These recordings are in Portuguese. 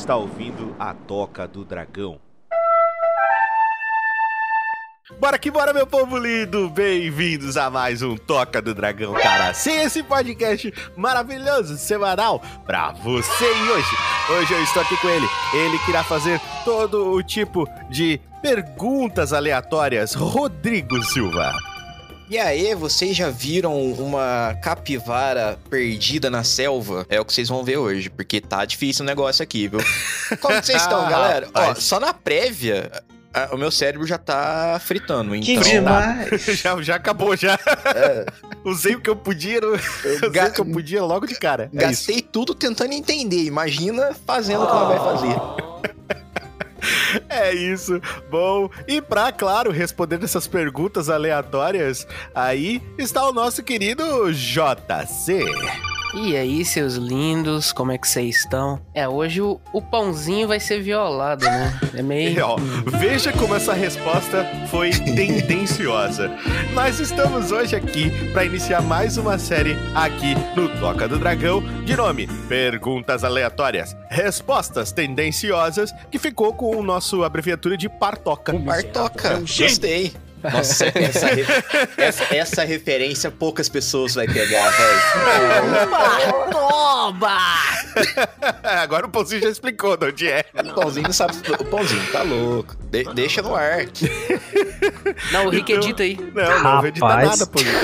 está ouvindo a Toca do Dragão. Bora que bora, meu povo lindo! Bem-vindos a mais um Toca do Dragão, cara. Sim, esse podcast maravilhoso, semanal, pra você. E hoje eu estou aqui com ele. Ele que irá fazer todo o tipo de perguntas aleatórias. Rodrigo Silva. E aí, vocês já viram uma capivara perdida na selva? É o que vocês vão ver hoje, porque tá difícil o negócio aqui, viu? Como que vocês estão, galera? Ó, só na prévia, o meu cérebro já tá fritando, então... Que demais! já acabou, já. Usei o que eu podia, logo de cara. Gastei tudo tentando entender, imagina fazendo o que ela vai fazer. É isso. Bom, e pra, claro, responder essas perguntas aleatórias, aí está o nosso querido JC. E aí, seus lindos, como é que vocês estão? Hoje o pãozinho vai ser violado, né? É meio... Veja como essa resposta foi tendenciosa. Nós estamos hoje aqui para iniciar mais uma série aqui no Toca do Dragão, de nome Perguntas Aleatórias, Respostas Tendenciosas, que ficou com o nosso abreviatura de Partoca. Partoca, gostei. Nossa, essa referência poucas pessoas vai pegar, velho. Toma! Agora o Pãozinho já explicou de onde é. O Pãozinho não sabe. O Pãozinho tá louco. Deixa no ar. Não, o Rick edita aí. Não edita nada, Pãozinho.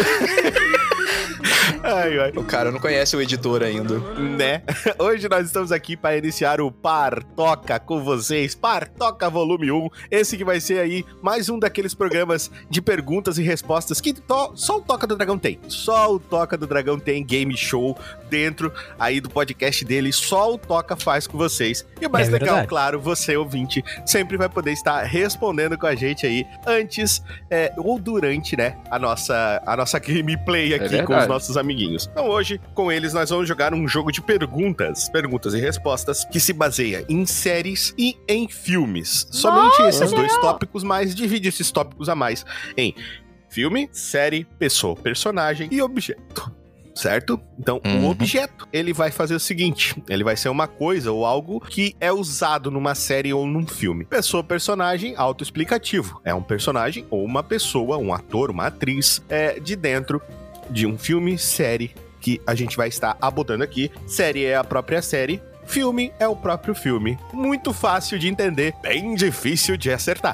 Ai. O cara não conhece o editor ainda. Né? Hoje nós estamos aqui para iniciar o Partoca com vocês. Partoca Volume 1. Esse que vai ser aí mais um daqueles programas de perguntas e respostas que só o Toca do Dragão tem. Só o Toca do Dragão tem game show dentro aí do podcast dele. Só o Toca faz com vocês. E o mais legal, verdade. Claro, você, ouvinte, sempre vai poder estar respondendo com a gente aí antes ou durante, né, a nossa gameplay aqui com os nossos amiguinhos. Então hoje, com eles, nós vamos jogar um jogo de perguntas e respostas que se baseia em séries e em filmes. Somente esses dois tópicos, mas divide esses tópicos a mais em filme, série, pessoa, personagem e objeto. Certo? Então, o objeto, ele vai fazer o seguinte, ele vai ser uma coisa ou algo que é usado numa série ou num filme. Pessoa, personagem, autoexplicativo. É um personagem ou uma pessoa, um ator, uma atriz, de dentro de um filme, série, que a gente vai estar abordando aqui. Série é a própria série. Filme é o próprio filme. Muito fácil de entender, bem difícil de acertar.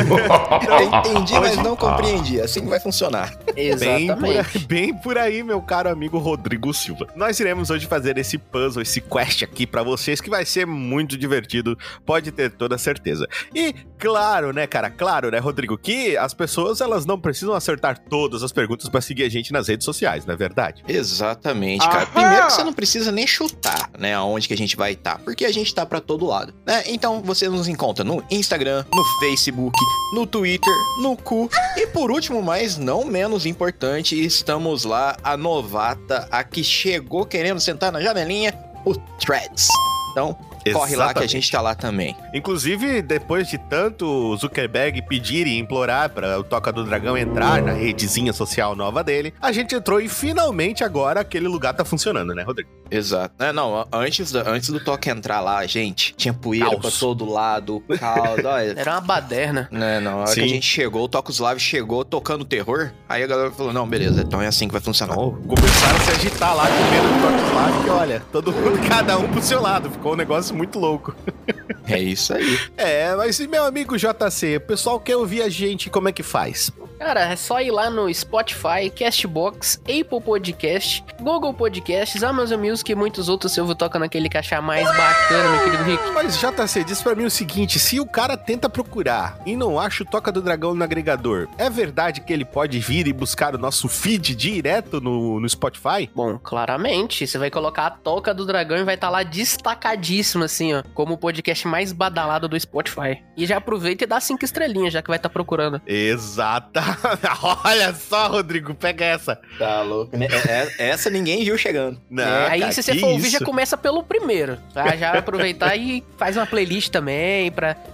Entendi, mas não compreendi. Assim vai funcionar. Exatamente. Bem por aí, meu caro amigo Rodrigo Silva. Nós iremos hoje fazer esse puzzle, esse quest aqui pra vocês, que vai ser muito divertido, pode ter toda certeza. E claro, né, cara? Claro, né, Rodrigo, que as pessoas, elas não precisam acertar todas as perguntas pra seguir a gente nas redes sociais, não é verdade? Exatamente, cara. Primeiro que você não precisa nem chutar, né, aonde que a gente vai estar, porque a gente tá pra todo lado, né? Então você nos encontra no Instagram, no Facebook, no Twitter, no Cu e por último, mas não menos importante, estamos lá, a novata, a que chegou querendo sentar na janelinha, o Threads. Então, corre lá que a gente tá lá também. Inclusive, depois de tanto Zuckerberg pedir e implorar para o Toca do Dragão entrar na redezinha social nova dele, a gente entrou e finalmente agora aquele lugar tá funcionando, né, Rodrigo? Exato. Não, antes do Toca entrar lá, gente, tinha poeira pra todo lado, caos, olha. Era uma baderna. Na hora que a gente chegou, o Toca Slav chegou tocando terror, aí a galera falou, não, beleza, então é assim que vai funcionar. Começaram a se agitar lá com medo do Toca Slav, que olha, todo mundo, cada um pro seu lado, ficou um negócio muito louco. É isso aí. Mas meu amigo JC, o pessoal quer ouvir a gente, como é que faz? Cara, é só ir lá no Spotify, Castbox, Apple Podcast, Google Podcasts, Amazon Music e muitos outros. Eu vou tocar naquele que achar mais bacana, meu querido Rick. Mas JC, diz pra mim o seguinte, se o cara tenta procurar e não acha o Toca do Dragão no agregador, é verdade que ele pode vir e buscar o nosso feed direto no Spotify? Bom, claramente, você vai colocar a Toca do Dragão e vai estar lá destacadíssimo, assim, ó, como o podcast mais badalado do Spotify. E já aproveita e dá 5 estrelinhas, já que vai estar procurando. Exata. Olha só, Rodrigo, pega essa. Tá louco. Essa ninguém viu chegando. Não, aí cara, se você for ouvir, já começa pelo primeiro. Tá? Já aproveitar e faz uma playlist também pra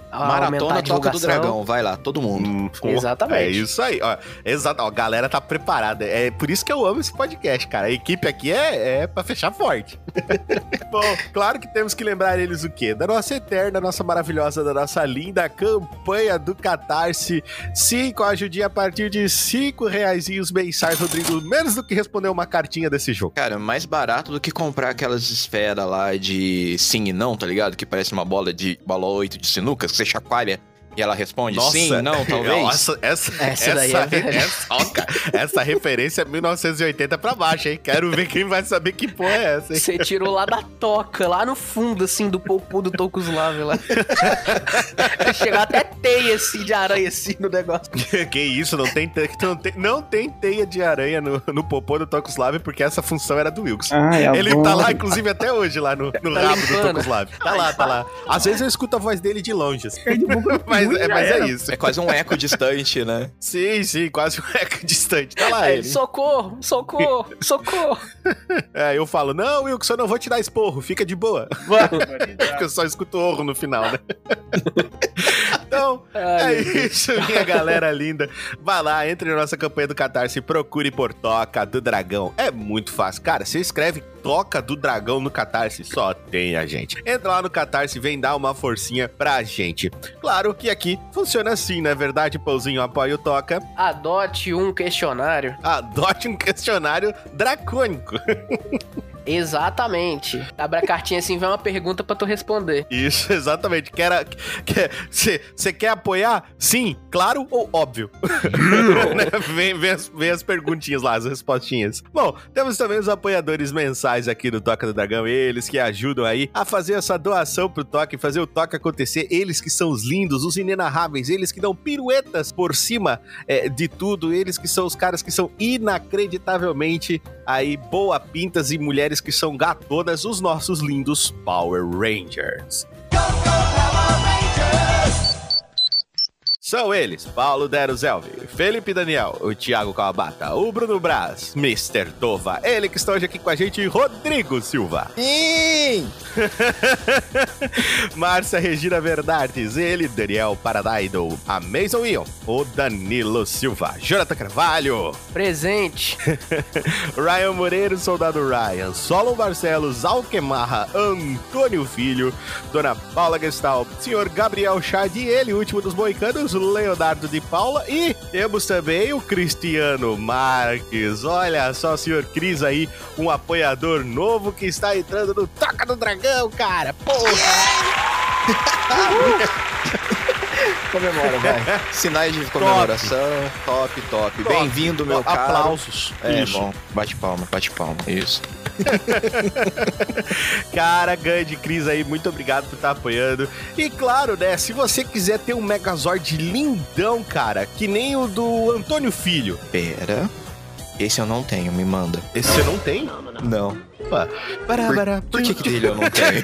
Maratona Toca do Dragão, vai lá, todo mundo. Exatamente. É isso aí, ó. Exato, ó, a galera tá preparada. É por isso que eu amo esse podcast, cara. A equipe aqui é pra fechar forte. Bom, claro que temos que lembrar eles o quê? Da nossa eterna, nossa maravilhosa, da nossa linda campanha do Catarse. Sim, com a ajudinha a partir de R$5 mensais, Rodrigo. Menos do que responder uma cartinha desse jogo. Cara, mais barato do que comprar aquelas esferas lá de sim e não, tá ligado? Que parece uma bola 8 de sinuca, que você chacoalha e ela responde nossa, sim, não, talvez. Nossa, essa daí essa referência é 1980 pra baixo, hein? Quero ver quem vai saber que porra é essa, hein? Você tirou lá da toca, lá no fundo, assim, do popô do Tokuslav lá. Chegou até teia, assim, de aranha, assim, no negócio. Que isso, não tem teia de aranha no popô do Tokuslav, porque essa função era do Wilkes. Ele tá lá, inclusive, até hoje, lá no rabo do Tokuslav. Tá lá. Às vezes eu escuto a voz dele de longe, assim. Mas é isso. É quase um eco distante, né? Sim, quase um eco distante. Tá lá ele. Socorro! É, eu falo, não, Wilkes, eu não vou te dar esporro, fica de boa. Porque eu só escuto orro no final, né? Então, isso, minha galera linda. Vai lá, entre na nossa campanha do Catarse e procure por Toca do Dragão. É muito fácil. Cara, você escreve Toca do Dragão no Catarse, só tem a gente. Entra lá no Catarse e vem dar uma forcinha pra gente. Claro que aqui funciona assim, não é verdade, Pãozinho? Apoia o Toca. Adote um questionário. Adote um questionário dracônico. Exatamente. Abre a cartinha assim, vem uma pergunta pra tu responder. Isso, exatamente. Você quer apoiar? Sim, claro ou óbvio? vem as perguntinhas lá, as respostinhas. Bom, temos também os apoiadores mensais aqui do Toca do Dragão, eles que ajudam aí a fazer essa doação pro Toca e fazer o Toca acontecer. Eles que são os lindos, os inenarráveis, eles que dão piruetas por cima de tudo, eles que são os caras que são inacreditavelmente aí boa-pintas e mulheres que são gatonas, os nossos lindos Power Rangers. Go, Power Rangers! São eles, Paulo Dero Zelvi, Felipe Daniel, o Thiago Kawabata, o Bruno Braz, Mr. Tova, ele que está hoje aqui com a gente, Rodrigo Silva. Sim! Márcia Regina Bernardes, ele, Daniel Paradaido, a Mason Ion, o Danilo Silva, Jonathan Carvalho. Presente. Ryan Moreira, Soldado Ryan, Solon Barcelos, Alquemarra, Antônio Filho, Dona Paula Gestal, Senhor Gabriel Chad e ele, último dos moicanos, Leonardo de Paula, e temos também o Cristiano Marques. Olha só, senhor Cris aí, um apoiador novo que está entrando no Toca do Dragão, cara. Porra! Comemora, vai. Sinais de comemoração. Top. Bem-vindo, meu caro. Aplausos. Isso. Bom. Bate palma. Isso. Cara, grande Cris aí, muito obrigado por estar apoiando. E claro, né, se você quiser ter um Megazord lindão, cara, que nem o do Antônio Filho. Pera. Esse eu não tenho, me manda. Esse você não tem? Não. Por que dele eu não tenho?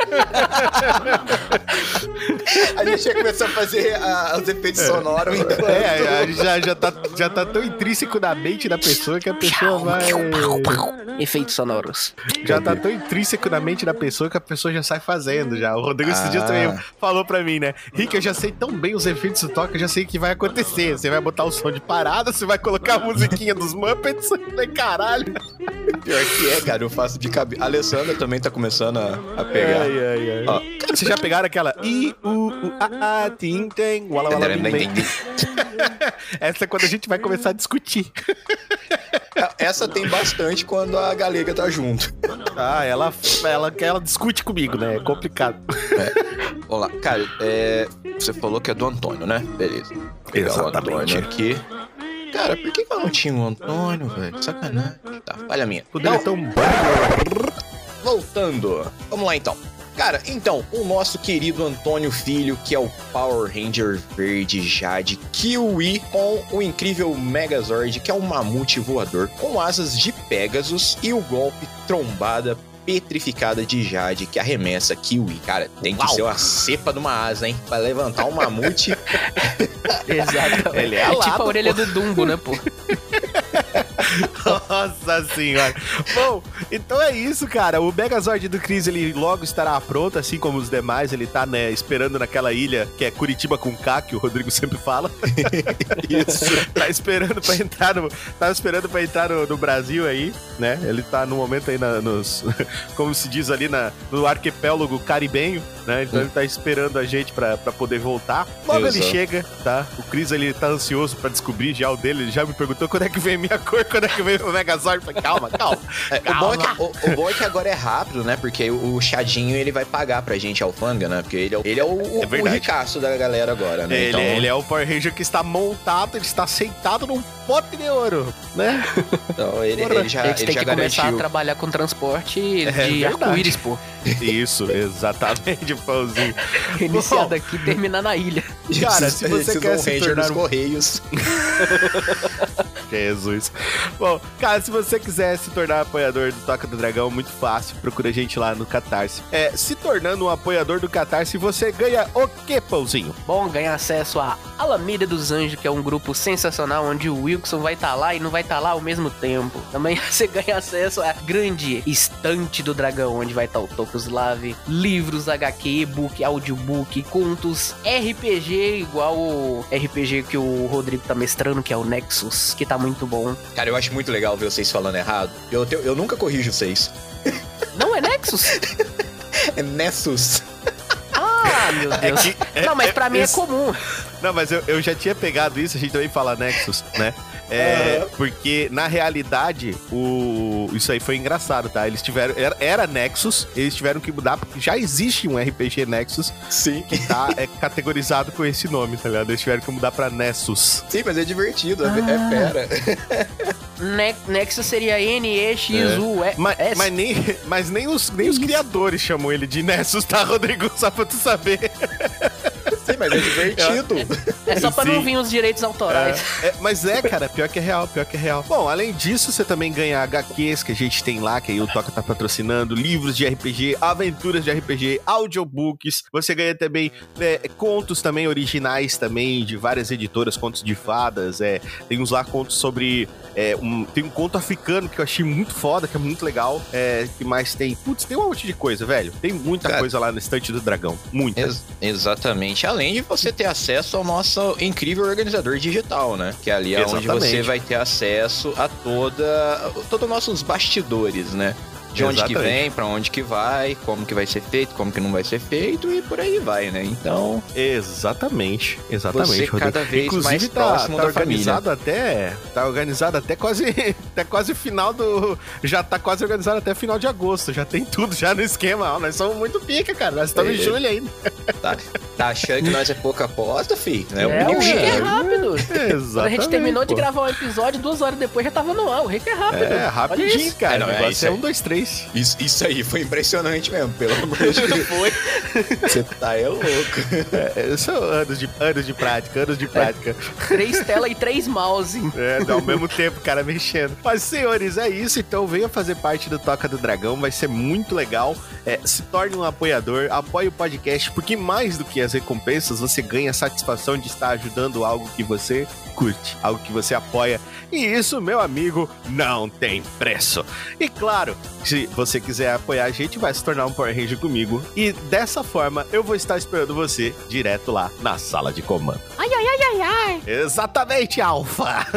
A gente ia começar a fazer os efeitos sonoros. Já tá tão intrínseco na mente da pessoa que a pessoa vai... Efeitos sonoros. Já tá tão intrínseco na mente da pessoa que a pessoa já sai fazendo já. O Rodrigo esses dias também falou pra mim, né? Rick, eu já sei tão bem os efeitos do Toca, eu já sei o que vai acontecer. Você vai botar o som de parada, você vai colocar a musiquinha dos Muppets. Caralho. Pior que é, cara, eu faço de cabeça. A Alessandra também tá começando a pegar. Ai. Ó, vocês já pegaram aquela Tim-Tem, Wala Wala Bim. Essa é quando a gente vai começar a discutir. Essa tem bastante quando a galega tá junto. Ela discute comigo, né? É complicado. Olá, cara, você falou que é do Antônio, né? Beleza. Exatamente. O Antônio aqui. Cara, por que eu não tinha um Antônio, velho? Sacanagem. Tá, falha minha. O dele é tão bom. Voltando. Vamos lá, então. Cara, o nosso querido Antônio Filho, que é o Power Ranger Verde Jade Kiwi, com o incrível Megazord, que é um mamute voador, com asas de Pegasus e o golpe trombada petrificada de Jade, que arremessa Kiwi. Cara, tem que ser uma cepa de uma asa, hein? Pra levantar um mamute. Exatamente. Ele é tipo a orelha do Dumbo, né, pô? Nossa senhora. Bom, então é isso, cara. O Megazord do Chris, ele logo estará pronto, assim como os demais. Ele tá, né, esperando naquela ilha que é Curitiba com K, que o Rodrigo sempre fala. Isso. Tá esperando pra entrar no Brasil aí, né? Ele tá no momento aí como se diz ali, no arquipélago caribenho, né? Então ele tá esperando a gente pra poder voltar. Logo ele chega, tá? O Chris, ele tá ansioso pra descobrir já o dele. Ele já me perguntou quando é que vem a minha cor, quando é que vem o Megazord. Eu falei, calma. O bom é que agora é rápido, né? Porque o Chadinho, ele vai pagar pra gente a alfândega, né? Porque ele é o ricaço da galera agora, né? Ele é o Power Ranger que está montado, ele está sentado num pote de ouro, né? Então ele já a gente tem que garantiu. começar a trabalhar com transporte de arco-íris, pô. Isso, exatamente, Pãozinho. Iniciar daqui e terminar na ilha. Cara, se você quer se tornar Correios. Jesus. Bom, cara, se você quiser se tornar apoiador do Toca do Dragão, muito fácil, procura a gente lá no Catarse. Se tornando um apoiador do Catarse, você ganha o quê, Pãozinho? Bom, ganha acesso a Alameda dos Anjos, que é um grupo sensacional, onde o Wilson vai estar lá e não vai estar lá ao mesmo tempo. Também você ganha acesso à grande estante do dragão, onde vai estar o Tokuslav, livros, HQ, e-book, audiobook, contos, RPG, igual o RPG que o Rodrigo tá mestrando, que é o Nexus, que tá muito bom. Cara, eu acho muito legal ver vocês falando errado. Eu nunca corrijo vocês. Não é Nexus? É Nessus. Ah, meu Deus. Não, mas pra mim é comum. Não, mas eu já tinha pegado isso, a gente também fala Nexus, né? Porque, na realidade, isso aí foi engraçado, tá? Eles tiveram... Era Nexus, eles tiveram que mudar, porque já existe um RPG Nexus. Sim. Que tá categorizado com esse nome, tá ligado? Eles tiveram que mudar pra Nessus. Sim, mas é divertido, é fera. Nexus seria N-E-X-U-S. Mas nem os criadores chamam ele de Nessus, tá, Rodrigo? Só pra tu saber. Sim, mas é divertido. É só pra não vir os direitos autorais. Mas cara, pior que é real. Bom, além disso, você também ganha HQs que a gente tem lá, que aí o Toca tá patrocinando, livros de RPG, aventuras de RPG, audiobooks. Você ganha também contos também originais também, de várias editoras, contos de fadas. Tem uns lá contos sobre... tem um conto africano que eu achei muito foda, que é muito legal. Que mais tem? Putz, tem um monte de coisa, velho. Tem muita coisa lá no estante do dragão. Muita. Exatamente. Além de você ter acesso ao nosso incrível organizador digital, né? Que ali é onde você vai ter acesso a todos os nossos bastidores, né? De onde que vem, pra onde que vai, como que vai ser feito, como que não vai ser feito e por aí vai, né? Então... Exatamente. Você cada vez mais próximo da família. Tá organizado até quase final do... Já tá quase organizado até final de agosto. Já tem tudo já no esquema. Nós somos muito pica, cara. Nós estamos em julho ainda. Tá achando que nós é pouca aposta, filho? O Rick é rápido. Exatamente. Quando a gente terminou de gravar um episódio, 2 horas depois já tava no ar. O Rick é rápido. Rapidinho, cara. O negócio é 1, 2, 3. Isso aí foi impressionante mesmo, pelo amor de Deus. Foi. Você tá louco. São anos de prática. 3 telas e 3 mouse. Ao mesmo tempo, cara, mexendo. Mas, senhores, é isso. Então, venha fazer parte do Toca do Dragão. Vai ser muito legal. Se torne um apoiador. Apoie o podcast, porque mais do que as recompensas, você ganha a satisfação de estar ajudando algo que você curte, algo que você apoia. E isso, meu amigo, não tem preço. E claro, se você quiser apoiar a gente, vai se tornar um Power Ranger comigo. E dessa forma, eu vou estar esperando você direto lá na sala de comando. Ai. Exatamente, Alpha!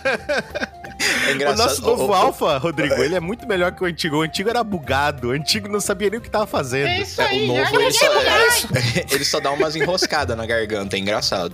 É engraçado. O nosso novo Alpha, Rodrigo, ele é muito melhor que o antigo. O antigo era bugado. O antigo não sabia nem o que tava fazendo. É isso aí, o novo, ele só dá umas enroscadas na garganta. É engraçado.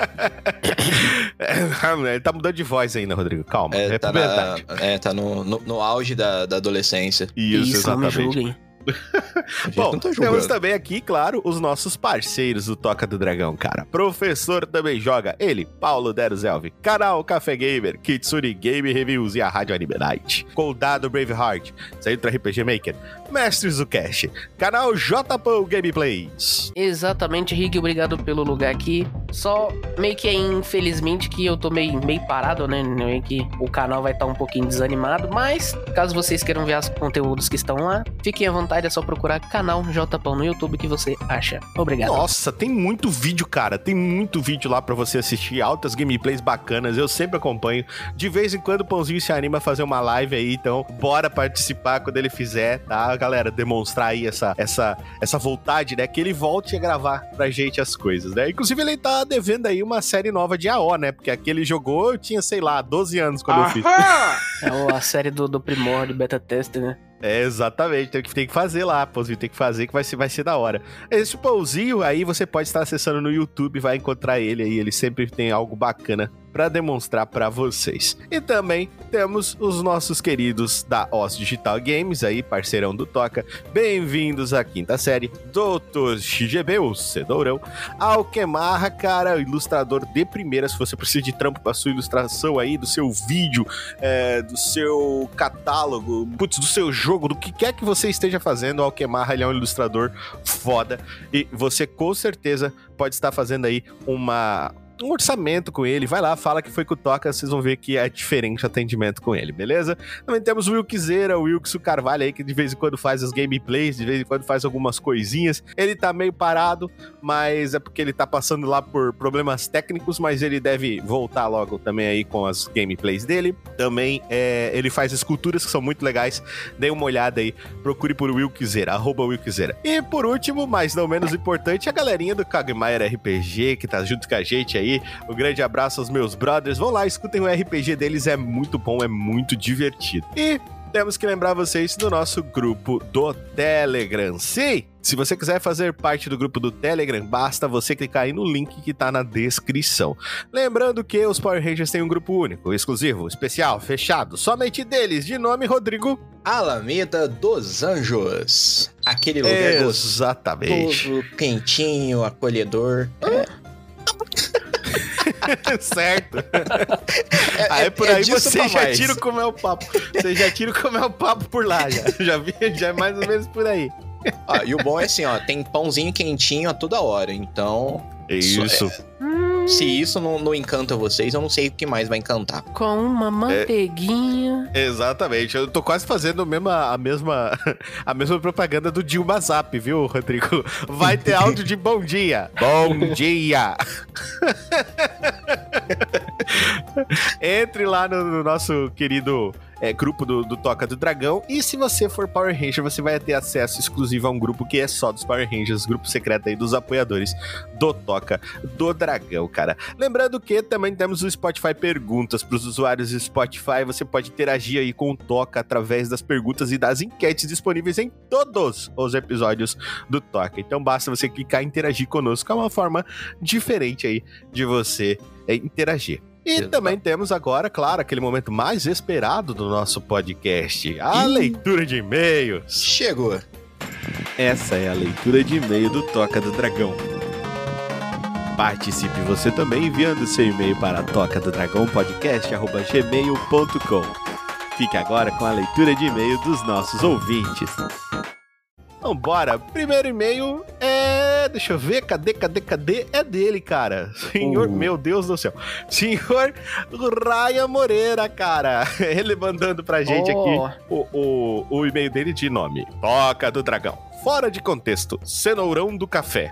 Ele tá mudando de voz ainda, Rodrigo. Calma. Tá no auge da adolescência. Isso, exatamente. Não me julguem. Bom, temos também aqui, claro, os nossos parceiros do Toca do Dragão, cara. Professor também joga, ele, Paulo Deruzelvi, canal Café Gamer, Kitsune Game Reviews e a Rádio Anime Night, Coldado Braveheart, Centro RPG Maker, Mestres do Cast, canal JPão Gameplays. Exatamente, Rick, obrigado pelo lugar aqui. Só meio que infelizmente que eu tô meio parado, né? Meio que o canal vai estar um pouquinho desanimado. Mas, caso vocês queiram ver os conteúdos que estão lá, fiquem à vontade, é só procurar canal Jpão no YouTube que você acha. Obrigado. Nossa, tem muito vídeo, cara. Tem muito vídeo lá pra você assistir. Altas gameplays bacanas. Eu sempre acompanho. De vez em quando o Pãozinho se anima a fazer uma live aí. Então, bora participar quando ele fizer, tá, galera? Demonstrar aí essa vontade, né? Que ele volte a gravar pra gente as coisas, né? Inclusive, ele tá devendo aí uma série nova de AO, né? Porque aquele jogou, eu tinha, sei lá, 12 anos quando eu fiz. É a série do Primórdio, Beta Tester, né? É, exatamente, tem que fazer lá, Pãozinho, tem que fazer que vai ser da hora. Esse Pãozinho aí você pode estar acessando no YouTube, vai encontrar ele aí, ele sempre tem algo bacana pra demonstrar pra vocês. E também temos os nossos queridos da OS Digital Games aí, parceirão do Toca. Bem-vindos à quinta série, Dr. XGB, o Cedourão, Alquemarra, cara, ilustrador de primeira, se você precisa de trampo pra sua ilustração aí, do seu vídeo, do seu catálogo, putz, do seu jogo, do que quer que você esteja fazendo, o Alquemarra, ele é um ilustrador foda, e você com certeza pode estar fazendo aí um orçamento com ele, vai lá, fala que foi com o Toca, vocês vão ver que é diferente o atendimento com ele, beleza? Também temos o Wilkzeira, o Wilkson Carvalho aí, que de vez em quando faz as gameplays, de vez em quando faz algumas coisinhas, ele tá meio parado, mas é porque ele tá passando lá por problemas técnicos, mas ele deve voltar logo também aí com as gameplays dele. Também ele faz esculturas que são muito legais, dê uma olhada aí, procure por Wilkzeira, @Wilkzeira. E por último, mas não menos importante, a galerinha do Kagmaier RPG, que tá junto com a gente aí. Um grande abraço aos meus brothers. Vão lá, escutem o RPG deles, é muito bom, é muito divertido. E temos que lembrar vocês do nosso grupo do Telegram. Sim, se você quiser fazer parte do grupo do Telegram, basta você clicar aí no link que tá na descrição. Lembrando que os Power Rangers têm um grupo único, exclusivo, especial, fechado, somente deles, de nome Rodrigo Alameda dos Anjos. Aquele lugar gostoso, quentinho, acolhedor. Certo. Aí por aí você já tira como é o papo. Você já tira como é o papo por lá, já vi, já é mais ou menos por aí. E o bom é assim, ó, tem pãozinho quentinho a toda hora, então... Isso. Se isso não encanta vocês, eu não sei o que mais vai encantar. Com uma manteiguinha. Exatamente. Eu tô quase fazendo a mesma propaganda do Dilma Zap, viu, Rodrigo? Vai ter áudio de bom dia. Bom dia. Entre lá no nosso querido grupo do Toca do Dragão. E se você for Power Ranger, você vai ter acesso exclusivo a um grupo que é só dos Power Rangers, grupo secreto aí dos apoiadores do Toca do Dragão, cara. Lembrando que também temos o Spotify Perguntas para os usuários do Spotify. Você pode interagir aí com o Toca através das perguntas e das enquetes disponíveis em todos os episódios do Toca. Então basta você clicar e interagir conosco, é uma forma diferente aí de você interagir. E também temos agora, claro, aquele momento mais esperado do nosso podcast, a leitura de e-mails. Chegou! Essa é a leitura de e-mail do Toca do Dragão. Participe você também enviando seu e-mail para tocadodragãopodcast@gmail.com. Fique agora com a leitura de e-mail dos nossos ouvintes. Vambora, primeiro e-mail deixa eu ver, cadê? É dele, cara. Senhor, meu Deus do céu. Senhor Ryan Moreira, cara. Ele mandando pra gente aqui o e-mail dele de nome. Toca do Dragão. Fora de contexto, cenourão do café.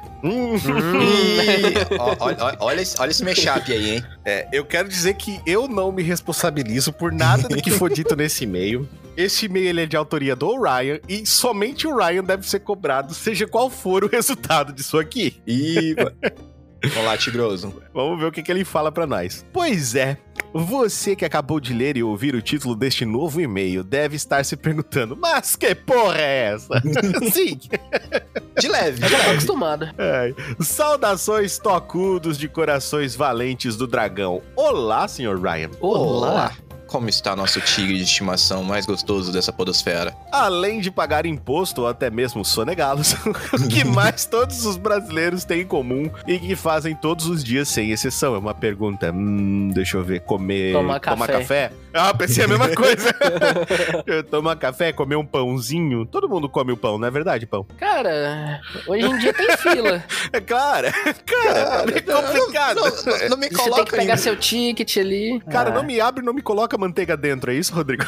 Olha esse mashup aí, hein? Eu quero dizer que eu não me responsabilizo por nada do que for dito nesse e-mail. Esse e-mail ele é de autoria do Ryan e somente o Ryan deve ser cobrado, seja qual for o resultado disso aqui. Vamos lá, Tigroso. Vamos ver o que ele fala pra nós. Pois é, você que acabou de ler e ouvir o título deste novo e-mail deve estar se perguntando, mas que porra é essa? Sim. De leve. Eu já tô acostumado. Saudações tocudos de corações valentes do dragão. Olá, senhor Ryan. Olá. Como está nosso tigre de estimação mais gostoso dessa podosfera? Além de pagar imposto ou até mesmo sonegá-los, o que mais todos os brasileiros têm em comum e que fazem todos os dias sem exceção? É uma pergunta. Deixa eu ver. Tomar café? Ah, pensei a mesma coisa. Tomar café, comer um pãozinho. Todo mundo come o pão, não é verdade, pão? Cara, hoje em dia tem fila. É claro. Cara, é complicado. Não me Você coloca tem que pegar aí. seu ticket ali. Cara, não me abre e não me coloca manteiga dentro, é isso, Rodrigo?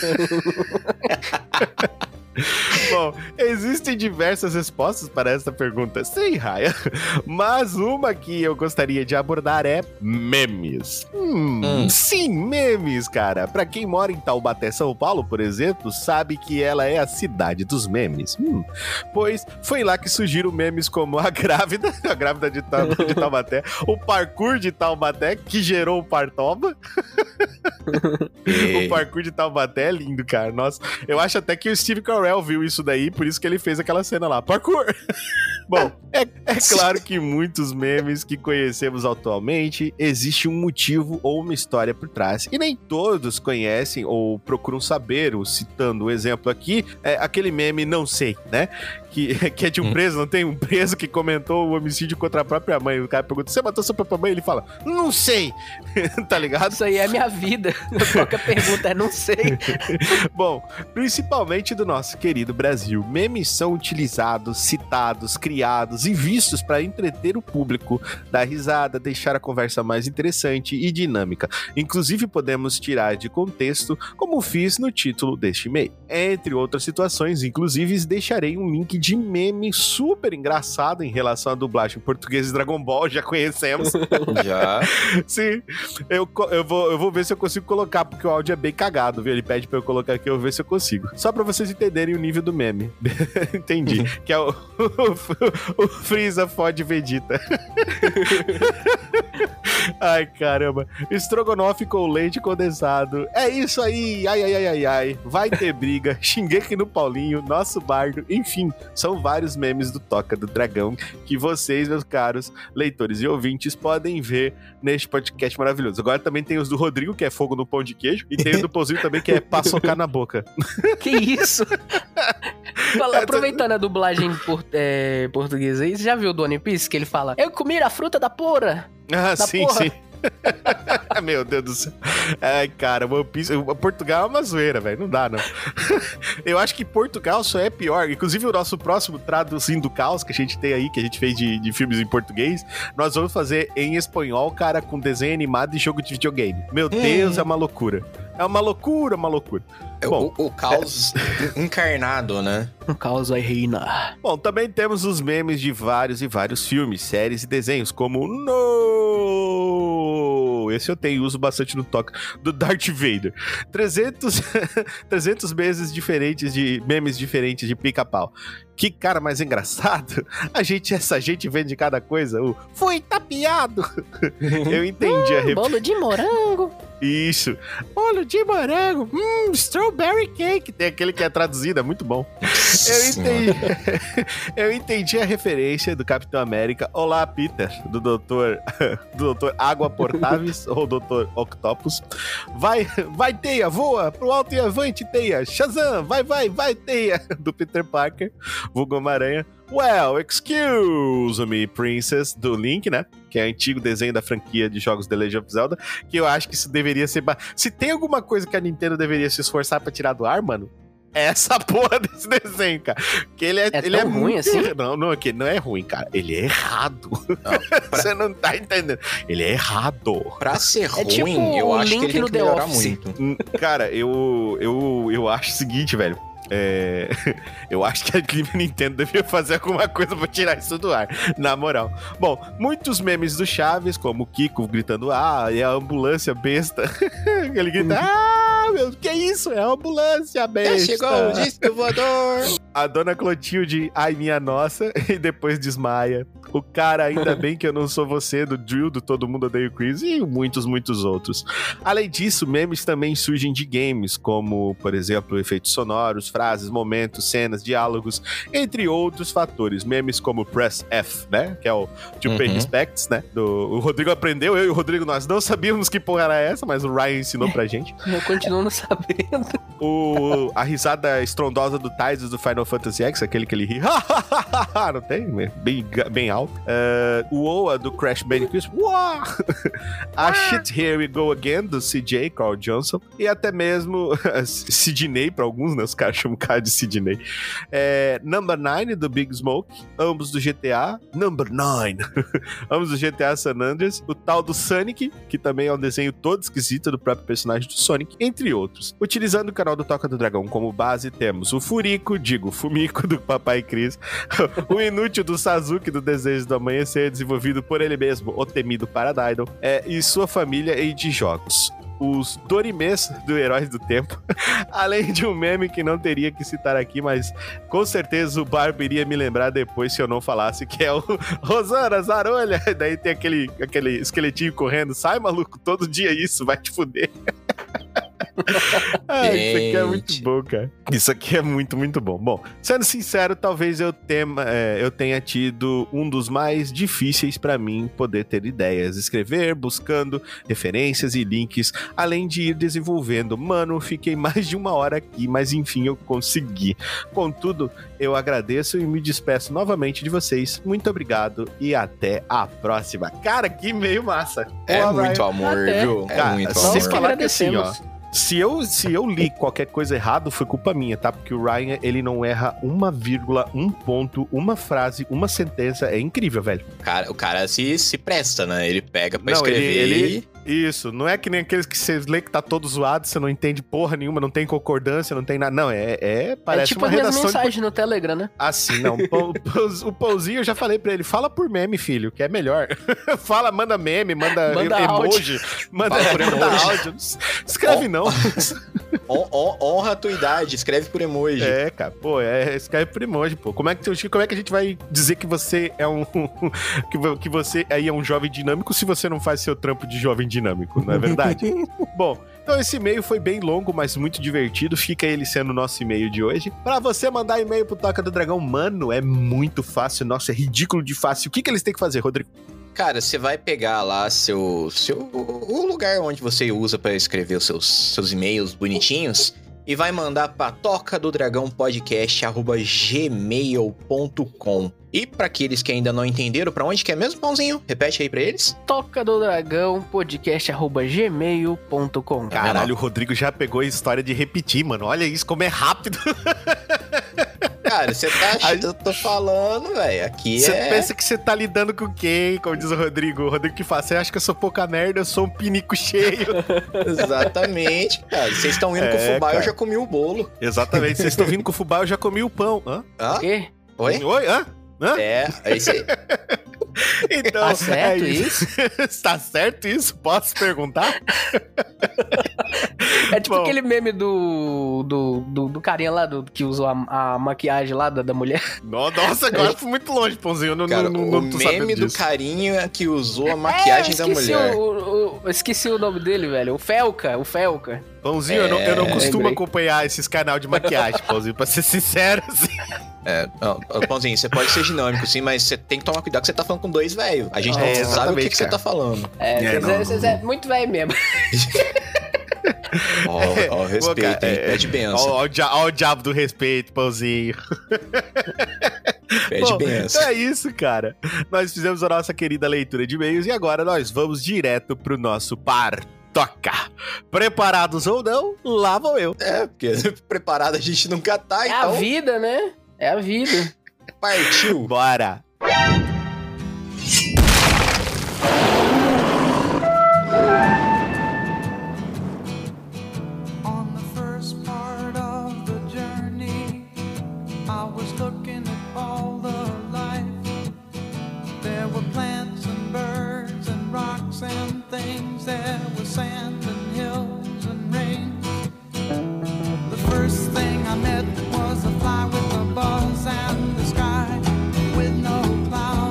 Bom, existem diversas respostas para essa pergunta, sim, Raya. Mas uma que eu gostaria de abordar é memes. Sim, memes, cara. Pra quem mora em Taubaté, São Paulo, por exemplo, sabe que ela é a cidade dos memes. Pois foi lá que surgiram memes como a grávida de Taubaté, o parkour de Taubaté, que gerou o Partoba. O parkour de Taubaté é lindo, cara. Nossa, eu acho até que o Steve Carell viu isso daí, por isso que ele fez aquela cena lá. Parkour! Bom, é claro que muitos memes que conhecemos atualmente, existe um motivo ou uma história por trás. E nem todos conhecem ou procuram saber, citando o exemplo aqui, aquele meme não sei, né? Que é de um preso, não tem? Um preso que comentou o homicídio contra a própria mãe. O cara pergunta, você matou sua própria mãe? Ele fala, não sei. Tá ligado? Isso aí é minha vida. Qualquer pergunta é não sei. Bom, principalmente do nosso querido Brasil, memes são utilizados, citados, criados e vistos para entreter o público, dar risada, deixar a conversa mais interessante e dinâmica. Inclusive, podemos tirar de contexto, como fiz no título deste e-mail. Entre outras situações, inclusive, deixarei um link de meme super engraçado em relação à dublagem portuguesa de Dragon Ball, já conhecemos. Já. Sim, eu vou ver se eu consigo colocar, porque o áudio é bem cagado, viu? Ele pede pra eu colocar aqui, eu vou ver se eu consigo. Só pra vocês entenderem o nível do meme. Entendi. Que é o Freeza fode Vegeta. Ai, caramba. Estrogonofe com leite condensado. É isso aí. Ai. Vai ter briga. Shingeki no Paulinho, nosso bardo. Enfim, são vários memes do Toca do Dragão que vocês, meus caros leitores e ouvintes, podem ver neste podcast maravilhoso. Agora também tem os do Rodrigo, que é fogo no pão de queijo, e tem o do Pozinho também, que é paçocar na boca. Que isso? Aproveitando a dublagem portuguesa aí, você já viu do One Piece que ele fala, eu comi a fruta da porra? Ah, da sim, porra. sim. Meu Deus do céu. Ai, cara, One Piece, Portugal é uma zoeira, velho. Não dá, não. Eu acho que Portugal só é pior. Inclusive, o nosso próximo Traduzindo Caos que a gente tem aí, que a gente fez de filmes em português, nós vamos fazer em espanhol, cara, com desenho animado e jogo de videogame. Meu Deus, é uma loucura. É uma loucura. Bom, o caos encarnado, né? O caos vai reinar. Bom, também temos os memes de vários e vários filmes, séries e desenhos, como esse eu tenho, uso bastante no toque, do Darth Vader. 300 meses diferentes de memes diferentes de Pica-Pau. Que cara mais engraçado. Essa gente vende cada coisa. Fui tapeado. Eu entendi a bolo de morango. Isso. Bolo de morango. Strawberry cake. Tem aquele que é traduzido, é muito bom. Eu entendi a referência do Capitão América. Olá, Peter. Do Doutor Água Portáveis ou Doutor Octopus. Vai, teia, voa pro alto e avante, teia. Shazam, vai, teia. Do Peter Parker. Vulgo Homem-Aranha. Well, excuse me, Princess, do Link, né? Que é antigo desenho da franquia de jogos The Legend of Zelda. Que eu acho que isso deveria ser... Se tem alguma coisa que a Nintendo deveria se esforçar pra tirar do ar, mano, é essa porra desse desenho, cara. Que ele é tão ruim muito... assim? Não, que não é ruim, cara. Ele é errado. Você não tá entendendo. Ele é errado. Pra ser ruim, tipo eu acho Link que ele tem no que The melhorar Office. muito. Cara, eu acho o seguinte, velho. Eu acho que a Nintendo devia fazer alguma coisa pra tirar isso do ar, na moral. Bom, muitos memes do Chaves, como o Kiko gritando, e a ambulância besta. Ele grita, meu, que isso? É a ambulância besta. Chegou o disco voador. A dona Clotilde, ai minha nossa, e depois desmaia. O cara, ainda bem que eu não sou você, do Drill, do Todo Mundo Odeia o Chris, e muitos outros. Além disso, memes também surgem de games, como, por exemplo, efeitos sonoros, frases, momentos, cenas, diálogos, entre outros fatores. Memes como Press F, né? Que é o To Pay Respects, né? O Rodrigo aprendeu, eu e o Rodrigo, nós não sabíamos que porra era essa, mas o Ryan ensinou pra gente. Eu continuo não sabendo. A risada estrondosa do Tidus do Final Fantasy X, aquele que ele ri. Não tem? Bem alto. O Oa do Crash Bandicoot. A Shit Here We Go Again do CJ, Carl Johnson. E até mesmo Sidney, pra alguns, né? Os caras chamam o cara de Sidney. Number 9 do Big Smoke. Ambos do GTA. Number 9. Ambos do GTA San Andreas. O tal do Sonic, que também é um desenho todo esquisito do próprio personagem do Sonic, entre outros. Utilizando o canal do Toca do Dragão como base, temos o Furico, Fumico do Papai Cris, o inútil do Sasuke do Desejo do Amanhecer, desenvolvido por ele mesmo, o temido Paradidon, e sua família e de jogos. Os Dorimês do Heróis do Tempo, além de um meme que não teria que citar aqui, mas com certeza o Barba iria me lembrar depois se eu não falasse, que é o Rosana Zarolha. Daí tem aquele esqueletinho correndo. Sai, maluco, todo dia isso, vai te fuder. Isso aqui é muito bom, cara. Isso aqui é muito, muito bom. Bom, sendo sincero, talvez eu tenha tido um dos mais difíceis pra mim poder ter ideias. Escrever, buscando referências e links, além de ir desenvolvendo. Mano, fiquei mais de 1 hora aqui, mas enfim, eu consegui. Contudo, eu agradeço e me despeço novamente de vocês. Muito obrigado e até a próxima. Cara, que meio massa. É muito amor, viu? Cara, muito sem amor. falar que assim, ó, se eu li qualquer coisa errado, foi culpa minha, tá? Porque o Ryan, ele não erra uma vírgula, um ponto, uma frase, uma sentença. É incrível, velho. O cara se presta, né? Ele pega pra escrever. Isso, não é que nem aqueles que você lê que tá todo zoado, você não entende porra nenhuma, não tem concordância, não tem nada. Não, parece tipo uma redação mensagem no Telegram, né? Assim, não. O Pãozinho, eu já falei pra ele, fala por meme, filho, que é melhor. Fala, manda meme, manda emoji, manda áudio. Escreve não. Honra a tua idade, escreve por emoji. Cara, pô, escreve por emoji, pô. Como é que a gente vai dizer que você é que você aí é um jovem dinâmico se você não faz seu trampo de jovem dinâmico, não é verdade? Bom, então esse e-mail foi bem longo, mas muito divertido. Fica ele sendo o nosso e-mail de hoje. Pra você mandar e-mail pro Toca do Dragão, mano, é muito fácil. Nossa, é ridículo de fácil. O que eles têm que fazer, Rodrigo? Cara, você vai pegar lá o lugar onde você usa pra escrever os seus e-mails bonitinhos e vai mandar pra tocadodragãopodcast@gmail.com. E pra aqueles que ainda não entenderam, pra onde que é mesmo, Pãozinho? Repete aí pra eles. Toca do Dragão podcast@gmail.com. Caralho, o Rodrigo já pegou a história de repetir, mano. Olha isso, como é rápido. Cara, você tá achando, eu tô falando, velho, aqui Você pensa que você tá lidando com quem, como diz o Rodrigo? O Rodrigo que fala, você acha que eu sou pouca merda, eu sou um pinico cheio. Exatamente, cara. Vocês estão indo com o fubá, eu já comi o bolo. Exatamente, vocês estão vindo com o fubá, eu já comi o pão. Hã? O quê? Oi? Hã? É isso aí. Então, tá certo isso? Tá certo isso? Posso perguntar? É tipo aquele meme do carinha lá que usou a maquiagem lá da mulher. Nossa, agora fui muito longe, Pãozinho. Não tô sabendo meme do disso. carinha que usou a maquiagem da mulher. Esqueci o nome dele, velho. O Felca. Pãozinho, eu não costumo lembrei. acompanhar esses canal de maquiagem, Pãozinho, pra ser sincero, assim. Pãozinho, você pode ser dinâmico, sim, mas você tem que tomar cuidado que você tá falando com dois velhos. A gente não sabe o que você tá falando. Você é muito velho mesmo. Ó, respeito, hein? Pede benção. Ó o diabo do respeito, Pãozinho. Pede benção. Então é isso, cara. Nós fizemos a nossa querida leitura de e-mails e agora nós vamos direto pro nosso Partoca. Preparados ou não, lá vou eu. Porque preparado a gente nunca tá, então... É a vida, né? É a vida. Partiu. Bora. On the first part of the journey, I was looking at all the life. There were plants and birds and rocks and things. There was sand and hills and rain. The first thing I met was a fly with a buzz and the sky with no clouds.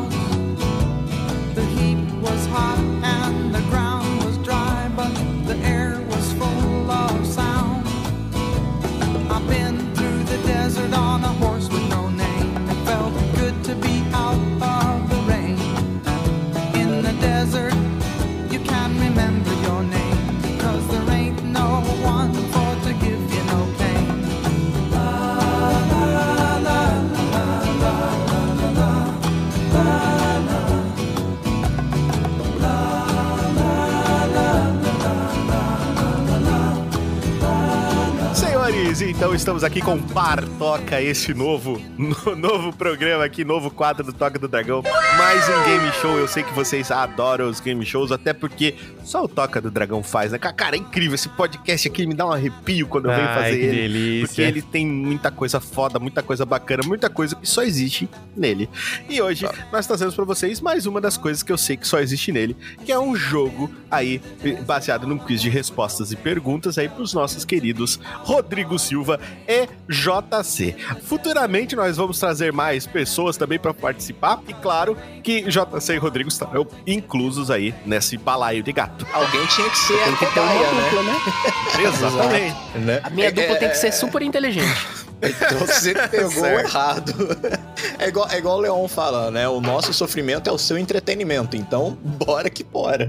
senhores, então estamos aqui com Partoca, esse novo programa aqui, novo quadro do Toca do Dragão. Mais um game show, eu sei que vocês adoram os game shows, até porque só o Toca do Dragão faz, né? Cara, é incrível, esse podcast aqui me dá um arrepio quando eu venho fazer ele. Delícia. Porque ele tem muita coisa foda, muita coisa bacana, muita coisa que só existe nele. E hoje nós trazemos pra vocês mais uma das coisas que eu sei que só existe nele, que é um jogo aí baseado num quiz de respostas e perguntas aí pros nossos queridos Rodrigo Silva e JC. Futuramente nós vamos trazer mais pessoas também pra participar e claro que JC e Rodrigo estarão inclusos aí nesse balaio de gato. Alguém tinha que ser Tem que ter uma dupla, né? Exatamente. né? A minha dupla tem que ser super inteligente. Então você pegou Certo. errado. É igual o Leon fala, né? O nosso sofrimento é o seu entretenimento. Então, bora que bora.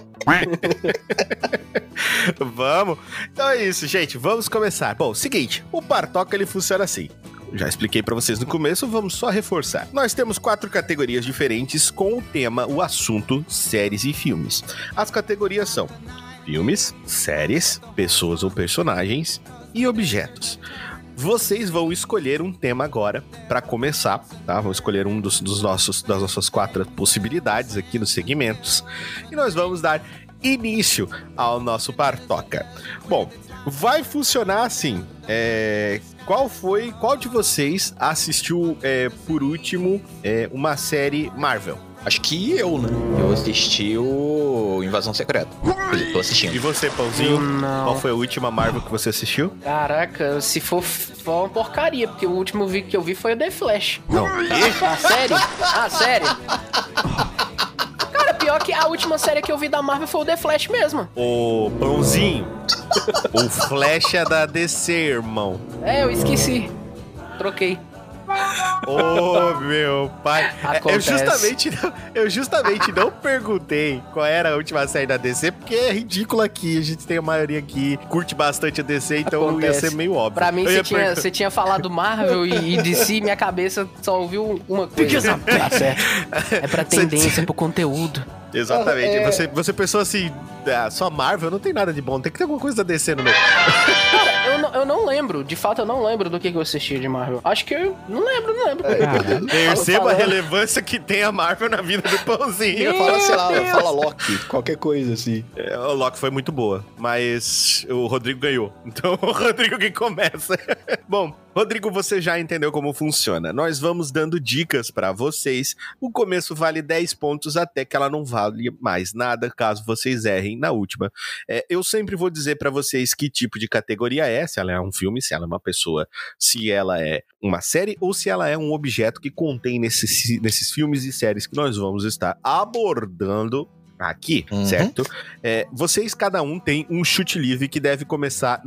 Vamos. Então é isso, gente. Vamos começar. Bom, seguinte. O Partoca, ele funciona assim. Já expliquei pra vocês no começo, vamos só reforçar. Nós temos 4 categorias diferentes com o tema, o assunto, séries e filmes. As categorias são filmes, séries, pessoas ou personagens e objetos. Vocês vão escolher um tema agora pra começar, tá? Vamos escolher um das nossas 4 possibilidades aqui nos segmentos e nós vamos dar início ao nosso Partoca. Bom, vai funcionar assim. Qual de vocês assistiu por último uma série Marvel? Acho que eu, né? Eu assisti o Invasão Secreta. Tô assistindo. E você, Pãozinho? Não. Qual foi a última Marvel que você assistiu? Caraca, se for uma porcaria, porque o último que eu vi foi o The Flash. Não. Ah, sério? Ah, sério? Cara, pior que a última série que eu vi da Marvel foi o The Flash mesmo. Ô, Pãozinho. O Flash é da DC, irmão. Eu esqueci. Troquei. Ô, meu pai. Acontece. Eu justamente não perguntei qual era a última série da DC, porque é ridículo aqui. A gente tem a maioria que curte bastante a DC, então ia Acontece. ser meio óbvio. Pra mim, Eu ia você tinha falado Marvel e DC, minha cabeça só ouviu uma coisa. Tá certo. É pra tendência, é pro conteúdo. Exatamente. Você pensou assim, só Marvel não tem nada de bom, tem que ter alguma coisa da DC no meio. Cara, eu não lembro. De fato, eu não lembro do que eu assisti de Marvel. Acho que eu não lembro. Perceba a relevância que tem a Marvel na vida do Pãozinho. Fala, sei lá, fala Loki, qualquer coisa assim. O Loki foi muito boa, mas o Rodrigo ganhou. Então o Rodrigo que começa. Bom, Rodrigo, você já entendeu como funciona. Nós vamos dando dicas pra vocês. O começo vale 10 pontos até que ela não vale mais nada, caso vocês errem na última. Eu sempre vou dizer pra vocês que tipo de categoria é, se ela é um filme, se ela é uma pessoa, se ela é uma série ou se ela é um objeto que contém nesses filmes e séries que nós vamos estar abordando aqui, certo? Vocês, cada um, tem um chute livre que deve começar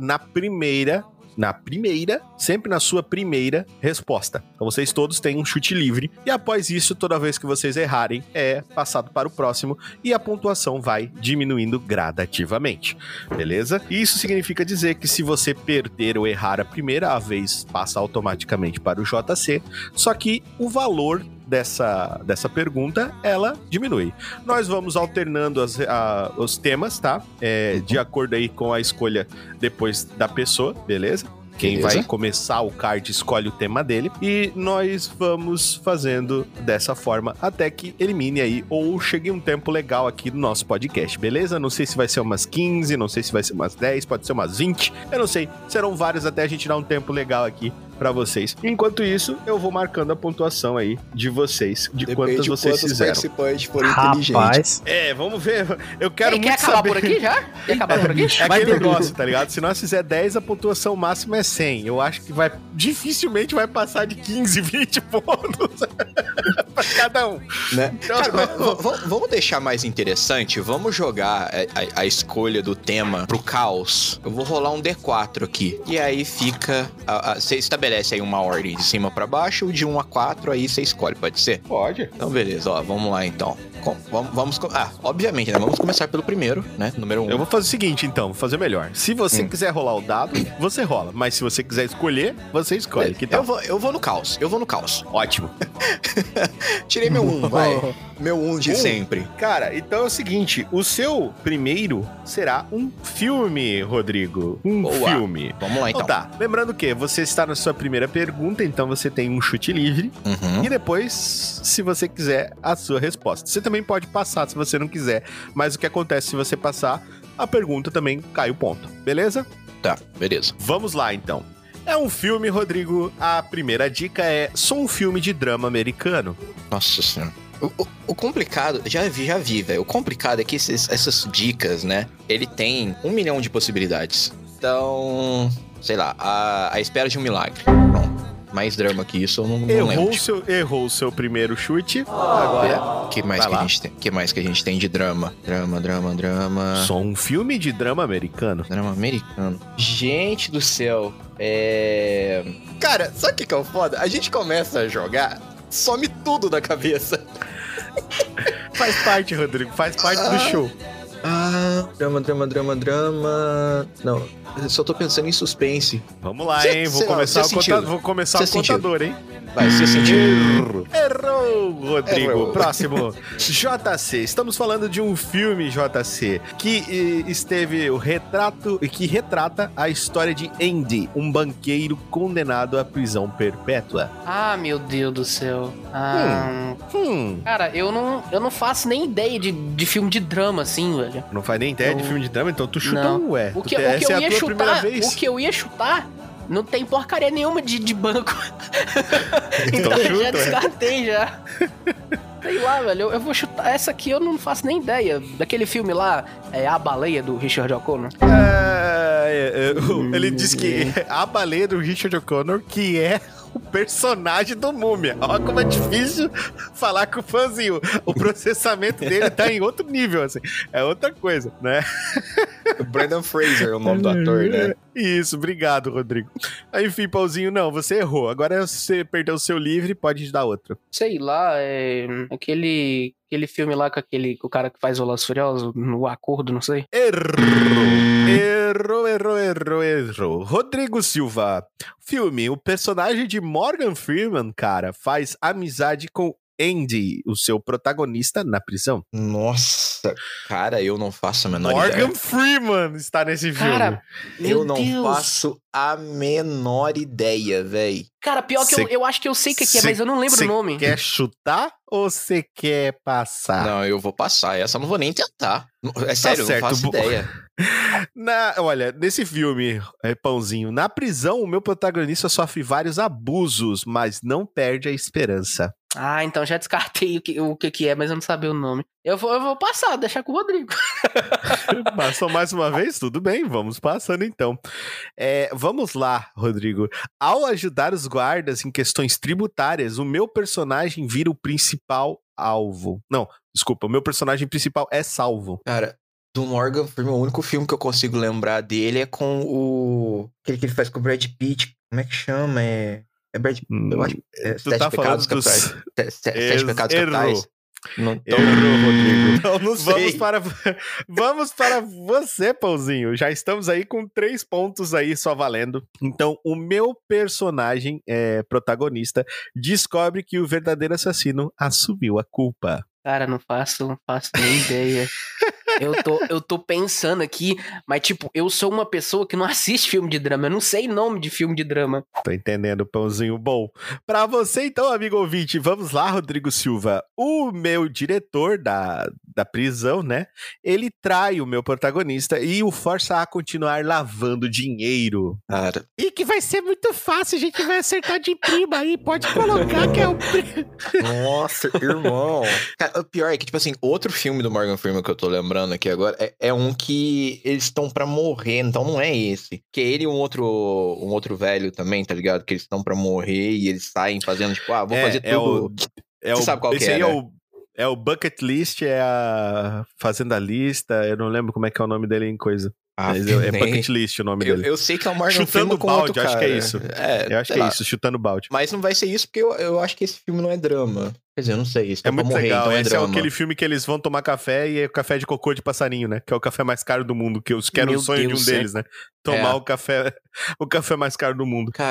sempre na sua primeira resposta. Então vocês todos têm um chute livre e após isso, toda vez que vocês errarem, é passado para o próximo e a pontuação vai diminuindo gradativamente, beleza? Isso significa dizer que se você perder ou errar a primeira, a vez passa automaticamente para o JC, só que o valor dessa pergunta, ela diminui. Nós vamos alternando os temas, tá? De acordo aí com a escolha depois da pessoa, beleza? Quem Beleza. vai começar o card escolhe o tema dele e nós vamos fazendo dessa forma até que elimine aí ou chegue um tempo legal aqui no nosso podcast, beleza? Não sei se vai ser umas 15, não sei se vai ser umas 10, pode ser umas 20, eu não sei. Serão vários até a gente dar um tempo legal aqui pra vocês. Enquanto isso, eu vou marcando a pontuação aí de vocês, de quantas vocês fizeram. participantes forem inteligentes. Rapaz, Vamos ver. Eu quero Quer muito acabar saber. por aqui já? Quer acabar por aqui? É aquele negócio, tá ligado? Se nós fizer 10, a pontuação máxima é 100. Eu acho que dificilmente vai passar de 15, 20 pontos pra cada um. Né? Então, Cara, mas vamos deixar mais interessante? Vamos jogar a escolha do tema pro caos. Eu vou rolar um D4 aqui. E aí fica... Você estabelece aí uma ordem de cima pra baixo, de 1 a 4, aí você escolhe, pode ser? Pode. Então beleza, ó, vamos lá então. Obviamente, né? Vamos começar pelo primeiro, né? Número 1. Eu vou fazer o seguinte, então, vou fazer melhor. Se você quiser rolar o dado, você rola. Mas se você quiser escolher, você escolhe. Que tal? Eu vou no caos. Ótimo. Tirei meu 1, vai. Meu de sempre. Cara, então é o seguinte, o seu primeiro será um filme, Rodrigo. Boa. Filme. Vamos lá, então. Tá, lembrando que você está na sua primeira pergunta, então você tem um chute livre. Uhum. E depois, se você quiser, a sua resposta. Você também pode passar se você não quiser, mas o que acontece se você passar, a pergunta também cai o ponto, beleza? Tá, beleza. Vamos lá, então. É um filme, Rodrigo. A primeira dica é: sou um filme de drama americano. Nossa senhora. O complicado, já vi, velho. O complicado é que essas dicas, né? Ele tem 1 milhão de possibilidades. Então, sei lá, a espera de um milagre. Pronto. Mais drama que isso, eu não lembro. Errou o seu primeiro chute. Agora, O que mais que a gente tem? Que mais que a gente tem de drama? Drama. sou um filme de drama americano. Drama americano. Gente do céu. Cara, sabe o que é o foda? A gente começa a jogar, some tudo da cabeça. Faz parte, Rodrigo. Faz parte do show. Drama. Não, eu só tô pensando em suspense. Vamos lá, hein? Vou começar o contador, hein? Vai, você sentiu. Errou, Rodrigo. Errou. Próximo. JC. Estamos falando de um filme, JC, que esteve o retrato e que retrata a história de Andy, um banqueiro condenado à prisão perpétua. Ah, meu Deus do céu. Cara, eu não faço nem ideia de filme de drama, assim, velho. Não faz nem ideia de filme de drama, então tu chuta Não. ué. O que Essa eu é ia a tua primeira chutar, vez. o que eu ia chutar, não tem porcaria nenhuma de banco. Então eu já chuta, descartei já. Sei lá, velho, eu vou chutar. Essa aqui eu não faço nem ideia. Daquele filme lá, A Baleia, do Richard O'Connor. Ele diz que a baleia do Richard O'Connor, que é o personagem do Múmia. Olha como é difícil falar com o fãzinho. O processamento dele tá em outro nível, assim. É outra coisa, né? Brandon Fraser é o nome do ator, né? Isso, obrigado, Rodrigo. Enfim, Pauzinho, não, você errou. Agora você perdeu o seu livre, pode dar outro. Sei lá, aquele filme lá com o cara que faz Velozes e Furiosos, no Acordo, não sei. Errou. Rodrigo Silva. Filme, o personagem de Morgan Freeman, cara, faz amizade com Andy, o seu protagonista, na prisão. Nossa, cara, eu não faço a menor Morgan ideia. Freeman está nesse filme. Cara, Eu não faço a menor ideia, véi. Cara, pior que eu acho que eu sei o que é, mas eu não lembro o nome. Você quer chutar ou você quer passar? Não, eu vou passar. Essa eu não vou nem tentar. É sério, eu não faço ideia. Olha, nesse filme, Pãozinho, na prisão o meu protagonista sofre vários abusos, mas não perde a esperança. Ah, então já descartei o que é, mas eu não sabia o nome. Eu vou passar, deixar com o Rodrigo. Passou mais uma vez? Tudo bem, vamos passando então. Vamos lá, Rodrigo. Ao ajudar os guardas em questões tributárias, o meu personagem vira o principal alvo. Não, desculpa, o meu personagem principal é salvo. Cara, do Morgan Freeman, o único filme que eu consigo lembrar dele é com aquele que ele faz com o Brad Pitt. Como é que chama? Brad Pitt. Eu acho Sete Pecados Capitais. Sete Pecados Capitais. Errou, Rodrigo. Não sei. Vamos para você, Pãozinho. Já estamos aí com 3 pontos aí só valendo. Então, o meu personagem protagonista descobre que o verdadeiro assassino assumiu a culpa. Cara, não faço nem ideia. Eu tô pensando aqui, mas tipo, eu sou uma pessoa que não assiste filme de drama, eu não sei nome de filme de drama. Tô entendendo, Pãozinho. Bom, pra você então, amigo ouvinte, vamos lá, Rodrigo Silva. O meu diretor da prisão, né, ele trai o meu protagonista e o força a continuar lavando dinheiro. Cara. E que vai ser muito fácil, a gente vai acertar de prima aí, pode colocar que é o... Nossa, irmão. Cara, o pior é que, tipo assim, outro filme do Morgan Freeman que eu tô lembrando aqui agora é um que eles estão pra morrer, então não é esse. Que é ele e um outro velho também, tá ligado? Que eles estão pra morrer e eles saem fazendo, tipo, vou fazer tudo. Você sabe qual que é, né? É o Bucket List, é a Fazenda Lista, eu não lembro como é que é o nome dele em coisa. Mas é Bucket List o nome dele. Eu sei que é o Morgan Chutando Freeman com balde, outro cara. acho que é isso. Eu acho que é isso, chutando balde. Mas não vai ser isso, porque eu acho que esse filme não é drama. Quer dizer, eu não sei. É muito morrer, legal, então esse drama. é aquele filme que eles vão tomar café e é o café de cocô de passarinho, né? Que é o café mais caro do mundo, que era o sonho de um deles, né? Tomar o café mais caro do mundo. Cara,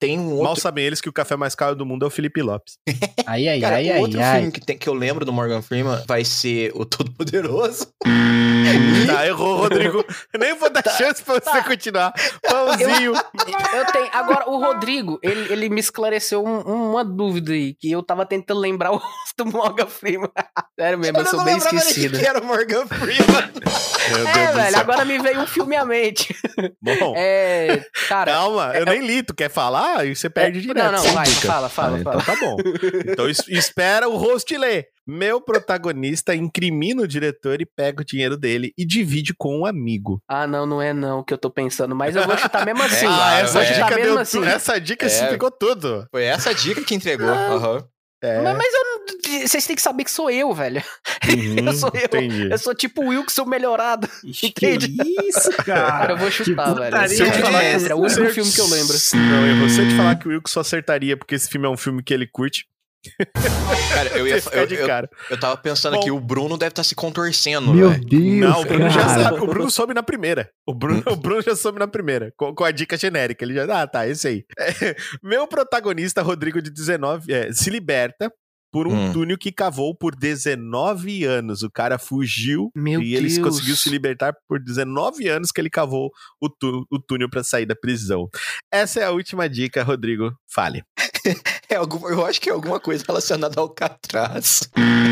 tem um outro... Mal sabem eles que o café mais caro do mundo é o Felipe Lopes. Cara, o outro filme que eu lembro do Morgan Freeman vai ser O Todo-Poderoso. Tá, errou, Rodrigo. Nem vou dar chance pra você continuar. Pãozinho. Eu tenho. Agora, o Rodrigo, ele me esclareceu uma dúvida aí, que eu tava tentando lembrar o rosto do Morgan Freeman. Sério mesmo, eu sou bem esquecido. Que era o Morgan Freeman. Velho, agora me veio um filme à mente. Bom. Cara. Calma, eu nem li. Tu quer falar? E você perde direto. Não, vai, fala. Então tá bom. Então espera o host ler. Meu protagonista incrimina o diretor e pega o dinheiro dele e divide com um amigo. Ah, não é não o que eu tô pensando, mas eu vou chutar mesmo assim. Essa dica deu tudo. Essa dica explicou tudo. Foi essa dica que entregou. Aham. Mas vocês têm que saber que sou eu, velho. Entendi. Eu sou tipo o Wilson melhorado. Entende? Que isso, cara? Eu vou chutar, velho. Se eu te falar é o único filme que eu lembro. Não, eu vou te falar que o Wilson acertaria, porque esse filme é um filme que ele curte. Cara, eu tava pensando aqui, o Bruno deve estar se contorcendo, Meu velho. Deus, Não, o Bruno já cara. sabe, o Bruno soube na primeira. O Bruno já soube na primeira, com a dica genérica. Ele já, tá, esse aí. Meu protagonista, Rodrigo, de 19, se liberta por um túnel que cavou por 19 anos. O cara fugiu e ele conseguiu se libertar por 19 anos que ele cavou o túnel pra sair da prisão. Essa é a última dica, Rodrigo. Fale. Eu acho que é alguma coisa relacionada ao Alcatraz.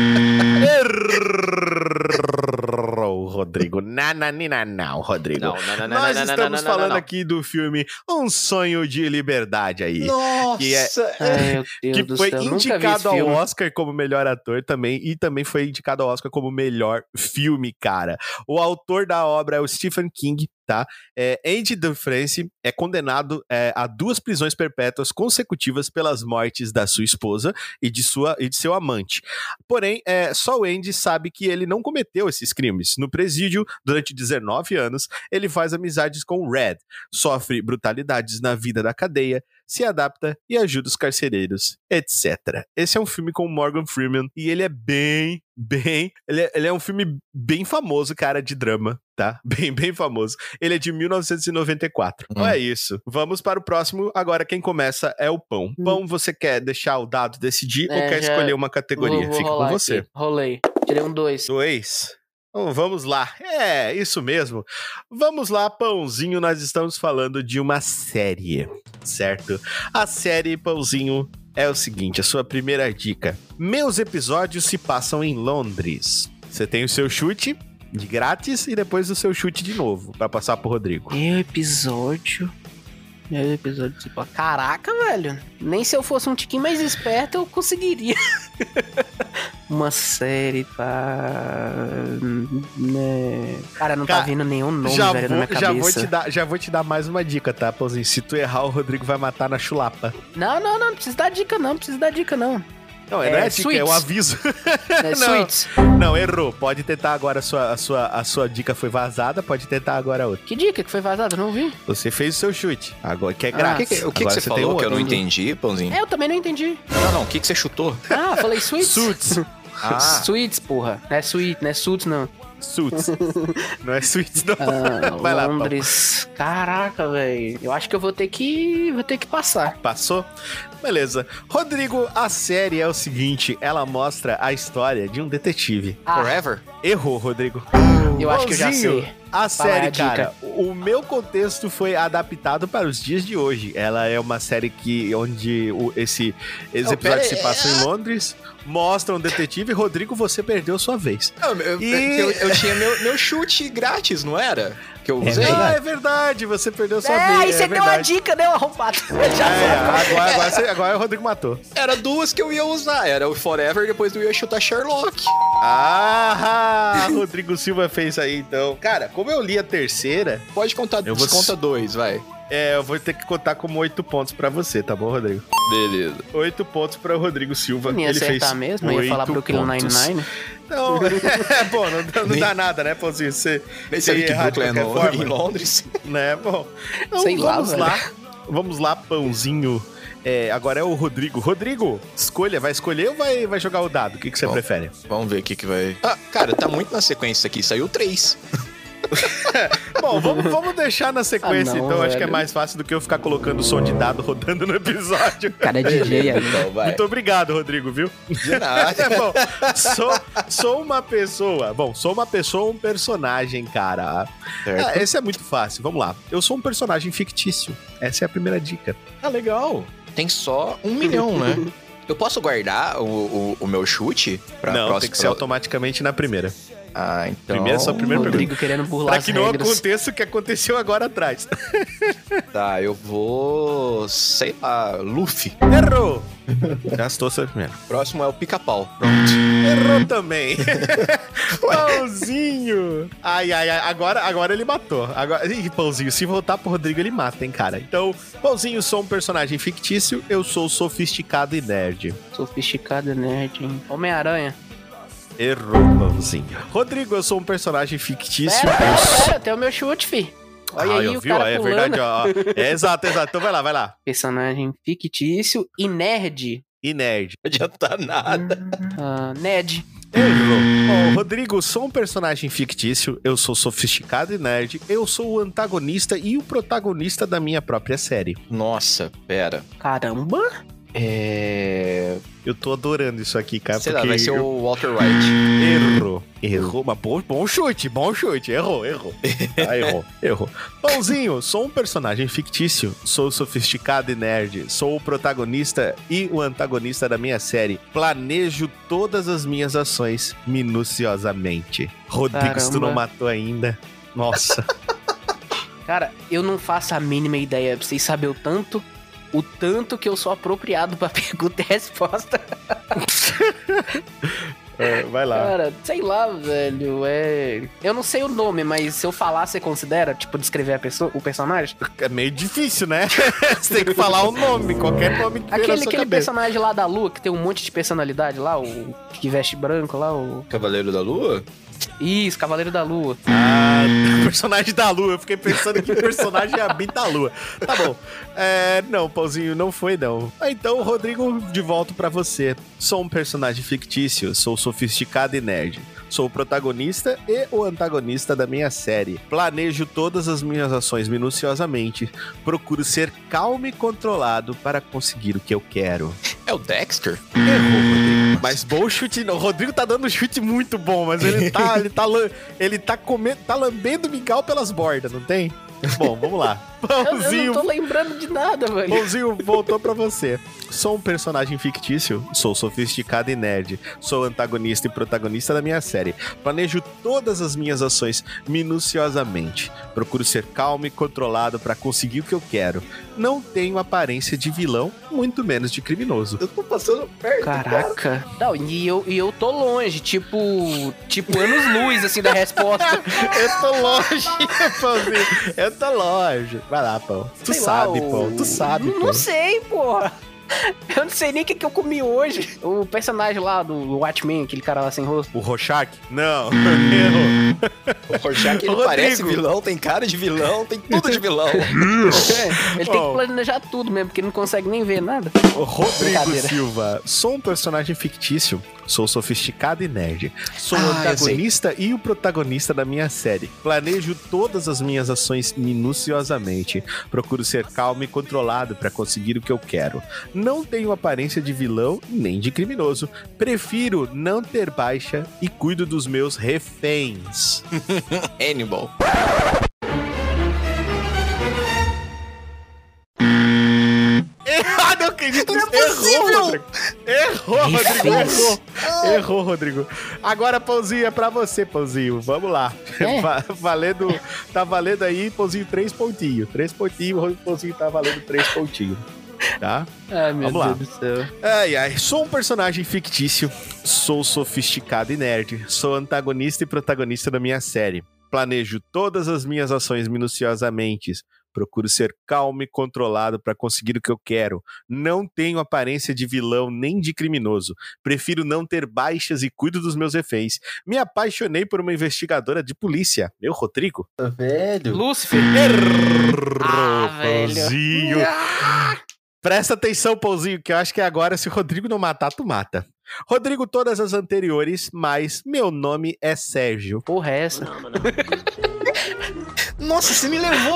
Errou, Rodrigo. Não, Rodrigo. Nós estamos falando aqui do filme Um Sonho de Liberdade aí. Nossa! Que foi indicado ao Oscar como melhor ator também, e também foi indicado ao Oscar como melhor filme, cara. O autor da obra é o Stephen King, tá? Andy Dufresne é condenado a 2 prisões perpétuas consecutivas pelas mortes da sua esposa e de seu amante. Porém, só o Andy sabe que ele não cometeu esses crimes. No presídio, durante 19 anos, ele faz amizades com Red, sofre brutalidades na vida da cadeia, se adapta e ajuda os carcereiros, etc. Esse é um filme com Morgan Freeman e ele é ele é um filme bem famoso, cara, de drama, tá? Bem famoso. Ele é de 1994. Então é isso. Vamos para o próximo. Agora quem começa é o Pão. Pão, você quer deixar o dado decidir ou quer escolher uma categoria? Vou Fica com você. Aqui. Rolei. Tirei um 2. 2? Então, vamos lá. Isso mesmo. Vamos lá, Pãozinho. Nós estamos falando de uma série, certo? A série, Pãozinho, é o seguinte, a sua primeira dica. Meus episódios se passam em Londres. Você tem o seu chute de grátis e depois o seu chute de novo, pra passar pro Rodrigo. Meu episódio se passa... Caraca, velho. Nem se eu fosse um tiquinho mais esperto, eu conseguiria. Uma série, né? Cara, não tá vindo nenhum nome, velho, na minha cabeça. Já vou te dar mais uma dica, tá, Pãozinho? Se tu errar, o Rodrigo vai matar na chulapa. Não precisa dar dica, não. Não, não é dica, é um aviso. Suits. Não, errou. Pode tentar agora, a sua dica foi vazada, pode tentar agora outra. Que dica que foi vazada? Não vi. Você fez o seu chute, agora que é grátis. O que você falou que eu não entendi, Pãozinho? Eu também não entendi. Não, o que você chutou? Falei Suits. Suits. Suits, porra. Não é Suits, não é Suits, não. Suits. Não é Suits, não. Vai Londres. Lá, caraca, velho. Eu acho que eu vou ter que passar. Passou? Beleza. Rodrigo, a série é o seguinte, ela mostra a história de um detetive. Forever? Errou, Rodrigo. Eu acho que eu já sei. A série, cara, o meu contexto foi adaptado para os dias de hoje. Ela é uma série onde esses episódios se passam em Londres, mostram um detetive. Rodrigo, você perdeu sua vez. Eu tinha meu chute grátis, não era? Que eu usei. É verdade, você perdeu sua vez. Aí você deu a dica, deu arrombado. Agora o Rodrigo matou. Era 2 que eu ia usar. Era o Forever e depois eu ia chutar Sherlock. Rodrigo Silva fez aí, então. Cara, como eu li a terceira... Pode contar, desconta 2, vai. Eu vou ter que contar como 8 pontos pra você, tá bom, Rodrigo? Beleza. 8 pontos pra Rodrigo Silva. Não ia acertar mesmo? Não ia falar Brooklyn Nine-Nine? Não, não dá nada, né, Pãozinho? Você sabe que Brooklyn é em Londres? Né, bom. Então, sei lá, vamos lá, Pãozinho. Agora é o Rodrigo. Rodrigo, vai escolher ou vai jogar o dado? O que você prefere? Vamos ver o que vai... cara, tá muito na sequência aqui. Saiu 3. Bom, vamos deixar na sequência, não, então. Acho que é velho. mais fácil do que eu ficar colocando o som de dado rodando no episódio. Cara, é DJ aí. Então, vai. Muito obrigado, Rodrigo, viu? De nada. É bom, sou uma pessoa. Bom, sou uma pessoa, um personagem, cara. Certo. Esse é muito fácil. Vamos lá. Eu sou um personagem fictício. Essa é a primeira dica. Ah, legal. Tem só 1 milhão, né? Eu posso guardar o meu chute pra Não, próxima? tem que ser automaticamente na primeira. Ah, então... Só a primeira Rodrigo querendo burlar Pra as que não regras. aconteça o que aconteceu agora atrás. Tá, eu vou... Sei lá, Luffy. Errou! Gastou sua primeira. Próximo é o Pica-Pau. Pronto. Errou também. Pãozinho. Ai. Agora ele matou. Ih, Pãozinho, se voltar pro Rodrigo, ele mata, hein, cara. Então, Pãozinho, sou um personagem fictício. Eu sou sofisticado e nerd. Sofisticado nerd, hein? Homem-Aranha. Errou, Pãozinho. Rodrigo, eu sou um personagem fictício. Pera, tem o meu chute, fi. Olha aí eu o vi, cara é pulando. verdade, ó. É, exato. Então vai lá. Personagem fictício e nerd. E nerd. Não adianta nada. Ned. Errou. Bom, Rodrigo, sou um personagem fictício, eu sou sofisticado e nerd, eu sou o antagonista e o protagonista da minha própria série. Nossa, pera. Caramba. Eu tô adorando isso aqui, cara, Sei lá, porque vai ser eu- o Walter White. Errou, mas bom chute, errou. Ah, errou. Pãozinho, sou um personagem fictício, sou sofisticado e nerd, sou o protagonista e o antagonista da minha série. Planejo todas as minhas ações minuciosamente. Rodrigo, se tu não Caramba. matou ainda, nossa. Cara, eu não faço a mínima ideia. Pra vocês saberem o tanto que eu sou apropriado pra pergunta e resposta. Vai lá. Cara, sei lá, velho. Eu não sei o nome, mas se eu falar, você considera, tipo, descrever a pessoa, o personagem? É meio difícil, né? Você tem que falar o nome, qualquer nome que vier na sua Aquele cabeça. personagem lá da Lua, que tem um monte de personalidade lá, o que veste branco lá, o... Cavaleiro da Lua? Isso, Cavaleiro da Lua. Ah, personagem da Lua. Eu fiquei pensando que personagem habita a Lua. Tá bom. Não, Pãozinho, não foi não. Então, Rodrigo, de volta pra você. Sou um personagem fictício, sou sofisticado e nerd. Sou o protagonista e o antagonista da minha série. Planejo todas as minhas ações minuciosamente. Procuro ser calmo e controlado para conseguir o que eu quero. É o Dexter? Errou, Rodrigo. Mas bom chute não. O Rodrigo tá dando um chute muito bom, mas ele tá lambendo mingau pelas bordas, não tem? Bom, vamos lá. Eu Pãozinho, não tô lembrando de nada, velho. Pãozinho voltou pra você. Sou um personagem fictício, sou sofisticado e nerd, sou antagonista e protagonista da minha série. Planejo todas as minhas ações minuciosamente. Procuro ser calmo e controlado pra conseguir o que eu quero. Não tenho aparência de vilão, muito menos de criminoso. Eu tô passando perto. Caraca. Não, e eu tô longe, tipo anos-luz, assim, da resposta. Eu tô longe, Pãozinho. Eu tô longe. Vai lá, Pão. Tu Sei lá, sabe, Pão. Tu sabe, Pão. Não sei, porra. Eu não sei nem o que eu comi hoje. O personagem lá do Watchmen, aquele cara lá sem rosto. O Rorschach? Não. Errou. O Rorschach, ele Rodrigo. parece vilão, tem cara de vilão, tem tudo de vilão. Ele tem Bom. que planejar tudo mesmo, porque ele não consegue nem ver nada. O Rodrigo Brincadeira. Silva. Sou um personagem fictício. Sou sofisticado e nerd. Sou o eu antagonista e o protagonista da minha série. Planejo todas as minhas ações minuciosamente. Procuro ser calmo e controlado para conseguir o que eu quero. Não tenho aparência de vilão nem de criminoso. Prefiro não ter baixa e cuido dos meus reféns. Hannibal. Ah, não acredito. Errou, Rodrigo. Reféns. Errou, Rodrigo. Agora, Pãozinho, é pra você, Pãozinho. Vamos lá. É. Tá valendo aí, Pãozinho, 3 pontinhos. 3 pontinhos, o Pãozinho tá valendo 3 pontinhos. Tá? Ai, meu Vamos lá. Deus do céu. Ai. Sou um personagem fictício. Sou sofisticado e nerd. Sou antagonista e protagonista da minha série. Planejo todas as minhas ações minuciosamente. Procuro ser calmo e controlado para conseguir o que eu quero. Não tenho aparência de vilão nem de criminoso. Prefiro não ter baixas e cuido dos meus reféns. Me apaixonei por uma investigadora de polícia. Meu, Rodrigo? Velho. Lúcifer. Errou, velho. Pãozinho. Presta atenção, Pãozinho, que eu acho que agora, se o Rodrigo não matar, tu mata. Rodrigo, todas as anteriores, mas meu nome é Sérgio. Porra, é essa? Nossa, você me levou...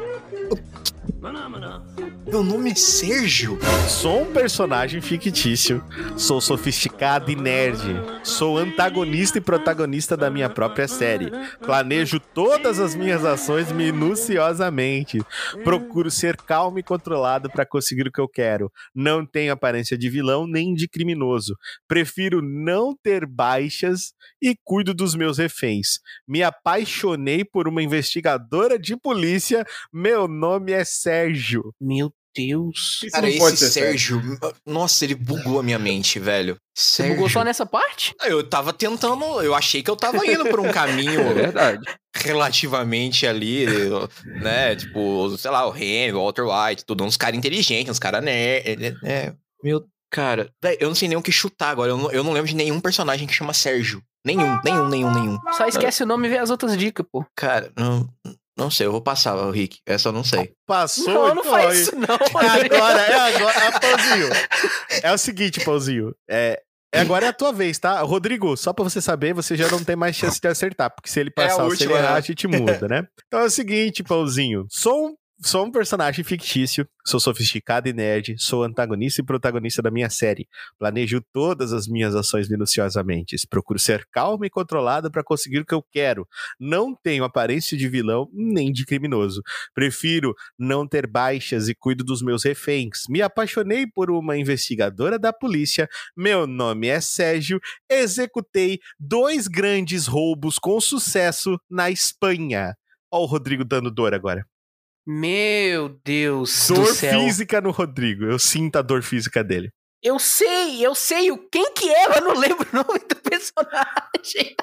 Meu nome é Sérgio. Sou um personagem fictício. Sou sofisticado e nerd. Sou antagonista e protagonista da minha própria série. Planejo todas as minhas ações minuciosamente. Procuro ser calmo e controlado para conseguir o que eu quero. Não tenho aparência de vilão nem de criminoso. Prefiro não ter baixas e cuido dos meus reféns. Me apaixonei por uma investigadora de polícia. Meu nome é Sérgio. Meu Deus. Isso Cara, não pode esse ser Sérgio... Nossa, ele bugou a minha mente, velho. Você Sérgio. bugou só nessa parte? Eu tava tentando... Eu achei que eu tava indo por um caminho... Verdade. relativamente ali, né? Tipo, sei lá, o Henry, o Walter White, tudo uns caras inteligentes, uns caras nerd. Meu... Cara, véio, eu não sei nem o que chutar agora. Eu não lembro de nenhum personagem que chama Sérgio. Nenhum. Só esquece o nome e vê as outras dicas, pô. Cara, não sei, eu vou passar, o Rick. Essa eu não sei. Passou, Não faz isso não. Agora, Pãozinho. É o seguinte, Pãozinho. Agora é a tua vez, tá? Rodrigo, só pra você saber, você já não tem mais chance de acertar, porque se ele passar ou se ele errar, a gente muda, né? Então é o seguinte, Pãozinho. Sou um personagem fictício, sou sofisticado e nerd, sou antagonista e protagonista da minha série. Planejo todas as minhas ações minuciosamente. Procuro ser calmo e controlado para conseguir o que eu quero. Não tenho aparência de vilão nem de criminoso. Prefiro não ter baixas e cuido dos meus reféns. Me apaixonei por uma investigadora da polícia. Meu nome é Sérgio. Executei 2 grandes roubos com sucesso na Espanha. Ó o Rodrigo dando dor agora. Meu Deus Dor do céu. física no Rodrigo. Eu sinto a dor física dele. Eu sei. Quem que é? Eu não lembro o nome do personagem.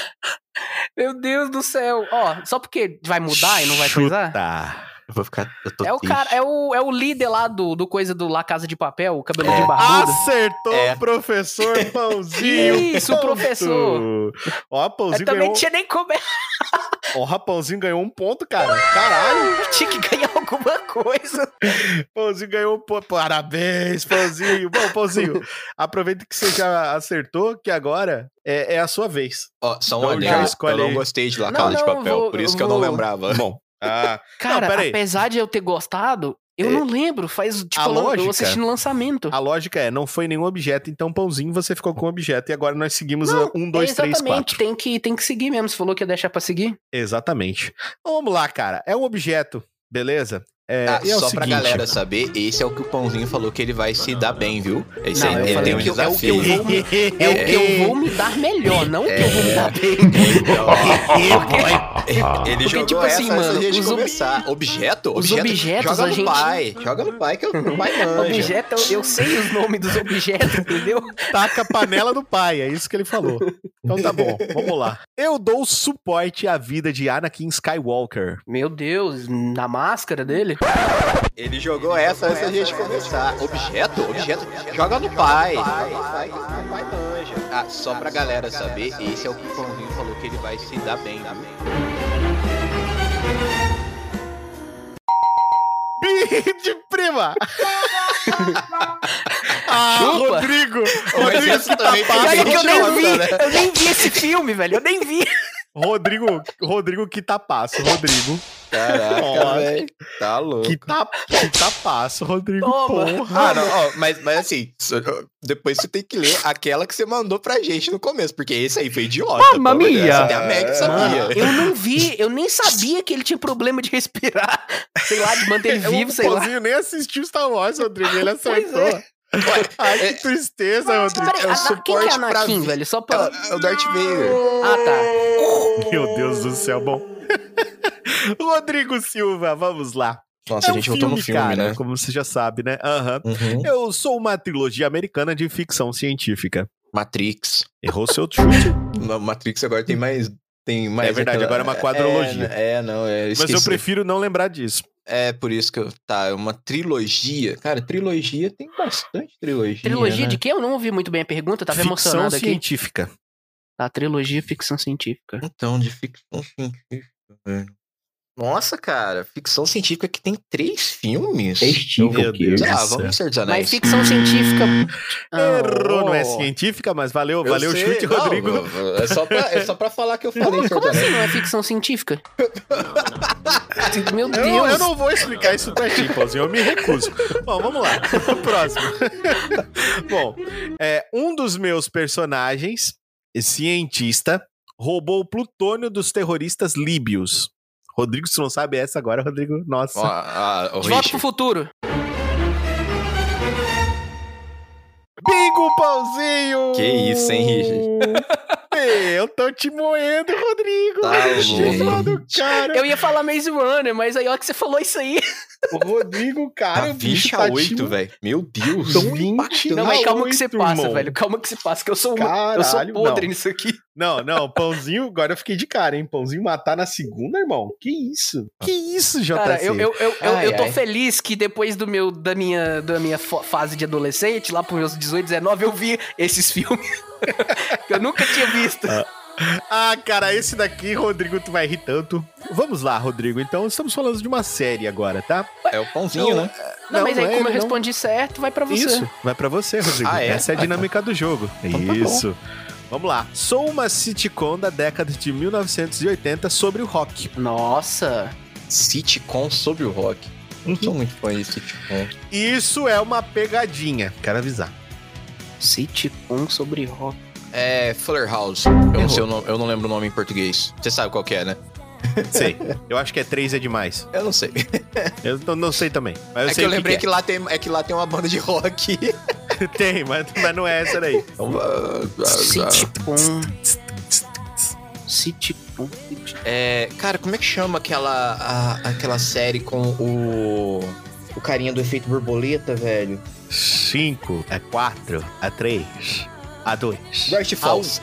Meu Deus do céu. Ó, só porque vai mudar e não vai coisar? Chuta. Eu vou ficar... Eu tô É o triste. cara, é o líder lá do coisa do La Casa de Papel, o cabeludinho barbudo. Acertou o professor Pãozinho. Isso, o ponto. professor. Ó, Pãozinho Eu também ganhou. tinha nem como. Ó, Pãozinho ganhou 1 ponto, cara. Caralho. Tinha que ganhar alguma coisa. Pãozinho ganhou 1 ponto. Parabéns, Pãozinho. Bom, Pãozinho, aproveita que você já acertou, que agora é a sua vez. Ó, só Então, uma já dica. escolhe Eu não aí. gostei de La Não, Casa de não, Papel, por isso que eu não lembrava. Bom. Cara, não, peraí. apesar de eu ter gostado, eu não lembro. Faz, tipo, A lógica- eu assisti no lançamento. A lógica não foi nenhum objeto, então Pãozinho você ficou com o objeto e agora nós seguimos Não, 1, 2, 3, 4. Exatamente, tem que seguir mesmo. Você falou que ia deixar pra seguir. Exatamente. Então, vamos lá, cara. É um objeto, beleza? E é o Só pra seguinte, galera saber, esse é o que o Pãozinho falou que ele vai se dar bem, viu? Esse Não, aí, eu ele falei tem um que é o que eu desafio. vou É o que eu vou me dar melhor, não o que eu vou me dar bem. Ele Porque, jogou tipo essa assim, antes mano, da gente os começar. Objeto? os objetos, joga a no gente- pai. Joga no pai que o pai manja. Objeto, eu sei os nomes dos objetos, entendeu? taca a panela do pai, é isso que ele falou. Então tá bom, vamos lá. Eu dou suporte à vida de Anakin Skywalker. Meu Deus, na máscara dele? Ele jogou essa antes da gente começar. Objeto? Joga no pai. Pai manja. Ah, só pra galera saber, esse é o que o Pãozinho falou que ele vai se dar bem, viu? De prima! Chupa. Rodrigo! Mas Rodrigo essa que também tá tem Olha que eu nem idiota, vi, né? eu nem vi esse filme, velho, eu nem vi. Rodrigo que tá passo, Rodrigo. Caraca, Ó, velho. Tá louco. Que tá passo, Rodrigo. Toma. Porra. Ah, não, ó, mas assim, depois você tem que ler aquela que você mandou pra gente no começo, porque esse aí foi idiota. Mamma pô, mia. essa até a Meg sabia. Mano, eu não vi, eu nem sabia que ele tinha problema de respirar. Sei lá, de manter ele vivo, sei O lá. Pãozinho nem assistiu Star Wars, Rodrigo. Ele Pois acertou. é. Ai, que tristeza, Rodrigo. Peraí, É o quem que é suporte pra Anakin, vi- velho? Só pra... É o Darth Vader. Ah, tá. Meu Deus do céu, bom. Rodrigo Silva, vamos lá. Nossa, a gente voltou no filme, cara, né? como você já sabe, né? Aham. Uhum. Eu sou uma trilogia americana de ficção científica. Matrix. Errou seu chute. No Matrix agora tem mais... É verdade, agora é uma quadrologia. Mas eu esqueci. prefiro não lembrar disso. É, por isso que eu... Tá, é uma trilogia. Cara, trilogia tem bastante trilogia, Trilogia né? de quê? Eu não ouvi muito bem a pergunta, eu tava Ficção emocionado aqui. científica. Tá, trilogia ficção científica. Então, de ficção científica, velho. Nossa, cara, ficção científica que tem 3 filmes. Meu Deus. Vamos Senhor dos Anéis. Mas ficção científica... Errou, não é científica, mas valeu o chute, não, Rodrigo. É só pra falar que eu falei Senhor Como dos assim Anéis. não é ficção científica? Meu Deus. Eu não vou explicar isso pra ti, Pauzinho, eu me recuso. Bom, vamos lá. Próximo. Bom, um dos meus personagens, cientista, roubou o plutônio dos terroristas líbios. Rodrigo, se não sabe essa agora, Rodrigo, nossa. De volta pro futuro. Bingo, Pauzinho! Que isso, hein, Richard? Eu tô te moendo, Rodrigo. Tá Chifrado, cara. Eu ia falar Maze Runner, mas aí ó que você falou isso aí. O Rodrigo, cara, Tá o bicho 28, velho. Meu Deus. Tão 20. Não, mas calma que você passa, irmão. velho. Calma que você passa, que eu sou Caralho, podre não. nisso aqui. Não, Pãozinho, agora eu fiquei de cara, hein? Pãozinho matar na segunda, irmão. Que isso? Que isso, JC? Cara, eu tô ai. feliz que depois da minha fase de adolescente, lá pros meus 18, 19, eu vi esses filmes que eu nunca tinha visto. Cara, esse daqui, Rodrigo, tu vai rir tanto. Vamos lá, Rodrigo. Então, estamos falando de uma série agora, tá? É o pãozinho, né? Não, mas aí não é como eu ele, não. respondi certo, vai pra você. Isso, vai pra você, Rodrigo. Ah, é? Essa é a dinâmica do jogo. tá bom. Isso. Vamos lá. Sou uma sitcom da década de 1980 sobre o rock. Nossa. Sitcom sobre o rock. Não sou muito fã de sitcom. Isso é uma pegadinha, quero avisar. Sitcom sobre rock. É Fuller House. Eu não lembro o nome em português. Você sabe qual que é, né? Sei. Eu acho que 3 é demais. Eu não sei. Eu não sei também. Mas eu É que sei eu lembrei que que lá tem uma banda de rock. tem, mas não é essa daí. Então, Sitcom. cara, como é que chama aquela série com o carinha do efeito borboleta, velho? 5, 4, 3, 2. Gravity Falls.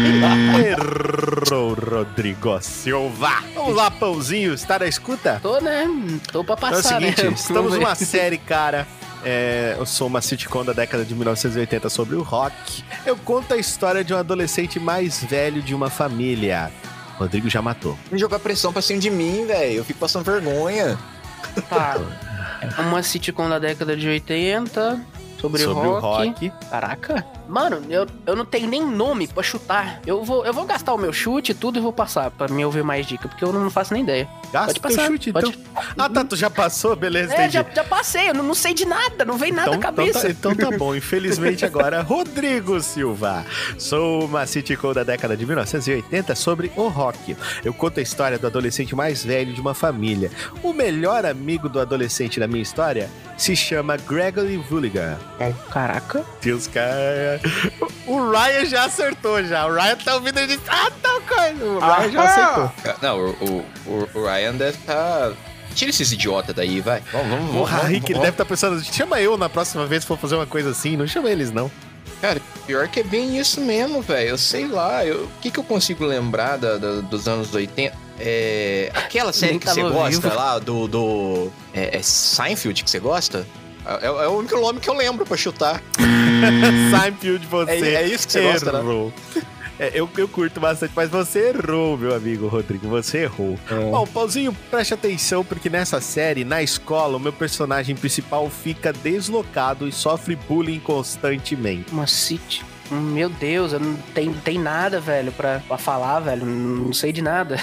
Errou, Rodrigo Silva. Vamos lá, Pãozinho, está na escuta? Tô, né? Tô pra Então passar, é o seguinte, né? estamos numa série, cara. Eu sou uma sitcom da década de 1980 sobre o rock. Eu conto a história de um adolescente mais velho de uma família. Rodrigo já matou. Não jogar pressão pra cima de mim, velho. Eu fico passando vergonha. Tá. Uma sitcom da década de 80 sobre o rock. Caraca. Mano, eu não tenho nem nome pra chutar. Eu vou gastar o meu chute e tudo e vou passar pra me ouvir mais dica, porque eu não faço nem ideia. Gasta Pode o teu passar, chute, pode. então. Ah, tá, tu já passou? Beleza, entendi. Já passei, eu não sei de nada, não vem nada à cabeça. Então tá bom, infelizmente agora, Rodrigo Silva. Sou uma sitcom da década de 1980 sobre o rock. Eu conto a história do adolescente mais velho de uma família. O melhor amigo do adolescente da minha história se chama Gregory Vulligan. Caraca. Deus, cara. O Ryan já acertou já. O Ryan tá ouvindo e disse, tá coisa. O Ryan já acertou. Não, o Ryan deve tá... Tira esses idiotas daí, vai. Vamos. Porra, Rick, ele deve estar pensando, chama eu na próxima vez se for fazer uma coisa assim. Não chama eles, não. Cara, pior que é bem isso mesmo, velho. Eu sei lá. O que eu consigo lembrar dos anos 80? Aquela série Nem que você tava gosta vivo. lá, do Seinfeld, que você gosta? É o único nome que eu lembro pra chutar. Seinfeld, você É isso que você gosta, né? errou. Eu curto bastante, mas você errou, meu amigo Rodrigo, você errou. Bom, Pauzinho, preste atenção, porque nessa série, na escola, o meu personagem principal fica deslocado e sofre bullying constantemente. Uma sitcom. Meu Deus, eu não tem nada, velho, pra falar, velho. Não sei de nada.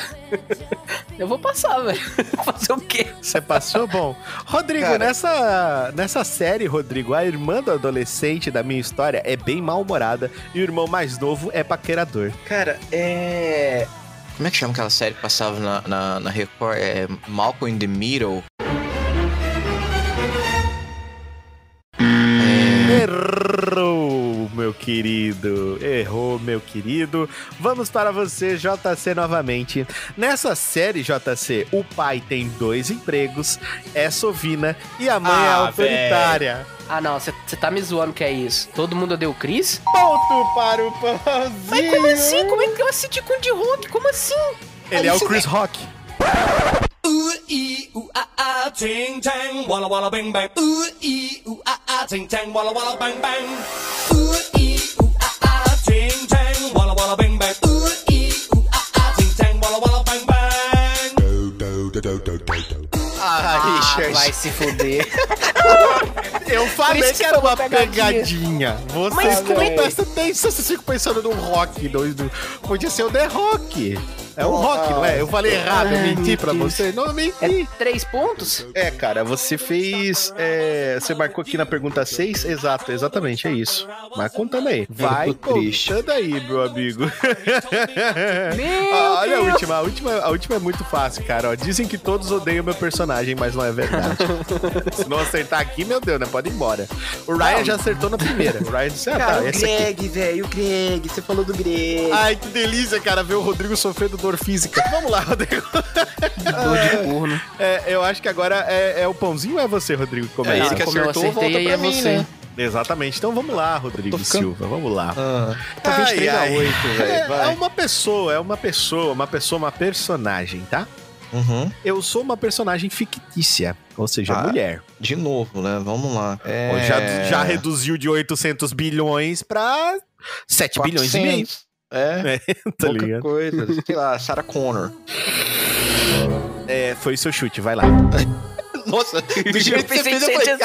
Eu vou passar, velho. Fazer o quê? Você passou? Bom. Rodrigo, Cara. nessa série, Rodrigo, a irmã do adolescente da minha história é bem mal-humorada e o irmão mais novo é paquerador. Cara, Como é que chama aquela série que passava na Record? Malcolm in the Middle. Errou, meu querido. Errou, meu querido. Vamos para você, JC, novamente. Nessa série, JC, o pai tem 2 empregos, é sovina e a mãe é autoritária. Ah, não, você tá me zoando que é isso. Todo mundo odeia o Chris? Ponto para o Pãozinho. Mas como assim? Como é que é uma sitcom de rock? Como assim? Ele é o Chris Rock. Ting tang, walla walla bang bang. Ting tang, walla walla bang bang. Ting tang, walla walla bang bang. Ting tang, walla walla bang bang. Richard. Vai se fuder. Eu falei isso que era foi uma uma pegadinha. pegadinha. Vocês Mas não como é- prestam atenção, vocês ficam pensando no rock. Podia ser o The Rock. É o rock, não é? Eu falei errado, eu Ai, menti meu pra Deus. você. Não, eu menti. É 3 pontos? É, cara, você fez. Você marcou aqui na pergunta 6? Exato, exatamente, é isso. Mas contando aí. Vai tô triste. contando aí, meu amigo. Meu Olha Deus. a última é muito fácil, cara. Ó, dizem que todos odeiam meu personagem, mas não é verdade. Se não acertar aqui, meu Deus, né? Pode ir embora. O Ryan já acertou na primeira. O Ryan disse, Cara, o essa aqui. Greg, velho, o Greg. Você falou do Greg. Ai, que delícia, cara, ver o Rodrigo sofrendo dor física. Vamos lá, Rodrigo. Dor de corno. Eu acho que agora é o pãozinho ou é você, Rodrigo? Que começa? É ele que Como eu acertou, acertei, volta aí pra é mim, você. né? Exatamente. Então vamos lá, Rodrigo Tô ficando- Silva. Vamos lá. Tá 23 a 8, velho. É Vai. uma personagem, tá? Uhum. Eu sou uma personagem fictícia, ou seja, Ah. mulher. De novo, né? Vamos lá. Já reduziu de 800 bilhões pra 7 bilhões e meio. É, Tá pouca ligado? coisa. Sei lá, Sarah Connor. Foi o seu chute, vai lá. Nossa, do jeito que você pensei fez, que eu você falei, tinha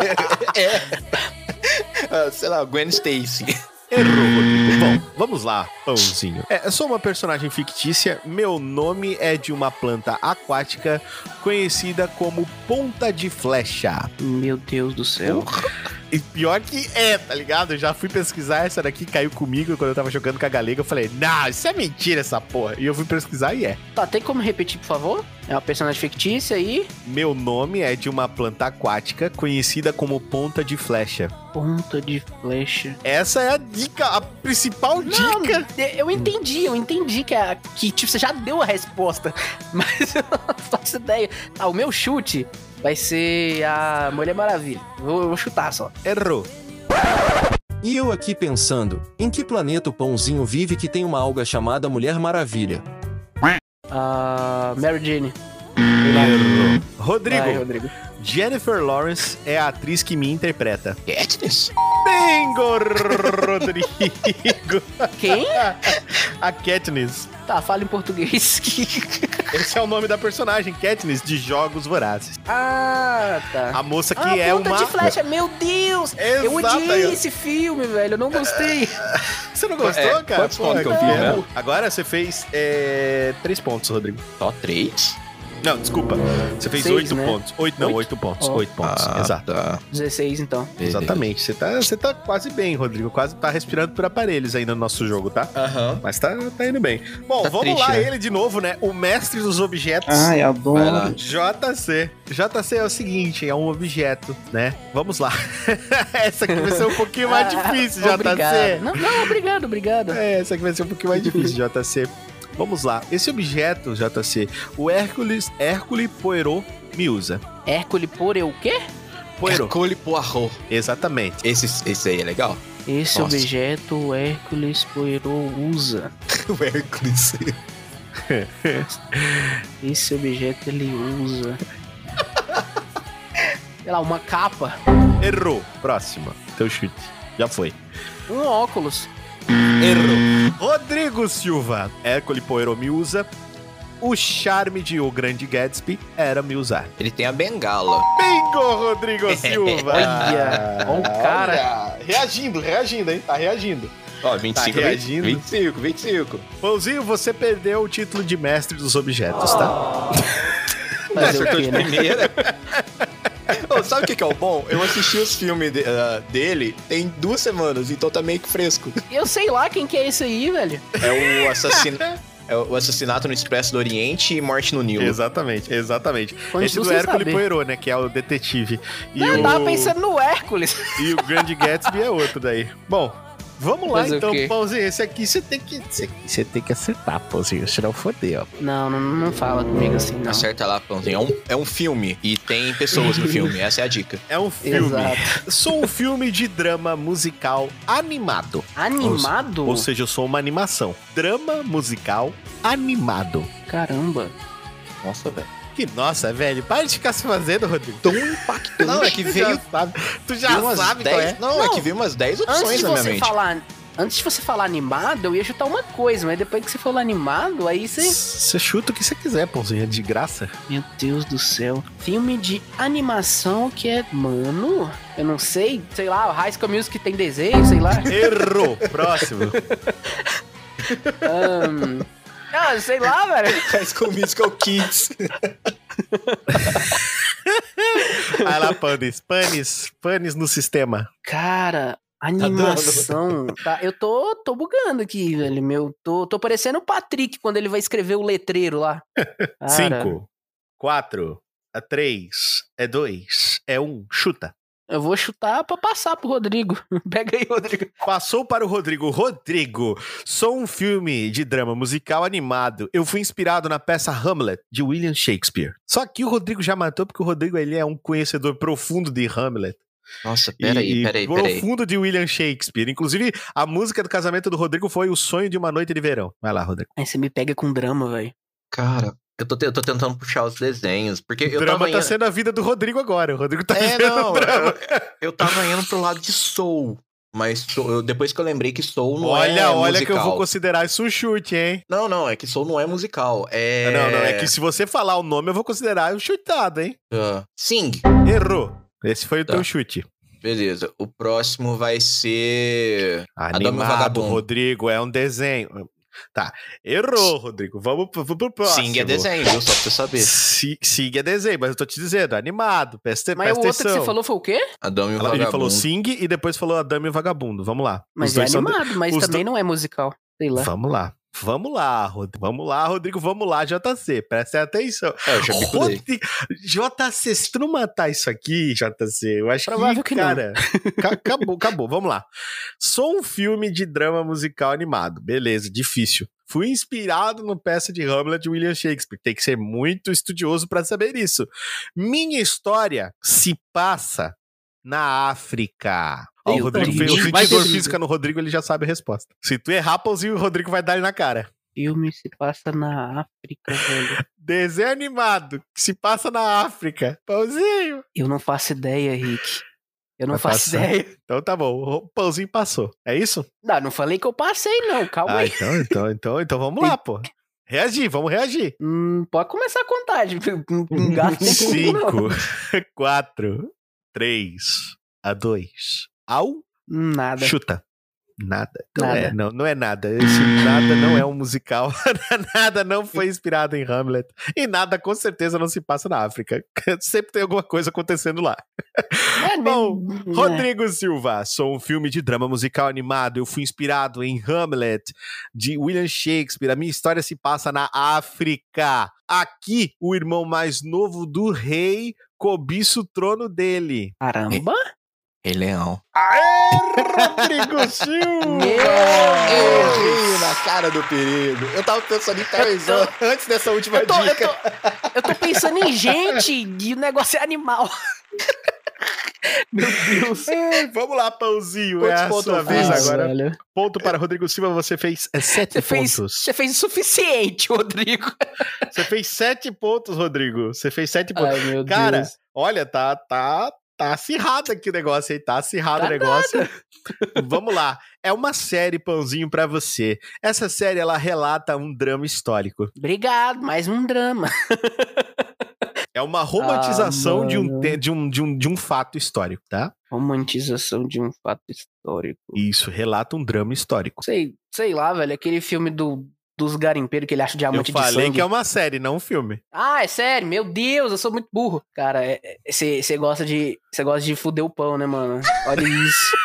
caralho. Sei lá, Gwen Stacy. Errou, Rodrigo. Bom, vamos lá, pãozinho. Eu sou uma personagem fictícia. Meu nome é de uma planta aquática conhecida como ponta de flecha. Meu Deus do céu. E pior que tá ligado? Eu já fui pesquisar, essa daqui caiu comigo quando eu tava jogando com a Galega. Eu falei, não, isso é mentira essa porra. E eu fui pesquisar e é. Tá, tem como repetir, por favor? É uma personagem fictícia e... Meu nome é de uma planta aquática conhecida como ponta de flecha. Ponta de flecha. Essa é a dica, a principal dica. Eu entendi que tipo, você já deu a resposta, mas eu não faço ideia. O meu chute vai ser a Mulher Maravilha. Eu vou chutar só. Errou. E eu aqui pensando, em que planeta o pãozinho vive que tem uma alga chamada Mulher Maravilha? A Mary Jane. Errou. Rodrigo, Vai, Rodrigo. Jennifer Lawrence é a atriz que me interpreta. Katniss? Bingo, Rodrigo. Quem? A Katniss. Tá, fala em português. Esse é o nome da personagem, Katniss, de Jogos Vorazes. Ah, tá. A moça que é Ponta uma... de flecha, meu Deus! Eu Exato, aí, odiei ó. esse filme, velho. Eu não gostei. Você não gostou, cara? quantos pontos que eu que fiz, erro. né? Agora você fez 3 pontos, Rodrigo. Só 3? Não, desculpa. Você fez 6, 8 né? pontos. 8 não, 8 pontos. Ó. 8 pontos, exato. Tá. 16, então. Exatamente. Você tá quase bem, Rodrigo. Quase tá respirando por aparelhos ainda no nosso jogo, tá? Aham. Mas tá indo bem. Bom, Tá vamos triste, lá, né? ele de novo, né? O mestre dos objetos. Ai, Vai adoro. lá. JC. JC é o seguinte, é um objeto, né? Vamos lá. Essa aqui vai ser um pouquinho mais difícil, JC. Obrigado. Não, obrigado. Essa aqui vai ser um pouquinho mais difícil, JC. Vamos lá. Esse objeto, JC, o Hércules Poirot me usa. Hércules Poirot o quê? Poirot. Hercule Poirot. Exatamente. Esse aí é legal? Esse Nossa. objeto o Hércules Poirot usa. O Hércules. Esse objeto ele usa. Sei lá, uma capa. Errou. Próxima. Teu chute. Já foi. Um óculos. Errou. Rodrigo Silva. Hércules Poirot me usa. O charme de O Grande Gatsby era me usar. Ele tem a bengala. Bingo, Rodrigo Silva. Olha, ó o cara. Olha. Reagindo, hein? Tá reagindo. Ó, 25, Tá reagindo. 25. Pãozinho, você perdeu o título de mestre dos objetos, tá? Fazer o Acertou quê, de né? primeira. Ô, sabe o que é o bom? Eu assisti os filmes dele tem 2 semanas, então tá meio que fresco. Eu sei lá quem que é esse aí, velho. É o assassinato no Expresso do Oriente e Morte no Nilo. Exatamente. Continua Esse do sem Hércules saber. Poirot, né? Que é o detetive. E Eu tava pensando no Hércules. E o Grande Gatsby é outro daí. Bom, vamos lá Fazer o então, quê? Pãozinho. Esse aqui você tem que acertar, Pãozinho. Senão fodeu. Não fala comigo assim, não. Acerta lá, Pãozinho. É um filme e tem pessoas no filme. Essa é a dica. É um filme. Exato. Sou um filme de drama musical animado. Animado? Ou seja, eu sou uma animação. Drama musical animado. Caramba. Nossa, velho. Que nossa, velho. Para de ficar se fazendo, Rodrigo. Tão impactante. Não, é que Tu veio... já sabe. Tu já veio umas sabe 10... qual é. Não, é que veio umas 10 Antes opções de na minha você mente. falar Antes de você falar animado, eu ia chutar uma coisa, mas depois que você falou animado, aí você... Você chuta o que você quiser, pãozinho, é de graça. Meu Deus do céu. Filme de animação que é... Mano, eu não sei. Sei lá, o High School Music tem desenho, sei lá. Errou! Próximo. Sei lá, velho. High School Musical Kids. Vai lá, Panis no sistema. Cara, animação. Tá, eu tô bugando aqui, velho. Tô parecendo o Patrick quando ele vai escrever o letreiro lá. Cara, 5, 4, 3, 2, 1, chuta. eu vou chutar pra passar pro Rodrigo. Pega aí, Rodrigo. Passou para o Rodrigo. Rodrigo, sou um filme de drama musical animado. Eu fui inspirado na peça Hamlet, de William Shakespeare. Só que o Rodrigo já matou, porque o Rodrigo ele é um conhecedor profundo de Hamlet. Nossa, peraí. Profundo de William Shakespeare. Inclusive, a música do casamento do Rodrigo foi O Sonho de uma Noite de Verão. Vai lá, Rodrigo. Aí você me pega com drama, velho. Cara, eu tô tentando puxar os desenhos, porque O drama tá sendo a vida do Rodrigo agora. O Rodrigo tá vivendo drama. Eu tava indo pro lado de Soul, mas depois que eu lembrei que Soul não olha, é musical. Olha que eu vou considerar isso um chute, hein? Não, é que Soul não é musical. Não, é que se você falar o nome, eu vou considerar um chutado, hein? Sing. Errou. Esse foi o teu chute. Beleza, o próximo vai ser... Animado, Rodrigo, é um desenho. Tá, errou, Rodrigo. Vamos pro próximo. Sing é desenho, viu? Só pra você saber. Sing é desenho, mas eu tô te dizendo, animado, presta Mas o outro atenção. que você falou foi o quê? A Dama e o Vagabundo. Ele falou Sing e depois falou A Dama e o Vagabundo. Vamos lá. Mas é animado, mas também não é musical. Sei lá. Vamos lá, Rodrigo, vamos lá, JC, presta atenção. Eu já me JC, se tu não matar isso aqui, JC, eu acho provável que, que cara, acabou, vamos lá. Sou um filme de drama musical animado, beleza, difícil. Fui inspirado na peça de Hamlet de William Shakespeare, tem que ser muito estudioso pra saber isso. Minha história se passa na África. Ó, o Rodrigo fez o sentidor física no Rodrigo, ele já sabe a resposta. Se tu errar, Pãozinho, o Rodrigo vai dar ele na cara. Filme se passa na África, velho. Desenho animado que se passa na África. Pãozinho. Eu não faço ideia, Rick. Eu não Vai faço passar. ideia. Então tá bom, o Pãozinho passou. É isso? Não falei que eu passei, não. Calma aí. Então vamos lá, pô. Vamos reagir. Pode começar a contagem. Um gato tem comigo, 5, 4, 3, 2, 1. Nada. Chuta. Nada. Nada. Não é nada. Esse nada não é um musical. Nada não foi inspirado em Hamlet. E nada, com certeza, não se passa na África. Sempre tem alguma coisa acontecendo lá. Bom, Rodrigo Silva. Sou um filme de drama musical animado. Eu fui inspirado em Hamlet, de William Shakespeare. A minha história se passa na África. Aqui, o irmão mais novo do rei cobiça o trono dele. Caramba. Rei Leão. Aê, Rodrigo Silva! Errei na cara do perigo. Eu tava pensando em Tarzan antes dessa última dica. Eu tô pensando em gente e o negócio é animal. Meu Deus. Vamos lá, Pãozinho. Quantos é a pontos sua eu vez fiz, agora. velho? Ponto para Rodrigo Silva, você fez 7 pontos. Você fez o suficiente, Rodrigo. Você fez 7 pontos, Rodrigo. Você fez 7 pontos. Ai, meu Cara, Deus. olha, tá acirrado aqui o negócio aí, tá acirrado o negócio. Vamos lá. É uma série, Pãozinho, pra você. Essa série, ela relata um drama histórico. Obrigado, mais um drama. É uma romantização de um fato histórico, tá? Romantização de um fato histórico. Isso, relata um drama histórico. Sei lá, velho, aquele filme dos garimpeiros que ele acha diamante de sangue. Eu falei que é uma série, não um filme. Ah, é sério? Meu Deus, eu sou muito burro. Cara, você gosta de fuder o pão, né, mano? Olha isso.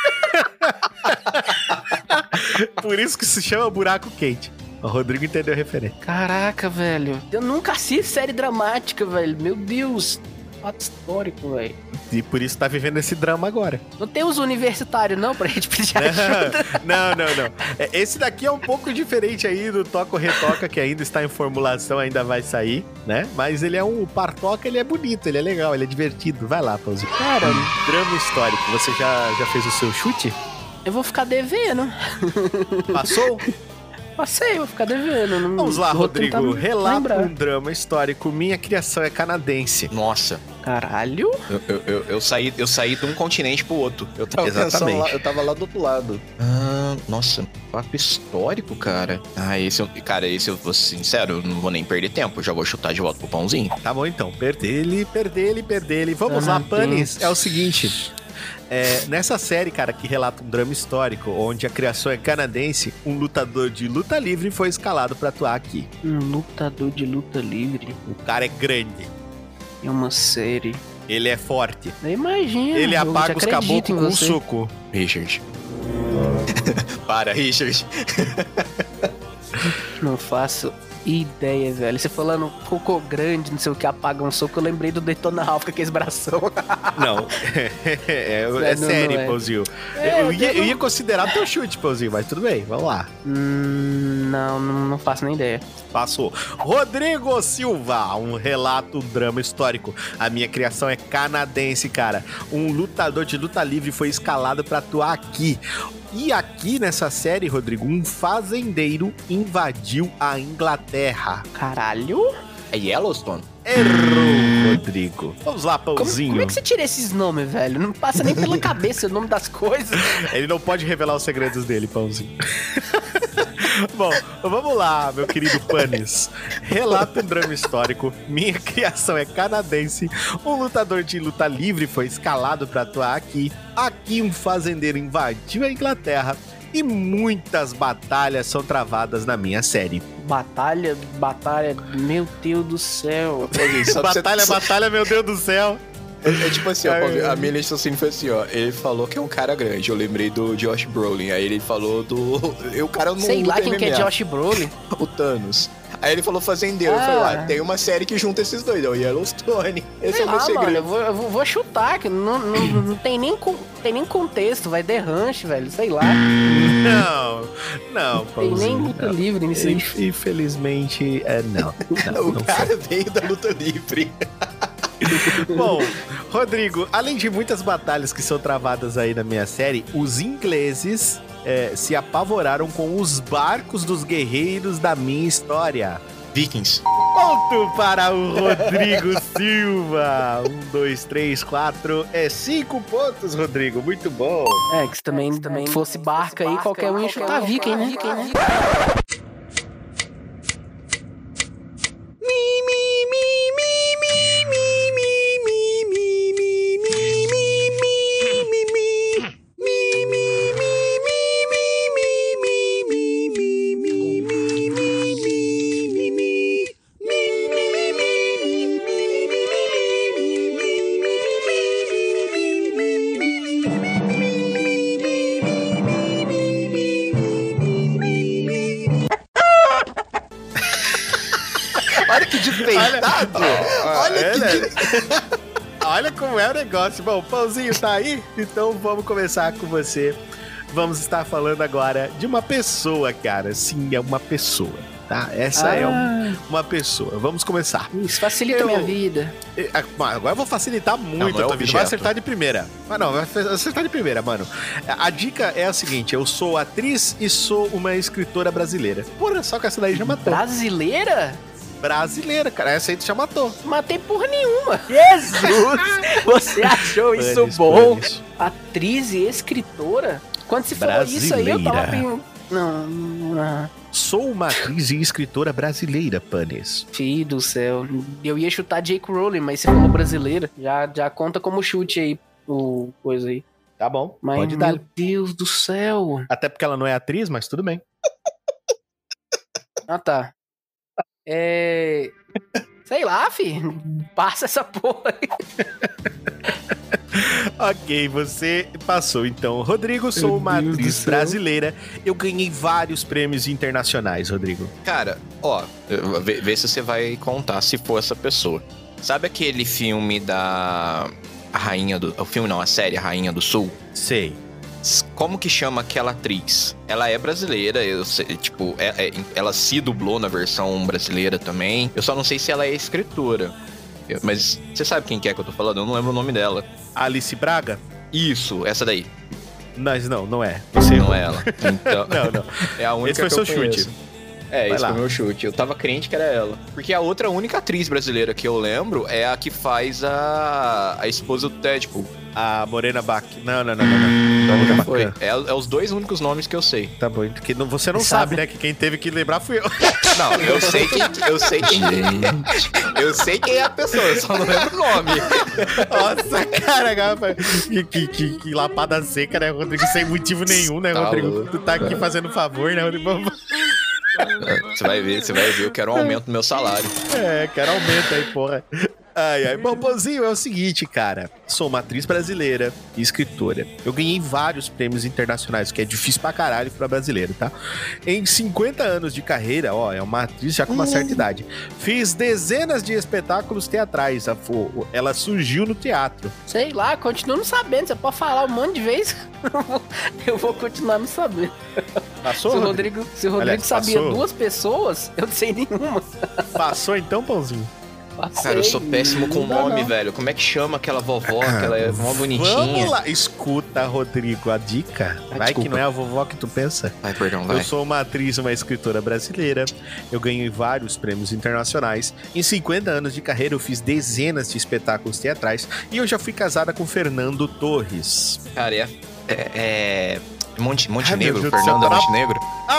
Por isso que se chama Buraco Quente. O Rodrigo entendeu a referência. Caraca, velho. Eu nunca assisto série dramática, velho. Meu Deus. Fato histórico, velho. E por isso tá vivendo esse drama agora. Não tem os universitários, não, pra gente pedir ajuda? Não. Esse daqui é um pouco diferente aí do Toca ou Retoca, que ainda está em formulação, ainda vai sair, né? Mas ele é o Partoca, ele é bonito, ele é legal, ele é divertido. Vai lá, Pãozinho. Cara, drama histórico. Você já fez o seu chute? Eu vou ficar devendo. Passou? Passei, vou ficar devendo. Vamos lá, Rodrigo. Relata um drama histórico. Minha criação é canadense. Nossa. Caralho. Eu saí de um continente pro outro. Eu tava Exatamente. eu tava lá do outro lado. Nossa, fato histórico, cara. Esse eu vou ser sincero, eu não vou nem perder tempo. Eu já vou chutar de volta pro pãozinho. Tá bom, então. Perder ele. Vamos lá, Panis. É o seguinte. Nessa série, cara, que relata um drama histórico, onde a criação é canadense, um lutador de luta livre foi escalado pra atuar aqui. Um lutador de luta livre? O cara é grande. É uma série. Ele é forte. Eu imagino. Ele apaga os caboclos com um soco. Richard. Para, Richard. Não faço ideia, velho. Você falando cocô grande, não sei o que, apaga um soco, eu lembrei do Detona Ralph com aqueles bração. Não. É sério, Pãozinho. Eu ia considerar teu chute, Pãozinho, mas tudo bem, vamos lá. Não faço nem ideia. Passou. Rodrigo Silva, um relato, um drama histórico. A minha criação é canadense, cara. Um lutador de luta livre foi escalado pra atuar aqui. E aqui nessa série, Rodrigo, um fazendeiro invadiu a Inglaterra. Caralho? É Yellowstone? Errou, Rodrigo. Vamos lá, Pãozinho. Como é que você tira esses nomes, velho? Não passa nem pela cabeça o nome das coisas. Ele não pode revelar os segredos dele, Pãozinho. Bom, vamos lá, meu querido Panis. Relata um drama histórico. Minha criação é canadense. Um lutador de luta livre foi escalado para atuar aqui. Aqui um fazendeiro invadiu a Inglaterra. E muitas batalhas são travadas na minha série. Batalha, meu Deus do céu. Batalha, meu Deus do céu. É tipo assim, ó, a minha lista assim foi assim, ó. Ele falou que é um cara grande. Eu lembrei do Josh Brolin. Aí ele falou do... O cara não... Sei lá quem que é Josh Brolin. O Thanos. Aí ele falou fazendeiro. Eu falei, tem uma série que junta esses dois. É o Yellowstone. Esse é o meu segredo. Mano, eu vou chutar, que não tem nem contexto. Vai The Ranch, velho. Sei lá. Não, Pãozinho. Tem nem luta livre nisso aí. Infelizmente, não. O cara veio da luta livre. Bom, Rodrigo, além de muitas batalhas que são travadas aí na minha série, os ingleses se apavoraram com os barcos dos guerreiros da minha história. Vikings. Ponto para o Rodrigo Silva. 1, 2, 3, 4. 5 pontos, Rodrigo. Muito bom. Que se também fosse barca aí, qualquer um ia chutar Viking, né? Olha que despeitado! Olha como é o negócio. Bom, o Pãozinho tá aí? Então vamos começar com você. Vamos estar falando agora de uma pessoa, cara. Sim, é uma pessoa, tá? Essa é uma pessoa. Vamos começar. Isso facilita a minha vida. Agora eu vou facilitar muito a tua vida. Vai acertar de primeira. Mas não, vai acertar de primeira, mano. A dica é a seguinte: eu sou atriz e sou uma escritora brasileira. Porra, só que essa daí já matou. Brasileira? Brasileira, cara. Essa aí tu já matou. Matei porra nenhuma. Jesus! Você achou isso bom? Atriz e escritora? Quando se falou isso aí, eu tava pensando... Não. Sou uma atriz e escritora brasileira, Panis. Filho do céu. Eu ia chutar Jake Rowling, mas você falou brasileira. Já conta como chute aí, o coisa aí. Tá bom, mas pode dar. Meu Deus do céu. Até porque ela não é atriz, mas tudo bem. Ah, tá. Sei lá, fi. Passa essa porra aí. Ok, você passou então. Rodrigo, sou uma atriz brasileira. Eu ganhei vários prêmios internacionais, Rodrigo. Cara, ó, vê se você vai contar se for essa pessoa. Sabe aquele filme da Rainha do... O filme não, a série A Rainha do Sul? Sei. Como que chama aquela atriz? Ela é brasileira, eu sei, tipo, ela se dublou na versão brasileira também. Eu só não sei se ela é escritora. Mas você sabe quem que é que eu tô falando? Eu não lembro o nome dela. Alice Braga? Isso, essa daí. Mas não é. Você não é ela. Então, não. É a única. Esse foi seu chute. Esse foi o meu chute. Eu tava crente que era ela. Porque a outra única atriz brasileira que eu lembro é a que faz a esposa do Deadpool. A Morena Bach. Não. Morena Foi. Bacã. É os dois únicos nomes que eu sei. Tá bom, porque você não sabe, né? Que quem teve que lembrar fui eu. Não, eu sei quem. Eu sei quem é a pessoa, eu só não lembro o nome. Nossa, cara, que lapada seca, né, Rodrigo? Sem motivo nenhum, né, Tá Rodrigo? louco. Tu tá aqui fazendo favor, né, Rodrigo? Você vai ver, eu quero um aumento no meu salário. Quero aumento aí, porra. Ai. Bom, Pãozinho, é o seguinte, cara. Sou uma atriz brasileira e escritora. Eu ganhei vários prêmios internacionais, o que é difícil pra caralho pra brasileiro, tá? Em 50 anos de carreira, ó, é uma atriz já com uma certa idade. Fiz dezenas de espetáculos teatrais. Ela surgiu no teatro. Sei lá, continuo não sabendo. Você pode falar um monte de vezes. Eu vou continuar não sabendo. Passou, Se o Rodrigo? Rodrigo Aliás, sabia passou? 2 pessoas, eu não sei nenhuma. Passou então, Pãozinho? Passei. Cara, eu sou péssimo com Não dá, nome, não. velho. Como é que chama aquela vovó, que ela é mó bonitinha? Vamos lá. Escuta, Rodrigo, a dica. Vai desculpa. que não é a vovó que tu pensa. Ai, perdão, vai. Eu sou uma atriz, uma escritora brasileira. Eu ganhei vários prêmios internacionais. Em 50 anos de carreira, eu fiz dezenas de espetáculos teatrais. E eu já fui casada com Fernando Torres. Cara, é Montenegro, Ai, meu Deus do céu, Fernanda tá na- Montenegro.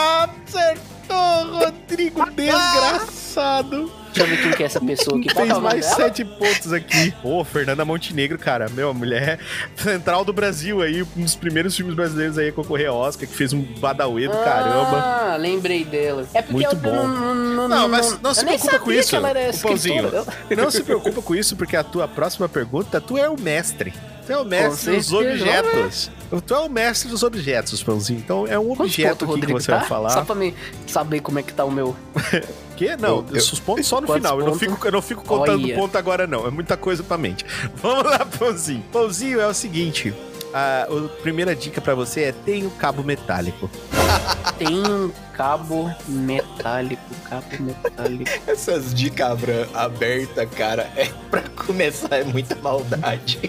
Acertou, Rodrigo, desgraçado. Deixa eu ver quem que é essa pessoa aqui. Qual que é Fez o nome mais dela? 7 pontos aqui. Pô, Fernanda Montenegro, cara. Meu, a mulher central do Brasil aí. Um dos primeiros filmes brasileiros aí a concorrer ao Oscar, que fez um badauê do caramba. Ah, lembrei dela. É porque Muito eu bom. Não, Mas não se eu nem preocupa com sabia isso, que ela era o Pãozinho. escritora. Não se preocupa com isso, porque a tua próxima pergunta, tu é o mestre. Tu é o mestre dos certeza, objetos. Tu é o mestre dos objetos, Pãozinho. Então é um Quantos objeto pontos, aqui que Rodrigo, você tá? vai falar. Só pra mim saber como é que tá o meu. Que? Não, os pontos só no Quantos final. Eu não pontos? fico contando Olha. ponto agora, não. É muita coisa pra mente. Vamos lá, Pãozinho. Pãozinho é o seguinte. A primeira dica pra você é: tem o cabo metálico. Tem um cabo metálico. Essas dicas abertas, cara, pra começar, é muita maldade.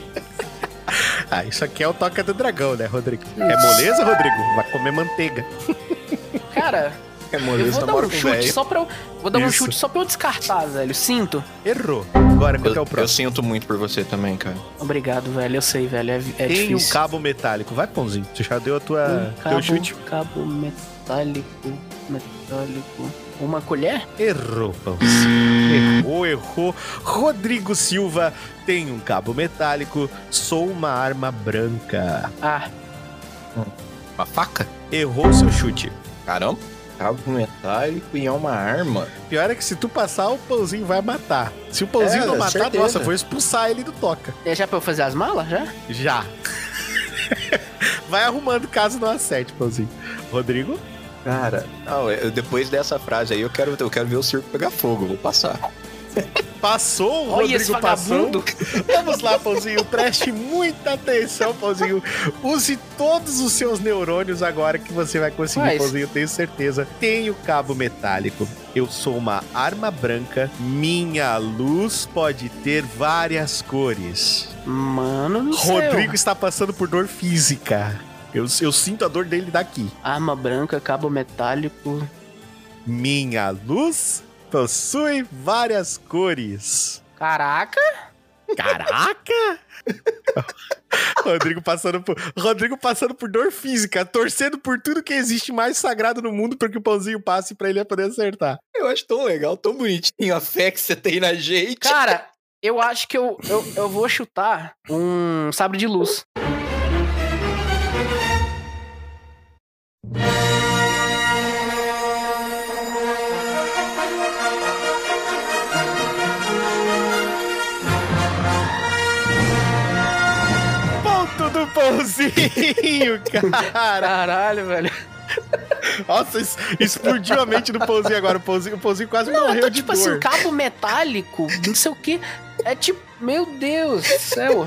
Isso aqui é o Toca do Dragão, né, Rodrigo? É moleza, Rodrigo? Vai comer manteiga. Cara, É eu moleza, vou dar namora um com chute velho. só pra eu. Vou dar um Isso. chute só pra eu descartar, velho. Sinto. Errou. Agora, qual que é o Eu próximo? sinto muito por você também, cara. Obrigado, velho. Eu sei, velho. É Tem um difícil. cabo metálico. Vai, Pãozinho. Você já deu a tua teu chute? Cabo metálico. Uma colher? Errou, Pãozinho. Errou. Rodrigo Silva tem um cabo metálico. Sou uma arma branca. Ah, Uma faca? Errou seu chute. Caramba. Cabo metálico e é uma arma. Pior é que se tu passar, o Pãozinho vai matar. Se o Pãozinho não matar, certeza. nossa, eu vou expulsar ele do Toca. é já pra eu fazer as malas, já? Já. Vai arrumando caso não acerte, Pãozinho. Rodrigo? Cara, não, depois dessa frase aí eu quero ver o circo pegar fogo, vou passar. Passou, o Olha esse Rodrigo passou. vagabundo. Vamos lá, Pãozinho, preste muita atenção, Pãozinho. Use todos os seus neurônios agora que você vai conseguir, Mas- Pãozinho, tenho certeza. Tenho cabo metálico. Eu sou uma arma branca. Minha luz pode ter várias cores. Mano do céu. Rodrigo está passando por dor física. Eu sinto a dor dele daqui. Arma branca, cabo metálico. Minha luz possui várias cores. Caraca! Caraca! Rodrigo passando por dor física, torcendo por tudo que existe mais sagrado no mundo para que o Pãozinho passe pra ele poder acertar. Eu acho tão legal, tão bonitinho a fé que você tem na gente. Cara, eu acho que eu vou chutar um sabre de luz. Ponto do Pãozinho, cara! Caralho, velho. Nossa, explodiu a mente do Pãozinho agora. O Pãozinho quase Não, eu morreu tô de tipo dor. assim, cabo metálico, não sei o que. É tipo, meu Deus do céu.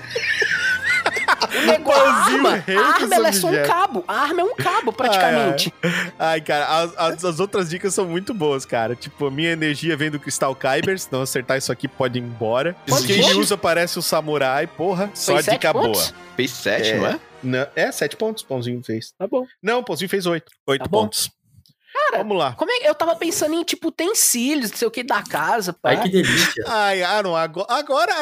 O negócio, Pãozinho a rei arma dos ela é só um objetos. cabo. A arma é um cabo, praticamente. Ai, cara, as outras dicas são muito boas, cara. Tipo, a minha energia vem do Cristal Kyber. Se não acertar isso aqui, pode ir embora. Quantos Quem pontos? usa parece o samurai, porra. Só Foi 7 dica pontos? boa. Fez 7, não é? Não, 7 pontos o Pãozinho fez. Tá bom. Não, o Pãozinho fez 8. 8 Tá bom. pontos. Cara, Vamos lá. como é que eu tava pensando em, tipo, utensílios, não sei o que, da casa, pá. Ai, que delícia. Não, agora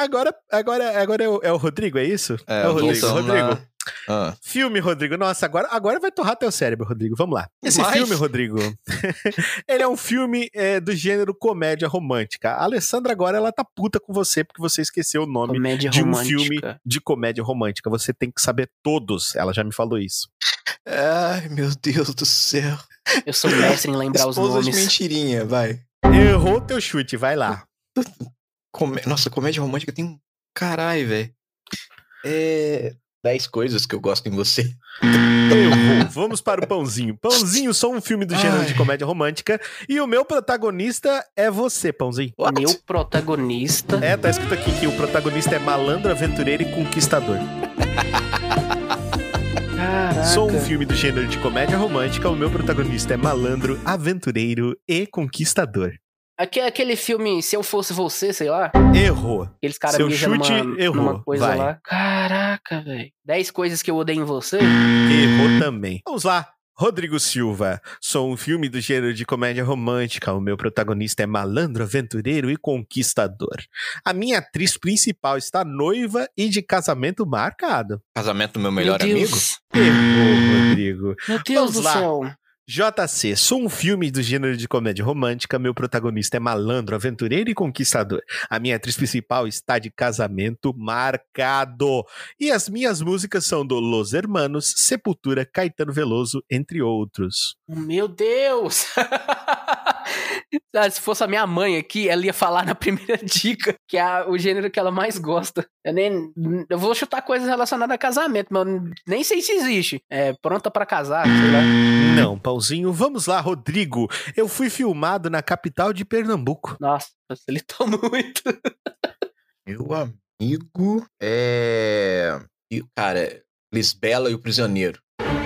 é o Rodrigo, é isso? É, o Rodrigo. voltando Rodrigo, Ah. filme, Rodrigo. Nossa, agora vai torrar teu cérebro, Rodrigo. Vamos lá. Esse Mas- filme, Rodrigo, ele é um filme do gênero comédia romântica. A Alessandra agora, ela tá puta com você porque você esqueceu o nome Comédia de um romântica. filme de comédia romântica. Você tem que saber todos. Ela já me falou isso. Ai, meu Deus do céu. Eu sou mestre em lembrar os Esposa de nomes. mentirinha, vai. Errou teu chute, vai lá. Nossa, comédia romântica tem um... Caralho, velho. 10 coisas que eu gosto em você. Errou. Vamos para o Pãozinho. Pãozinho, sou um filme do gênero Ai. de comédia romântica e o meu protagonista é você, Pãozinho. Meu protagonista. Tá escrito aqui que o protagonista é malandro, aventureiro e conquistador. Caraca. Sou um filme do gênero de comédia romântica, o meu protagonista é malandro, aventureiro e conquistador. Aquele filme, Se Eu Fosse Você, sei lá. Errou. Aqueles caras Seu mijam chute numa errou. coisa Vai. lá. Caraca, velho. 10 coisas que eu odeio em você. Errou também. Vamos lá. Rodrigo Silva. Sou um filme do gênero de comédia romântica. O meu protagonista é malandro, aventureiro e conquistador. A minha atriz principal está noiva e de casamento marcado. Casamento do meu melhor Meu amigo? Deus. Errou, Rodrigo. Meu Deus Vamos do lá. céu. JC, sou um filme do gênero de comédia romântica. Meu protagonista é malandro, aventureiro e conquistador. A minha atriz principal está de casamento marcado. E as minhas músicas são do Los Hermanos, Sepultura, Caetano Veloso, entre outros. Meu Deus. Ah, se fosse a minha mãe aqui, ela ia falar na primeira dica, que é o gênero que ela mais gosta. Eu vou chutar coisas relacionadas a casamento, mas eu nem sei se existe. É pronta pra casar, sei lá. Não, Pãozinho. Vamos lá, Rodrigo. Eu fui filmado na capital de Pernambuco. Nossa, facilitou muito. Meu amigo Cara, Lisbela e o Prisioneiro.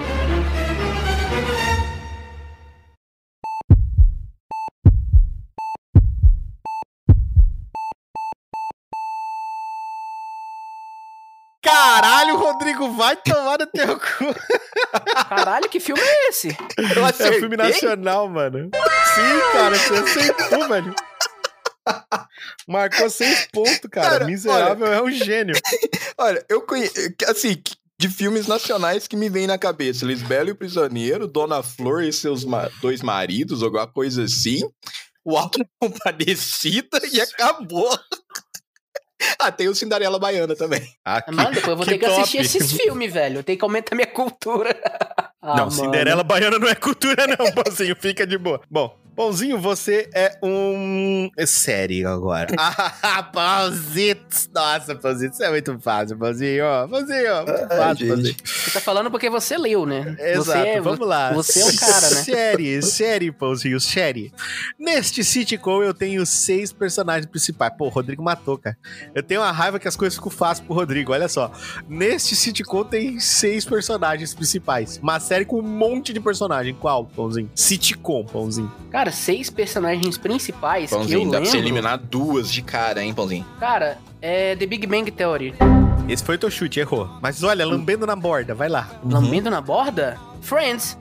Caralho, Rodrigo, vai tomar no teu cu. Caralho, que filme é esse? Eu É um filme nacional, mano. Sim, cara, você acertou, velho. Marcou 6 pontos, cara. Cara, Miserável é um gênio. Olha, eu conheço, assim, de filmes nacionais que me vem na cabeça. Lisbela e o Prisioneiro, Dona Flor e seus 2 maridos, alguma coisa assim. O Auto da Compadecida e acabou. Tem o Cinderela Baiana também. Aqui. Mano, depois eu vou Que ter que assistir top. esses filmes, velho. Eu tenho que aumentar minha cultura. Não, mano. Cinderela Baiana não é cultura, não, Pãozinho. Fica de boa. Bom, Pãozinho, você é série agora. Pãozitos. Nossa, Pãozitos, isso é muito fácil, Pãozinho. Pãozinho, muito fácil, Pãozinho. Você tá falando porque você leu, né? Exato, vamos lá. Você é o cara, né? Série, Pãozinho, série. Neste sitcom eu tenho 6 personagens principais. Pô, o Rodrigo matou, cara. Eu tenho uma raiva que as coisas ficam fáceis pro Rodrigo, olha só. Neste sitcom tem 6 personagens principais. Uma série com um monte de personagem. Qual, Pãozinho? Sitcom, Pãozinho. Cara, 6 personagens principais que eu Pãozinho, dá pra você lembro. eliminar 2 de cara, hein, Pãozinho? Cara, é The Big Bang Theory. Esse foi o teu chute, errou. Mas olha, lambendo na borda, vai lá. Lambendo na borda? Friends.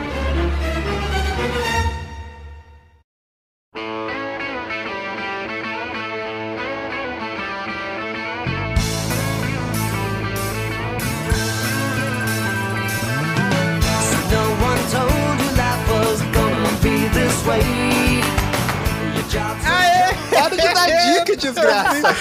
No one told you life was gonna be this way. Your job's Para de dar dica, desgraça!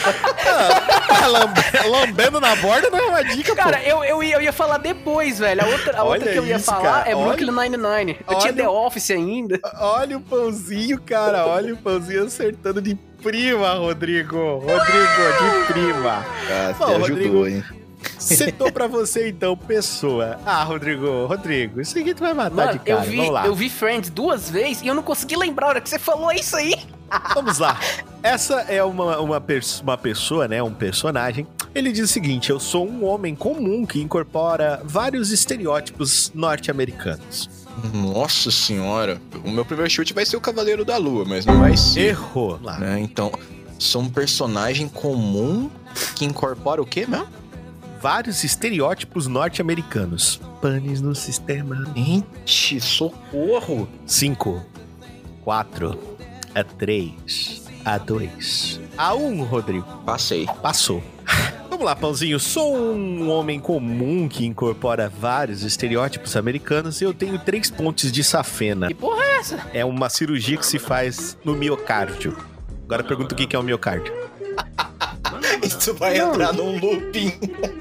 Lambendo na borda não é uma dica, pô. Cara, eu ia falar depois, velho. A Olha outra que eu ia isso, falar cara. é Olha- Brooklyn Nine-Nine. Eu olha tinha o- The Office ainda. Olha o Pãozinho, cara. Olha o Pãozinho acertando de prima, Rodrigo. Rodrigo, de prima. Nossa, Bom, te Rodrigo, ajudou, hein? Setou pra você, então, pessoa. Rodrigo, isso aqui tu vai matar Mano, de cara. Vamos lá. eu vi Friends 2 vezes e eu não consegui lembrar a hora que você falou isso aí. Vamos lá. Essa é uma pessoa, né? Um personagem. Ele diz o seguinte: eu sou um homem comum que incorpora vários estereótipos norte-americanos. Nossa senhora. O meu primeiro chute vai ser o Cavaleiro da Lua, mas não vai ser. Errou. Lá. Então, sou um personagem comum que incorpora o quê mesmo? vários estereótipos norte-americanos. Panes no sistema. Gente, socorro. 5, 4, a 3, a 2, a 1, Rodrigo. Passei. Passou. Vamos lá, Pãozinho. Sou um homem comum que incorpora vários estereótipos americanos e eu tenho 3 pontes de safena. Que porra é essa? É uma cirurgia que se faz no miocárdio. Agora pergunta o que é o miocárdio. Isso vai entrar num looping.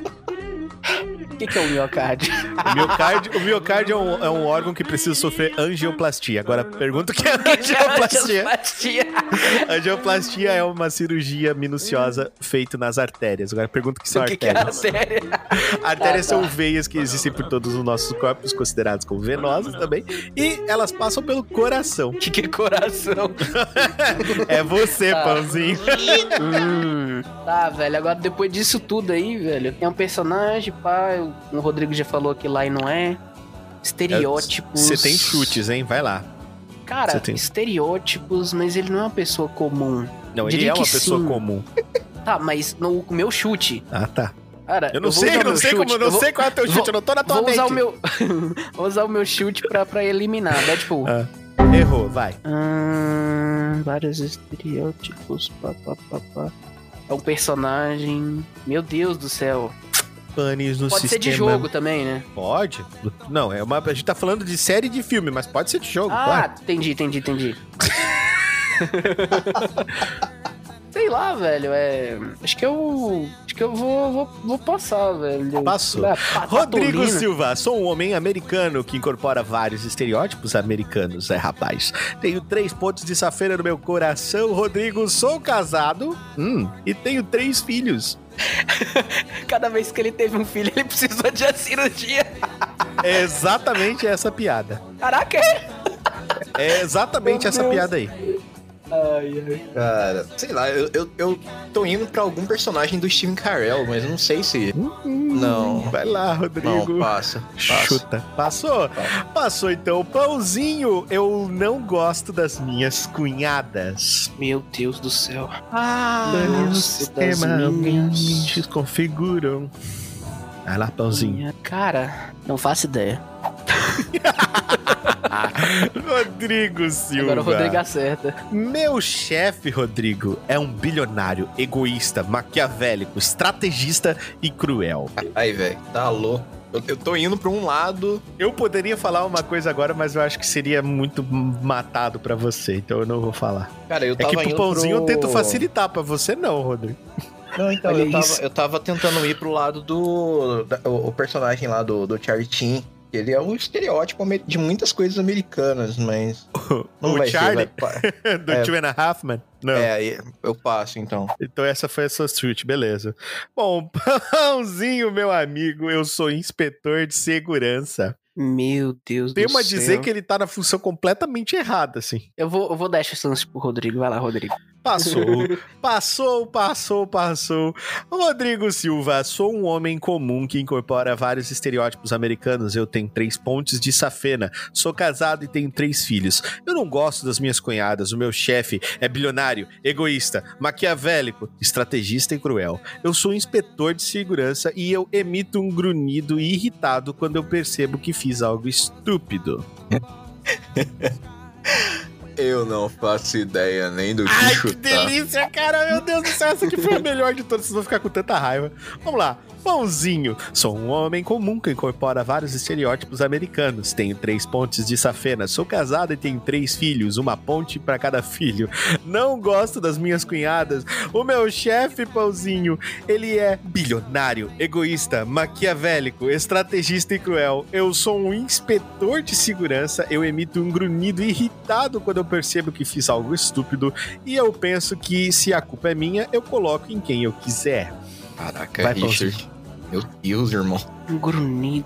O que é o miocárdio? O miocárdio é um órgão que precisa sofrer angioplastia. Agora pergunta o que é angioplastia. Angioplastia é uma cirurgia minuciosa feita nas artérias. Agora pergunta o que são artérias. Que é artéria? Artérias são veias que existem por todos os nossos corpos, consideradas como venosas também. E elas passam pelo coração. O que é coração? É você, Pãozinho. Tá, velho. Agora depois disso tudo aí, velho, tem um personagem, pá, o Rodrigo já falou que lá e não é. Estereótipos. Você tem chutes, hein? Vai lá. Cara, estereótipos, mas ele não é uma pessoa comum. Não, ele é uma pessoa comum. Tá, mas no meu chute. Ah, tá. Cara, eu não sei qual é o teu chute, eu não tô na tua mente. Vou usar o meu chute pra eliminar, né? Tipo... Errou, vai. Vários estereótipos, pá. É um personagem... Meu Deus do céu. Panes no pode sistema. Ser de jogo também, né? Pode. Não, a gente tá falando de série de filme, mas pode ser de jogo, claro. Entendi. Sei lá, velho, Acho que eu vou passar, velho. Passou. Rodrigo Silva, sou um homem americano que incorpora vários estereótipos americanos, rapaz. Tenho 3 pontos de safena no meu coração. Rodrigo, sou casado e tenho 3 filhos. Cada vez que ele teve um filho, ele precisou de uma cirurgia. É exatamente essa piada. Caraca! É exatamente essa piada aí. Ai. Cara, sei lá, eu tô indo pra algum personagem do Steve Carell, mas eu não sei se... Não. Vai lá, Rodrigo. Não, passa. Chuta. Passou? Passou, então. Pãozinho, eu não gosto das minhas cunhadas. Meu Deus do céu. No sistema desconfiguram. Vai lá, Pãozinho. Cara, não faço ideia. Rodrigo Silva. Agora o Rodrigo acerta. Meu chefe, Rodrigo, é um bilionário, egoísta, maquiavélico, estrategista e cruel. Aí, velho, tá louco. Eu tô indo pra um lado. Eu poderia falar uma coisa agora, mas eu acho que seria muito matado pra você, então eu não vou falar. Cara, eu tava indo pro Pãozinho eu tento facilitar, pra você não, Rodrigo. Não, então, eu tava tentando ir pro lado o personagem lá do Charlie Sheen. Ele é um estereótipo de muitas coisas americanas, mas... Não o Charlie? Do Two and a Half Men? Não. Eu passo, então. Então essa foi a sua chute, beleza. Bom, Pãozinho, meu amigo, eu sou inspetor de segurança. Meu Deus do céu. Temo a dizer que ele tá na função completamente errada, assim. Eu vou dar essa chance pro Rodrigo. Vai lá, Rodrigo. Passou. Rodrigo Silva, sou um homem comum que incorpora vários estereótipos americanos. Eu tenho 3 pontes de safena. Sou casado e tenho 3 filhos. Eu não gosto das minhas cunhadas. O meu chefe é bilionário, egoísta, maquiavélico, estrategista e cruel. Eu sou inspetor de segurança e eu emito um grunhido irritado quando eu percebo que fiz algo estúpido. Eu não faço ideia nem do que chutar. Que delícia, cara. Meu Deus do céu, essa aqui foi a melhor de todas. Vocês vão ficar com tanta raiva. Vamos lá. Pãozinho. Sou um homem comum que incorpora vários estereótipos americanos. Tenho 3 pontes de safena. Sou casado e tenho 3 filhos. Uma ponte para cada filho. Não gosto das minhas cunhadas. O meu chefe, Pãozinho, ele é bilionário, egoísta, maquiavélico, estrategista e cruel. Eu sou um inspetor de segurança. Eu emito um grunhido irritado quando eu percebo que fiz algo estúpido. E eu penso que se a culpa é minha, eu coloco em quem eu quiser. Caraca, vai, Richard. Meu Deus, irmão. Um grunhido.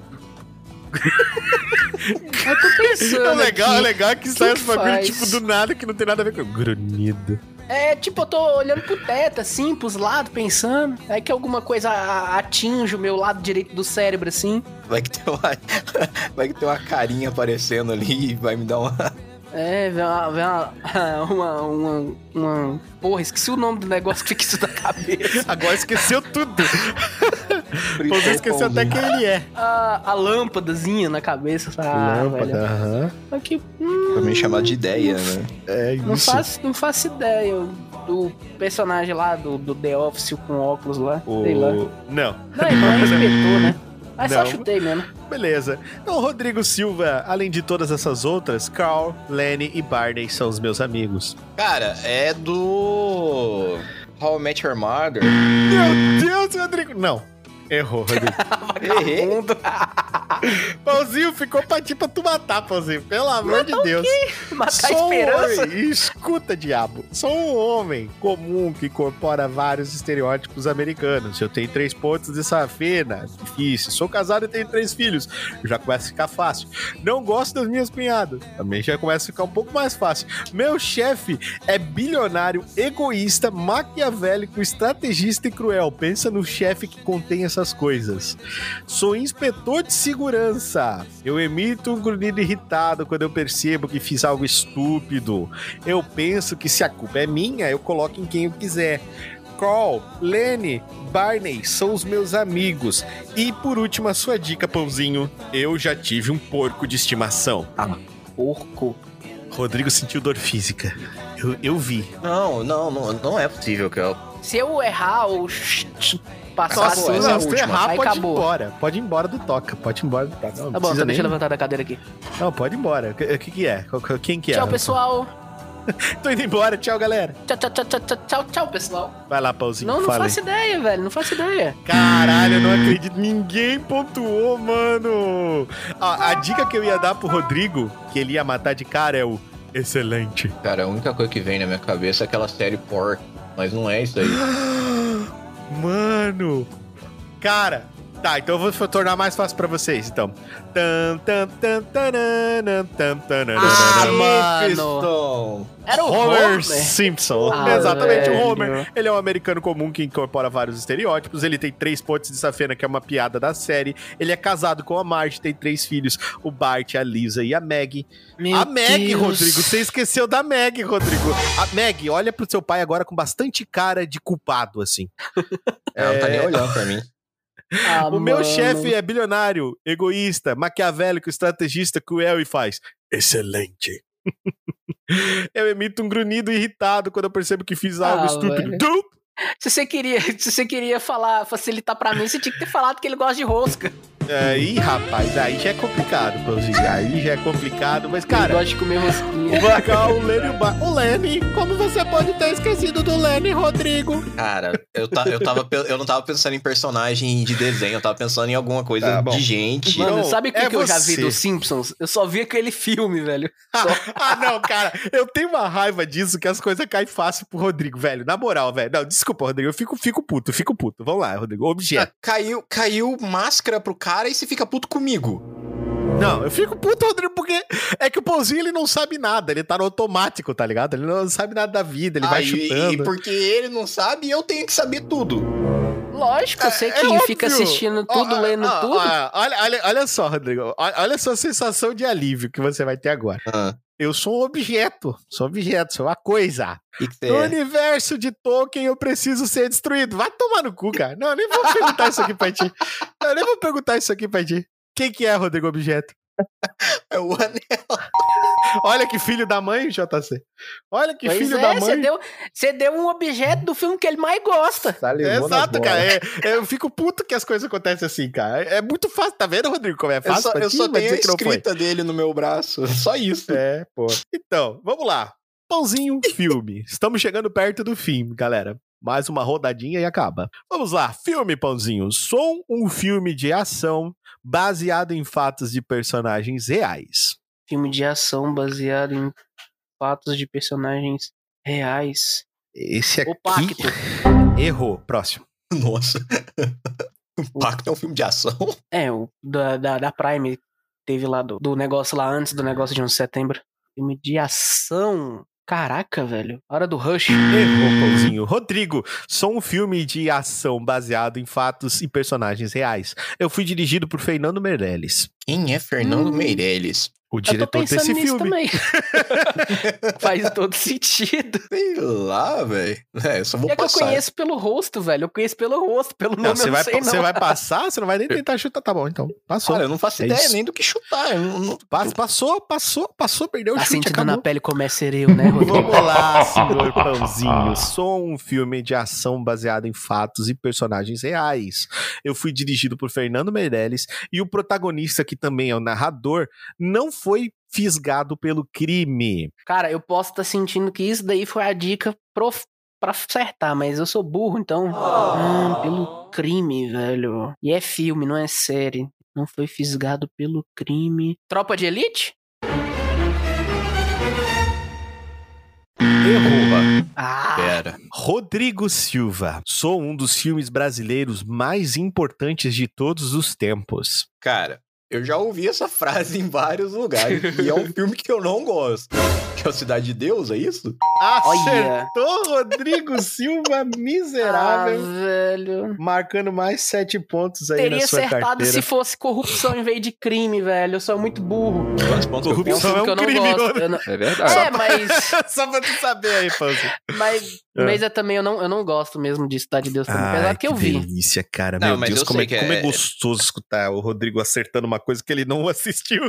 Eu tô pensando. É legal que sai esse bagulho tipo do nada que não tem nada a ver com grunhido. É, tipo, eu tô olhando pro teto, assim, pros lados, pensando. Aí que alguma coisa atinge o meu lado direito do cérebro, assim. Vai que tem uma carinha aparecendo ali e vai me dar uma... vem uma... Porra, esqueci o nome do negócio que fica isso da cabeça. Agora esqueceu tudo. Você esqueceu até quem ele é. A lâmpadazinha na cabeça. Velho. Aham. Só que, Também chamado de ideia, né? É isso. não faço ideia do personagem lá, do The Office com óculos lá. Sei lá. Não. Não, ele não é inspetor, né? Mas só Não. chutei mesmo. Beleza. Então, Rodrigo Silva, além de todas essas outras, Carl, Lenny e Barney são os meus amigos. Cara, é do How I Met Your Mother. Meu Deus, Rodrigo. Não. Errou, Rodrigo. Errei. Pãozinho, ficou pra ti pra tu matar, Pãozinho. Pelo amor de Deus. Matar a Sou um esperança? homem, escuta, diabo. Sou um homem comum que incorpora vários estereótipos americanos. Eu tenho 3 pontos de safena. Difícil. Sou casado e tenho 3 filhos. Já começa a ficar fácil. Não gosto das minhas cunhadas. Também já começa a ficar um pouco mais fácil. Meu chefe é bilionário, egoísta, maquiavélico, estrategista e cruel. Pensa no chefe que contém essas coisas. Sou inspetor de segurança. Eu emito um grunhido irritado quando eu percebo que fiz algo estúpido. Eu penso que se a culpa é minha, eu coloco em quem eu quiser. Carl, Lenny, Barney são os meus amigos. E por último, a sua dica, Pãozinho. Eu já tive um porco de estimação. Porco. Rodrigo sentiu dor física. Eu vi. Não é possível que eu... Se eu errar ou passar Nossa, assim, essa é a se tu última. errar, aí pode ir acabou. embora. Pode ir embora do Toca. Pode ir embora do Toca. Não, Tá bom, precisa então deixa eu nem... levantar da cadeira aqui. Não, pode ir embora. O que é? Quem que é? Tchau, pessoal. Tô indo embora. Tchau, galera. Tchau, pessoal. Vai lá, Pãozinho. Não fala aí. faço ideia, velho. Não faço ideia. Caralho, eu não acredito. Ninguém pontuou, mano. A dica que eu ia dar pro Rodrigo, que ele ia matar de cara, é o excelente. Cara, a única coisa que vem na minha cabeça é aquela série Pork, mas não é isso aí. Mano. Cara. Tá, então eu vou tornar mais fácil pra vocês, então. Mephiston! Era o Homer Homer. Simpson. Ah, Exatamente, velho. o Homer. Ele é um americano comum que incorpora vários estereótipos. Ele tem 3 pontos de safena, que é uma piada da série. Ele é casado com a Marge, tem 3 filhos. O Bart, a Lisa e a Maggie. Meu Meg, Deus. Rodrigo. Você esqueceu da Meg, Rodrigo. A Meg, olha pro seu pai agora com bastante cara de culpado, assim. Ela não tá nem olhando pra mim. O meu mano. chefe é bilionário, egoísta, maquiavélico, estrategista, cruel e faz excelente. Eu emito um grunhido irritado quando eu percebo que fiz algo estúpido. velho. Dup! Se você queria facilitar pra mim, você tinha que ter falado que ele gosta de rosca. Aí, rapaz, aí já é complicado, Pãozinho. Aí já é complicado, mas, Ele cara... gosta de comer rosquinha. O Lenny, o Lenny, como você pode ter esquecido do Lenny, Rodrigo? Cara, eu não tava pensando em personagem de desenho, eu tava pensando em alguma coisa Tá bom. de gente. Mano, Não, sabe o que, é que eu já vi você. dos Simpsons? Eu só vi aquele filme, velho. Não, cara, eu tenho uma raiva disso que as coisas caem fácil pro Rodrigo, velho. Na moral, velho. Não, desculpa, Rodrigo, eu fico puto. Vamos lá, Rodrigo, objeto. Caiu máscara pro cara e você fica puto comigo. Não, eu fico puto, Rodrigo, porque é que o Pãozinho, ele não sabe nada, ele tá no automático, tá ligado? Ele não sabe nada da vida, ele vai chutando. E porque ele não sabe, eu tenho que saber tudo. Lógico, você que óbvio. fica assistindo tudo, lendo tudo. Olha só, Rodrigo, olha a sua sensação de alívio que você vai ter agora. Eu sou um objeto, sou uma coisa. E que No universo de Tolkien eu preciso ser destruído. Vai tomar no cu, cara. Não, eu nem vou perguntar isso aqui pra ti. Quem que é, Rodrigo Objeto? é o anel. Olha que filho da mãe, JC. Olha que Pois filho é, da mãe. você deu um objeto do filme que ele mais gosta. Exato, cara. Eu fico puto que as coisas acontecem assim, cara. É muito fácil. Tá vendo, Rodrigo, como é fácil? Eu só Vai tenho a dizer que não foi. escrita dele no meu braço. Só isso. É, pô. Então, vamos lá. Pãozinho filme. Estamos chegando perto do fim, galera. Mais uma rodadinha e acaba. Vamos lá. Filme, Pãozinho. Sou um filme de ação baseado em fatos de personagens reais. Filme de ação baseado em fatos de personagens reais. Esse aqui... O Pacto. Errou. Próximo. Nossa. O Pacto é um filme de ação? É, o da Prime teve lá do negócio lá antes do negócio de 11 de setembro. Filme de ação. Caraca, velho. Hora do Rush. Errou, Pãozinho. Rodrigo, sou um filme de ação baseado em fatos e personagens reais. Eu fui dirigido por Fernando Meirelles. Quem é Fernando Meirelles? O Eu tô diretor pensando desse nisso filme. também. Faz todo sentido. Sei lá, velho. Eu só vou É que eu passar. conheço pelo rosto, velho. Eu conheço pelo rosto, pelo nome Não, eu você não vai, sei, não. você vai passar, você não vai nem tentar chutar. Tá bom, então. Passou. Cara, eu não faço É ideia isso. nem do que chutar. Eu não... Passou, perdeu o Tá chute, sentindo acabou. na pele como é ser eu, né, Rodrigo? Vamos lá, senhor Pãozinho. Sou um filme de ação baseado em fatos e personagens reais. Eu fui dirigido por Fernando Meirelles e o protagonista, que também é o narrador, não foi fisgado pelo crime. Cara, eu posso estar sentindo que isso daí foi a dica pra acertar, mas eu sou burro, então... pelo crime, velho. E é filme, não é série. Não foi fisgado pelo crime. Tropa de Elite? Errou. Ah, Pera. Rodrigo Silva. Sou um dos filmes brasileiros mais importantes de todos os tempos. Cara, eu já ouvi essa frase em vários lugares. E é um filme que eu não gosto. Que é o Cidade de Deus, é isso? Olha. Acertou, Rodrigo Silva, miserável. velho. Marcando mais 7 pontos aí Teria na sua acertado carteira. se fosse corrupção em vez de crime, velho. Eu sou muito burro. Quantos pontos eu Corrupção fiz? É um filme que eu não crime, gosto. né? Eu não- É verdade. É, mas... Só pra tu saber aí, Pãozinho. Mas eu também eu não gosto mesmo de Cidade de Deus também. Apesar que eu vi. delícia, cara. Não, Meu mas Deus, eu como sei é, que como é é- gostoso escutar o Rodrigo acertando uma coisa que ele não assistiu.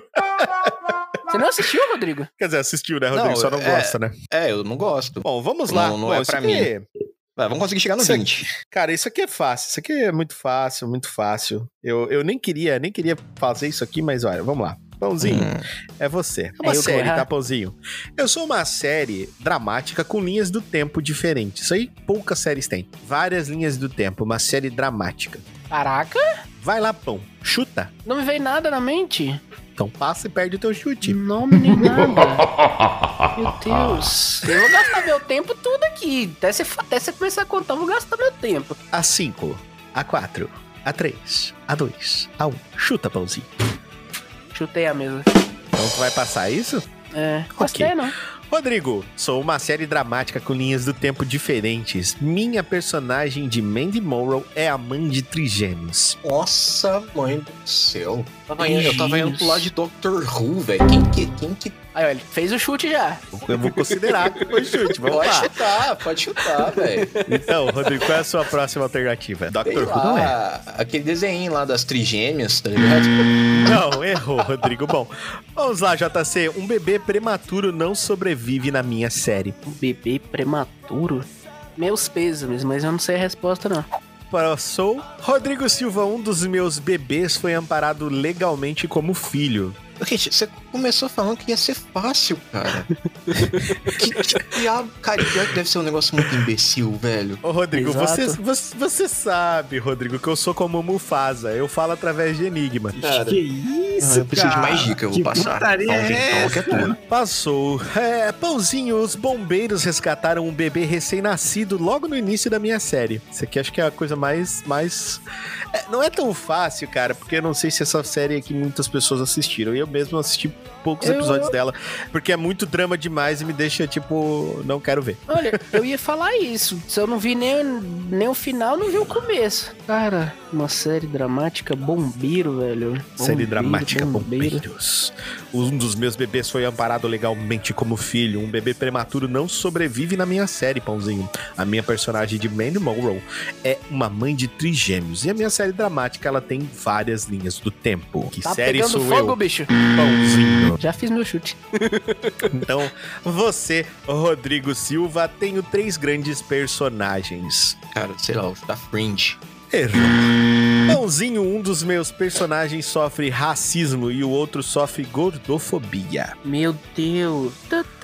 Você não assistiu, Rodrigo? Quer dizer, assistiu, né, Rodrigo? Não, Só não gosta, né? Eu não gosto. Bom, vamos lá. Não Bom, é isso pra aqui mim. é- Vai, vamos conseguir chegar no Isso 20. Cara, isso aqui é fácil. Isso aqui é muito fácil, muito fácil. Eu nem queria fazer isso aqui, mas olha, vamos lá. Pãozinho, é você. É uma eu que vou série, errar? tá, Pãozinho? Eu sou uma série dramática com linhas do tempo diferentes. Isso aí poucas séries têm. Várias linhas do tempo, uma série dramática. Caraca, Vai lá, Pão. Chuta. não me veio nada na mente. Então passa e perde o teu chute. Nome nem nada. Meu Deus. Eu vou gastar meu tempo tudo aqui. Até você começar a contar, eu vou gastar meu tempo. A5, A4, A3, A2, A1. Chuta, Pãozinho. Chutei a mesa. Então tu vai passar isso? É, gostei não. Rodrigo, sou uma série dramática com linhas do tempo diferentes. Minha personagem de Mandy Morrow é a mãe de trigêmeos. Nossa, mãe do céu. Trigêmeos. Eu tava indo pro lado de Doctor Who, velho. Quem que... Aí, olha, ele fez o chute já. Eu vou considerar que foi chute, vamos lá. Pode chutar, velho. Então, Rodrigo, qual é a sua próxima alternativa? Sei Doctor Who não é. lá, aquele desenho lá das trigêmeas, tá ligado? Não, errou, Rodrigo. Bom, vamos lá, JC. Um bebê prematuro não sobrevive na minha série. Um bebê prematuro? Meus pêsames, mas eu não sei a resposta não. Passou. Rodrigo Silva, um dos meus bebês foi amparado legalmente como filho. Gente, você começou falando que ia ser fácil, cara. que diabo, cara, pior que deve ser um negócio muito imbecil, velho. Ô, Rodrigo, Exato. você sabe, Rodrigo, que eu sou como Mufasa. Eu falo através de enigma. Cara, Que isso, eu preciso de mais cara? dica, eu vou Que passar. putaria Então, é então, que é essa? tua. Passou. Pãozinho, os bombeiros resgataram um bebê recém-nascido logo no início da minha série. Isso aqui acho que é a coisa mais... não é tão fácil, cara, porque eu não sei se essa série aqui muitas pessoas assistiram. E eu mesmo assisti poucos episódios dela, porque é muito drama demais e me deixa, tipo, não quero ver. Olha, eu ia falar isso. Se eu não vi nem o final, não vi o começo. Cara, uma série dramática, bombeiro, velho. Série Bombeiro, dramática Bombeiros. Um dos meus bebês foi amparado legalmente como filho. Um bebê prematuro não sobrevive na minha série, Pãozinho. A minha personagem de Mandy Morrow é uma mãe de trigêmeos. E a minha série dramática, ela tem várias linhas do tempo. Que Tá série pegando sou fogo, eu, bicho. Pãozinho? Já fiz meu chute. Então, você, Rodrigo Silva, tenho 3 grandes personagens. Cara, sei lá, da Fringe. Errou. Pãozinho, um dos meus personagens sofre racismo e o outro sofre gordofobia. Meu Deus.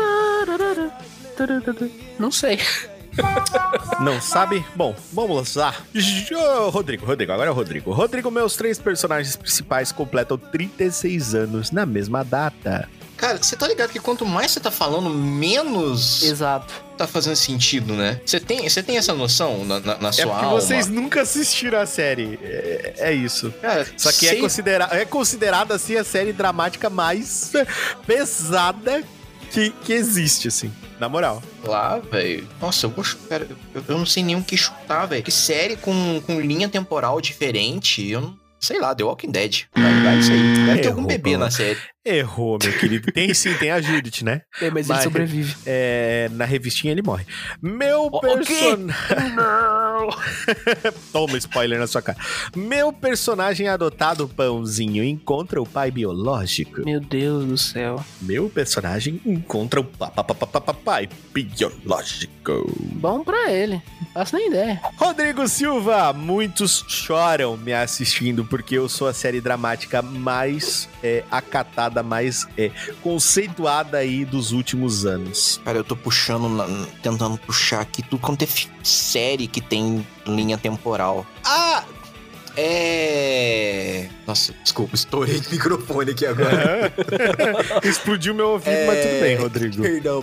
Não sei. Não sabe? Bom, vamos lá. Rodrigo, agora é o Rodrigo. Rodrigo, meus 3 personagens principais completam 36 anos na mesma data. Cara, você tá ligado que quanto mais você tá falando, menos Exato. tá fazendo sentido, né? Você tem essa noção na É sua porque alma? vocês nunca assistiram a série. É isso. Cara, Só que sei- é considerada assim a série dramática mais pesada que existe, assim. Na moral. lá, velho. Nossa, eu vou chutar. Eu não sei nem o que chutar, velho. Que série com linha temporal diferente, eu não. Sei lá, The Walking Dead. Vai isso aí. Deve ter algum Errou, bebê mano. na série. Errou, meu querido. Tem sim, tem a Judith, né? Mas ele sobrevive. Na revistinha ele morre. Meu O personagem... Não! Toma spoiler na sua cara. Meu personagem adotado, Pãozinho, encontra o pai biológico. Meu Deus do céu. Meu personagem encontra o pai biológico. Bom pra ele. Não faço nem ideia. Rodrigo Silva, muitos choram me assistindo porque eu sou a série dramática mais acatada, mais conceituada aí dos últimos anos. Cara, eu tô tentando puxar aqui tudo quanto é série que tem linha temporal. Nossa, desculpa, estourei o microfone aqui agora. Explodiu meu ouvido, mas tudo bem, Rodrigo. Perdão.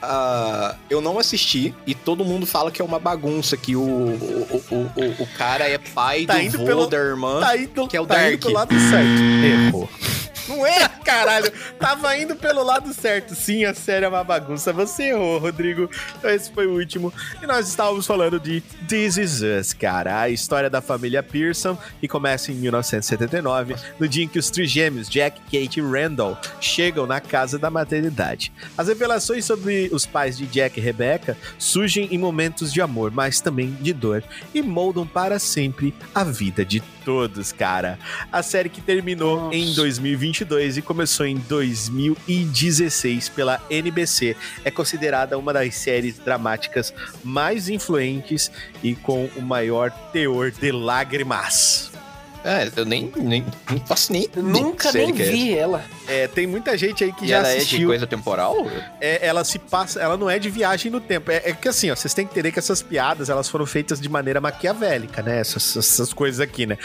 Eu não assisti e todo mundo fala que é uma bagunça, que o cara é pai do vô da irmã, que é o Dark. Indo pelo lado certo. Errou. Não é, caralho. Tava indo pelo lado certo. Sim, a série é uma bagunça. Você errou, Rodrigo. Então esse foi o último. E nós estávamos falando de This Is Us, cara. A história da família Pearson, que começa em 1979, no dia em que os trigêmeos Jack, Kate e Randall chegam na casa da maternidade. As revelações sobre os pais de Jack e Rebecca surgem em momentos de amor, mas também de dor, e moldam para sempre a vida de todos, cara. A série que terminou em 2022 e começou em 2016 pela NBC é considerada uma das séries dramáticas mais influentes e com o maior teor de lágrimas. Eu nem faço nem. Nunca nem vi ela. Tem muita gente aí que E já ela assistiu. é de coisa temporal? Ela se passa, ela não é de viagem no tempo. É que assim, ó, vocês têm que entender que essas piadas, elas foram feitas de maneira maquiavélica, né? Essas coisas aqui, né?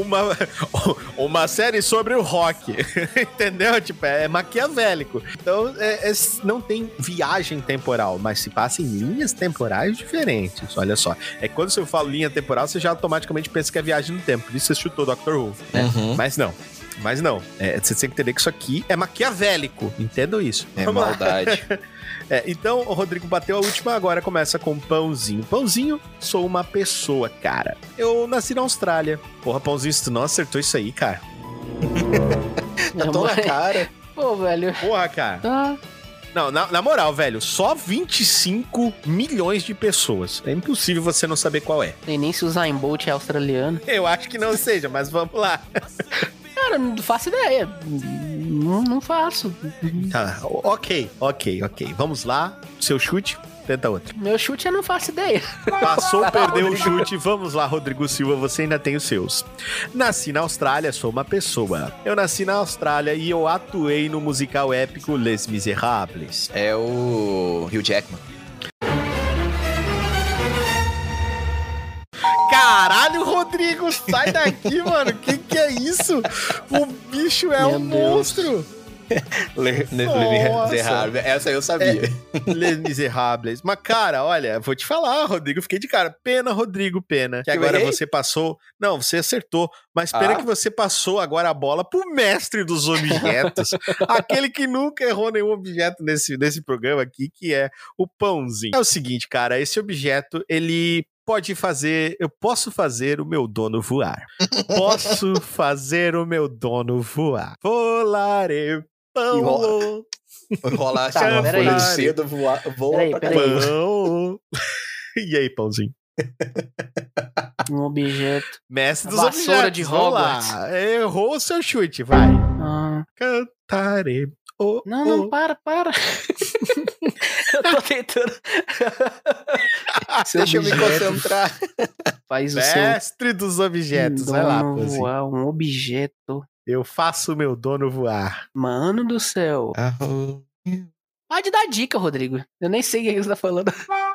Uma série sobre o rock, entendeu? Tipo, é maquiavélico. Então, não tem viagem temporal, mas se passa em linhas temporais diferentes. Olha só. É que quando eu falo linha temporal, você já automaticamente pensa que é viagem no tempo. Por isso você chutou Doctor Who, né? Uhum. Mas não. Você tem que entender que isso aqui é maquiavélico. Entendam isso. É maldade. Então, o Rodrigo bateu a última, agora começa com Pãozinho. Pãozinho, sou uma pessoa, cara. Eu nasci na Austrália. Porra, Pãozinho, se tu não acertou isso aí, cara. Tá tão na cara. Pô, velho. Porra, cara. Tá. Não, na moral, velho, só 25 milhões de pessoas. É impossível você não saber qual é. Nem se o Usain Bolt é australiano. Eu acho que não seja, mas vamos lá. Cara, não faço ideia. Não faço. Tá, ok. Vamos lá, seu chute. Tenta outro. Meu chute eu não faço ideia. Passou, perdeu o chute. Vamos lá, Rodrigo Silva, você ainda tem os seus. Nasci na Austrália, sou uma pessoa. Eu nasci na Austrália e eu atuei no musical épico Les Miserables. É o Hugh Jackman. Caralho, Rodrigo, sai daqui, mano. Que é isso? O bicho é Meu um Deus. monstro. Nossa. Essa eu sabia. Les Miserables. Mas, cara, olha, vou te falar, Rodrigo, fiquei de cara. Pena, Rodrigo, pena. Que Eu agora errei? você passou... Não, você acertou. Mas pena que você passou agora a bola pro mestre dos objetos. Aquele que nunca errou nenhum objeto nesse programa aqui, que é o Pãozinho. É o seguinte, cara, esse objeto, ele... eu posso fazer o meu dono voar. Posso fazer o meu dono voar. Volarei, pão. Rolar assim, Tá, uma peraí. folha de cedo, voa pra Peraí. caramba. Pão. E aí, Pãozinho? Um objeto. Mestre dos Vassoura objetos. de vamos lá. Hogwarts. Errou o seu chute, vai. Ah, Cantarei. Oh, não, para. Eu tô tentando. Seu Deixa eu me objeto concentrar. Faz o seu Mestre dos objetos. Vai lá, dono Pãozinho. voar, um objeto. Eu faço o meu dono voar. Mano do céu. Pode dar dica, Rodrigo. Eu nem sei o que você tá falando.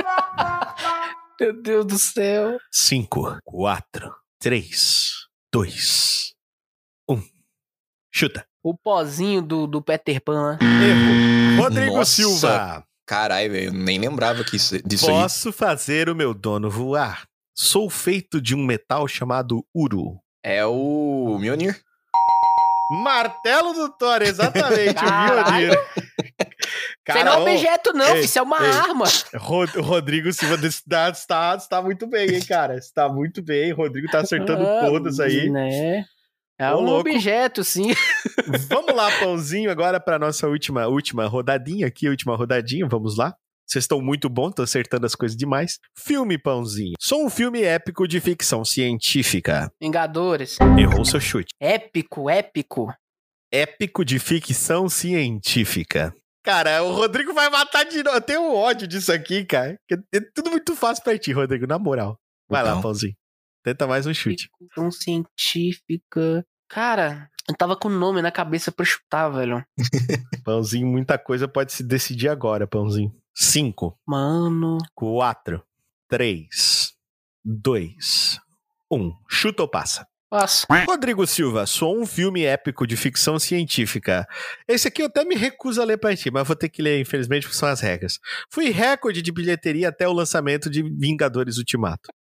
Meu Deus do céu. 5, 4, 3, 2, 1. Chuta. O pozinho do Peter Pan lá. Erro. Rodrigo Nossa. Silva. Caralho, velho, eu nem lembrava disso aí. Posso fazer o meu dono voar. Sou feito de um metal chamado Uru. É o Mjolnir. Martelo do Thor, exatamente, o Caralho. Mjolnir. Isso não é objeto, não, ei, isso é uma ei. arma. Rodrigo Silva está muito bem, hein, cara? Está muito bem. Rodrigo tá acertando todas aí. Né? É Ô, um louco. objeto, sim. Vamos lá, Pãozinho, agora para nossa última rodadinha aqui, última rodadinha, vamos lá. Vocês estão muito bons, estão acertando as coisas demais. Filme, Pãozinho. Sou um filme épico de ficção científica. Vingadores. Errou seu chute. Épico. Épico de ficção científica. Cara, o Rodrigo vai matar de novo. Eu tenho ódio disso aqui, cara. É tudo muito fácil pra ti, Rodrigo, na moral. Vai lá, Então. Pãozinho. Tenta mais um chute. Ficção científica. Cara, eu tava com o nome na cabeça pra chutar, velho. Pãozinho, muita coisa pode se decidir agora, Pãozinho. 5, Mano. 4, 3, 2, 1. Chuta ou passa? Passa. Rodrigo Silva, sou um filme épico de ficção científica. Esse aqui eu até me recuso a ler pra ti, mas vou ter que ler, infelizmente, porque são as regras. Fui recorde de bilheteria até o lançamento de Vingadores Ultimato.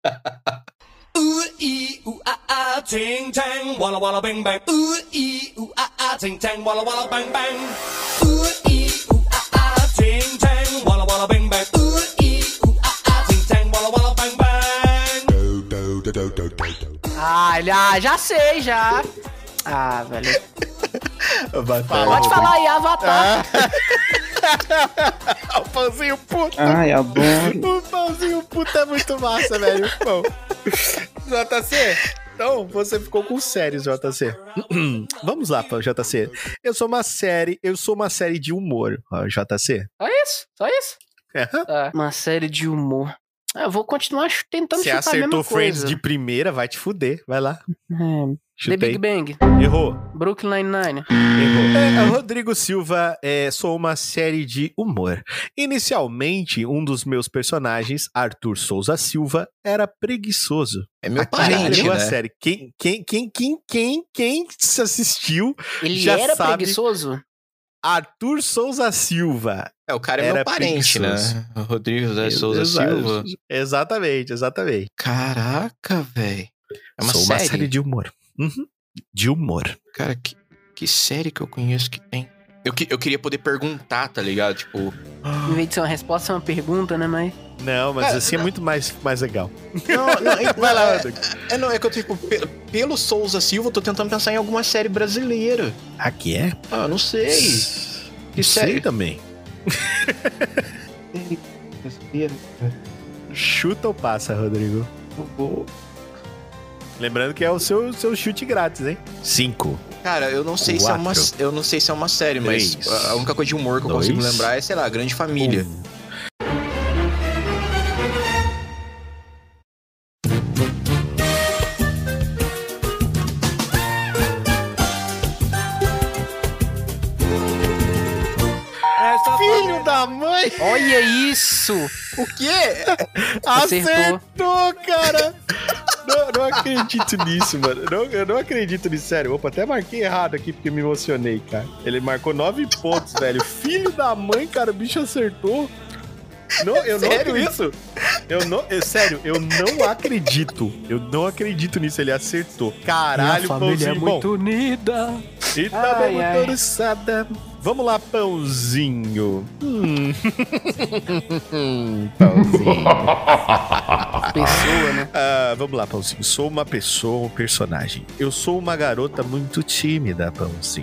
Ting tang, walla walla bang bang. Ting tang, walla walla bang bang. Ting tang, walla walla bang bang. Ting tang, walla walla bang bang. Já sei, já. Ah, velho. Vai, Pode falar aí, Avatar. O Pãozinho puto. Ai, adoro. O Pãozinho puto é muito massa, velho. Bom. JC, então você ficou com séries, JC. Vamos lá, JC. Eu sou uma série de humor, ó, JC. Só isso? É. Tá. Uma série de humor. Eu vou continuar tentando Você chutar a mesma acertou Friends coisa. de primeira, vai te fuder. Vai lá. The Chutei. Big Bang. Errou. Brooklyn Nine-Nine. Errou. Rodrigo Silva, sou uma série de humor. Inicialmente, um dos meus personagens, Arthur Souza Silva, era preguiçoso. É meu Caralho, parente, a né? série. Quem se assistiu Ele já era sabe. preguiçoso? Arthur Souza Silva. É, o cara é Era meu parente, preguiçoso. né? O Rodrigo José Souza Exato. Silva. Exatamente. Caraca, velho. É uma Sou série? uma série de humor. Uhum. De humor. Cara, que série que eu conheço que tem? Eu queria poder perguntar, tá ligado? Tipo... Em vez de ser uma resposta, é uma pergunta, né? Mas. Não, mas assim é muito mais legal. Não, Vai lá, Rodrigo. É que eu, tipo, pelo Souza Silva, eu tô tentando pensar em alguma série brasileira. Aqui é? Ah, não sei. Que Sei série? também. Chuta ou passa, Rodrigo? Lembrando que é o seu chute grátis, hein? 5. Cara, eu não sei se é uma série, mas Três, a única coisa de humor que eu dois, consigo lembrar é, sei lá, Grande Família. Filho da mãe! Olha isso! O quê? Acertou, cara! Não acredito nisso, mano. Eu não acredito nisso, sério. Opa, até marquei errado aqui porque me emocionei, cara. Ele marcou 9 pontos, velho. Filho da mãe, cara, o bicho acertou. Não, eu não Sério acredito. isso? Sério, eu não acredito. Eu não acredito nisso, ele acertou. Caralho, Minha família Pãozinho. é muito unida. E também Ai, muito ai. oriçada. Vamos lá, Pãozinho. Pãozinho. Pessoa, né? Vamos lá, Pãozinho. Sou uma pessoa, um personagem. Eu sou uma garota muito tímida, Pãozinho.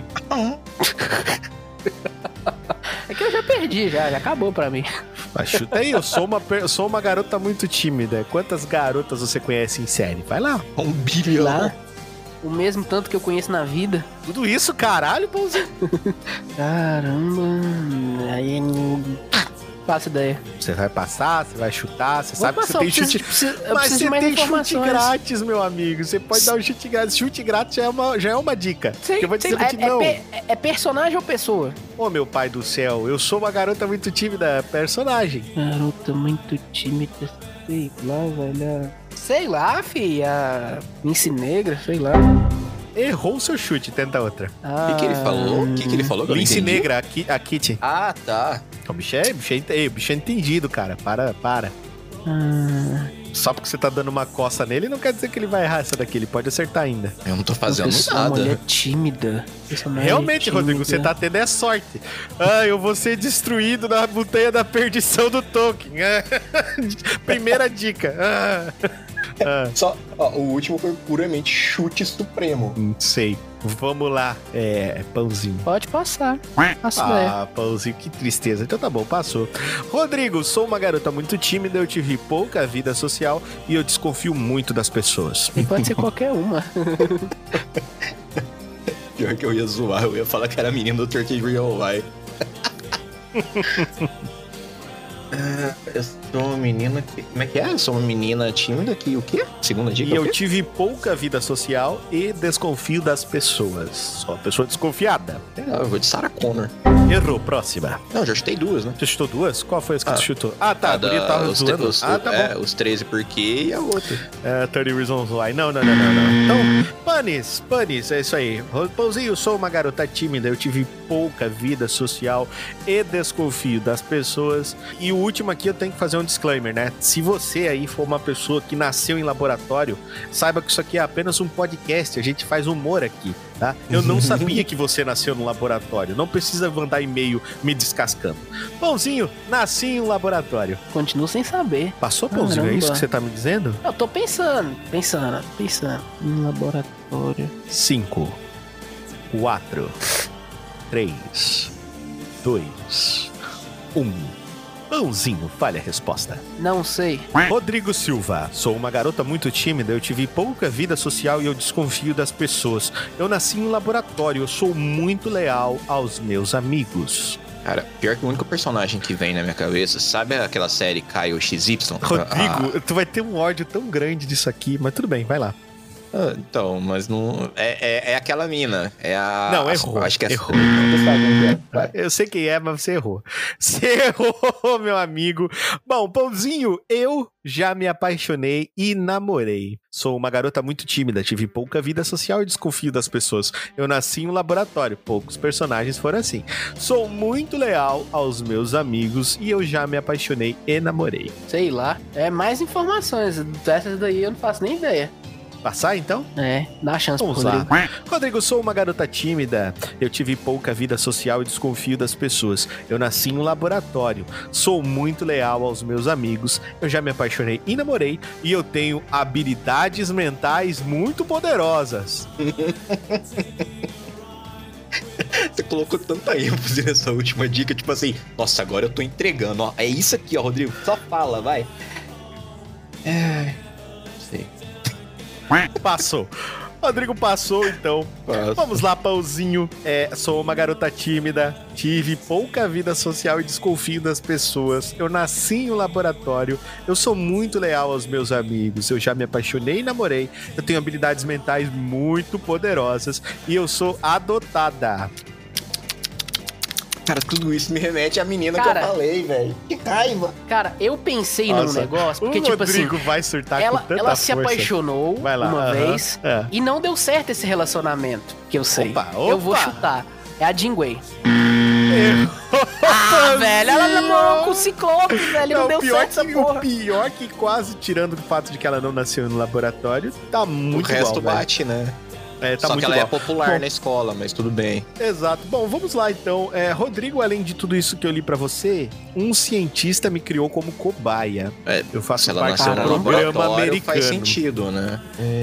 É que eu já perdi, já acabou pra mim. Mas chuta aí, eu sou uma garota muito tímida. Quantas garotas você conhece em série? Vai lá. 1 bilhão. Lá. O mesmo tanto que eu conheço na vida. Tudo isso, caralho, Pãozinho. Caramba. Aí não faço ideia. Você vai passar, você vai chutar, você sabe que você passar, tem eu preciso- chute. eu Mas preciso de você mais tem chute informações. grátis, meu amigo. Você pode dar um chute grátis. Chute grátis já é uma dica. Sei, que eu vou sei dizer lá, que não. é personagem ou pessoa? Ô, meu pai do céu, eu sou uma garota muito tímida, personagem. Garota muito tímida, sei lá, velho. Sei lá, filha. Lince negra, sei lá. Errou o seu chute, tenta outra. O que ele falou? O que ele falou? Que eu não Lince entendi? negra, a Kitty. Ah, tá. O bicho é entendido, cara. Para. Só porque você tá dando uma coça nele, não quer dizer que ele vai errar essa daqui. Ele pode acertar ainda. Eu não tô fazendo Uma nada. mulher tímida. Personagem Realmente, tímida. Rodrigo, você tá tendo é sorte. Eu vou ser destruído na montanha da perdição do Tolkien. Primeira dica. Só, ó, o último foi puramente chute supremo. Sei. Vamos lá, Pãozinho. Pode passar. Passa, Pãozinho, que tristeza. Então tá bom, passou. Rodrigo, sou uma garota muito tímida, eu tive pouca vida social e eu desconfio muito das pessoas. E pode ser qualquer uma. Pior que eu ia zoar, eu ia falar que era a menina do 30 Real Life. Eu sou uma menina que... Como é que é? Eu sou uma menina tímida que o quê? Segunda dica. E eu tive pouca vida social e desconfio das pessoas. Sou uma pessoa desconfiada. Eu vou de Sarah Connor. Errou, próxima. Não, já chutei duas, né? Você chutou duas? Qual foi as que você chutou? Ah, tá. A guria tava os, zoando. tá bom. Os 13 porquê e a outra. 30 Reasons Why. Não. Então, Panis, é isso aí. Pãozinho, sou uma garota tímida, eu tive pouca vida social e desconfio das pessoas. E o último aqui eu tenho que fazer um disclaimer, né? Se você aí for uma pessoa que nasceu em laboratório, saiba que isso aqui é apenas um podcast, a gente faz humor aqui, tá? Eu não sabia que você nasceu no laboratório, não precisa mandar e-mail me descascando. Pãozinho, nasci em um laboratório. Continuo sem saber. Passou, Pãozinho? Caramba. É isso que você tá me dizendo? Eu tô pensando. No laboratório. 5, 4, 3, 2, 1. Pãozinho, fale a resposta. Não sei. Rodrigo Silva, sou uma garota muito tímida, eu tive pouca vida social e eu desconfio das pessoas. Eu nasci em um laboratório, eu sou muito leal aos meus amigos. Cara, pior que o único personagem que vem na minha cabeça, sabe aquela série Kyle XY? Rodrigo, tu vai ter um ódio tão grande disso aqui, mas tudo bem, vai lá. Então, mas não... É aquela mina. É a... Não, errou. Acho que é... Errou. Eu sei quem é, mas você errou. Você errou, meu amigo. Bom, Pãozinho, eu já me apaixonei e namorei. Sou uma garota muito tímida, tive pouca vida social e desconfio das pessoas. Eu nasci em um laboratório, poucos personagens foram assim. Sou muito leal aos meus amigos e eu já me apaixonei e namorei. Sei lá. É mais informações. Dessas daí eu não faço nem ideia. Passar, então? Dá a chance pro Vamos Rodrigo. lá. Rodrigo, sou uma garota tímida. Eu tive pouca vida social e desconfio das pessoas. Eu nasci em um laboratório. Sou muito leal aos meus amigos. Eu já me apaixonei e namorei. E eu tenho habilidades mentais muito poderosas. Você colocou tanta ênfase nessa última dica, tipo assim, nossa, agora eu tô entregando, ó. É isso aqui, ó, Rodrigo. Só fala, vai. Sei. Passou. Rodrigo passou, então. Vamos lá, Pãozinho. Sou uma garota tímida, tive pouca vida social e desconfio das pessoas. Eu nasci em um laboratório, eu sou muito leal aos meus amigos, eu já me apaixonei e namorei, eu tenho habilidades mentais muito poderosas e eu sou adotada. Cara, tudo isso me remete à menina que eu falei, velho. Que raiva. Cara, eu pensei num negócio, porque, o tipo assim, Rodrigo vai surtar com tanta ela se força. apaixonou uma vez e não deu certo esse relacionamento, que eu sei. Opa. Eu vou chutar. É a Jean Grey. Velho, ela namorou com o Ciclope, velho, não deu certo essa porra. O pior que quase, tirando o fato de que ela não nasceu no laboratório, tá muito igual, O resto velho. bate, né? Tá Só muito que ela igual. é popular Bom, na escola, mas tudo bem. Exato. Bom, vamos lá então. Rodrigo, além de tudo isso que eu li pra você, um cientista me criou como cobaia. Eu faço Se ela parte nasceu de um no programa laboratório, americano. faz sentido, né?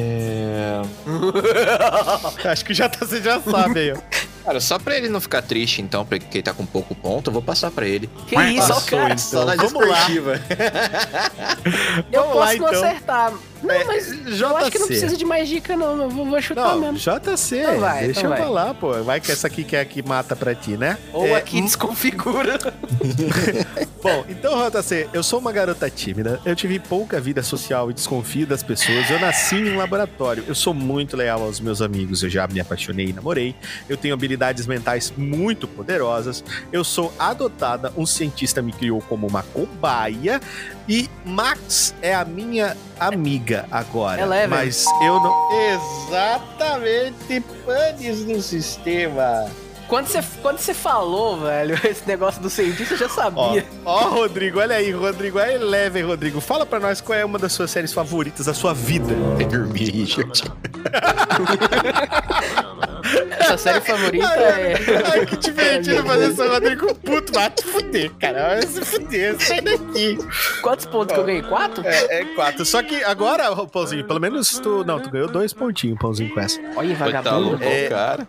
Acho que você já sabe aí, ó. Cara, só pra ele não ficar triste, então, porque ele tá com pouco ponto, eu vou passar pra ele. Que isso, ó, Passou, cara. então. Só na Vamos lá. desportiva. Eu Vamos posso lá, não então. acertar. Não, mas eu acho que não JC. precisa de mais dica, não. Eu vou chutar Não, mesmo. JC, Então vai, deixa então eu vai. falar, pô. Vai que essa aqui que é a que mata pra ti, né? Ou aqui desconfigura. Bom, então, JC, eu sou uma garota tímida, eu tive pouca vida social e desconfio das pessoas, eu nasci em um laboratório, eu sou muito leal aos meus amigos, eu já me apaixonei e namorei, eu tenho habilidades mentais muito poderosas, eu sou adotada, um cientista me criou como uma cobaia e Max é a minha amiga agora. Eleven. Mas eu não... Exatamente, panes no sistema. Quando você falou, velho, esse negócio do cientista, eu já sabia. Ó, Rodrigo, olha aí, Rodrigo. É Eleven, Rodrigo. Fala pra nós qual é uma das suas séries favoritas da sua vida. É dormir, Richard. Essa série favorita é... Ai, que divertido fazer isso, Rodrigo. Puto, vai te fuder, cara. Vai se fuder, sai daqui. Quantos pontos que eu ganhei? 4? É 4. Só que agora, ô, Pãozinho, pelo menos tu... Não, tu ganhou 2 pontinhos, Pãozinho, com essa. Olha, Tá vagabundo. louco, cara.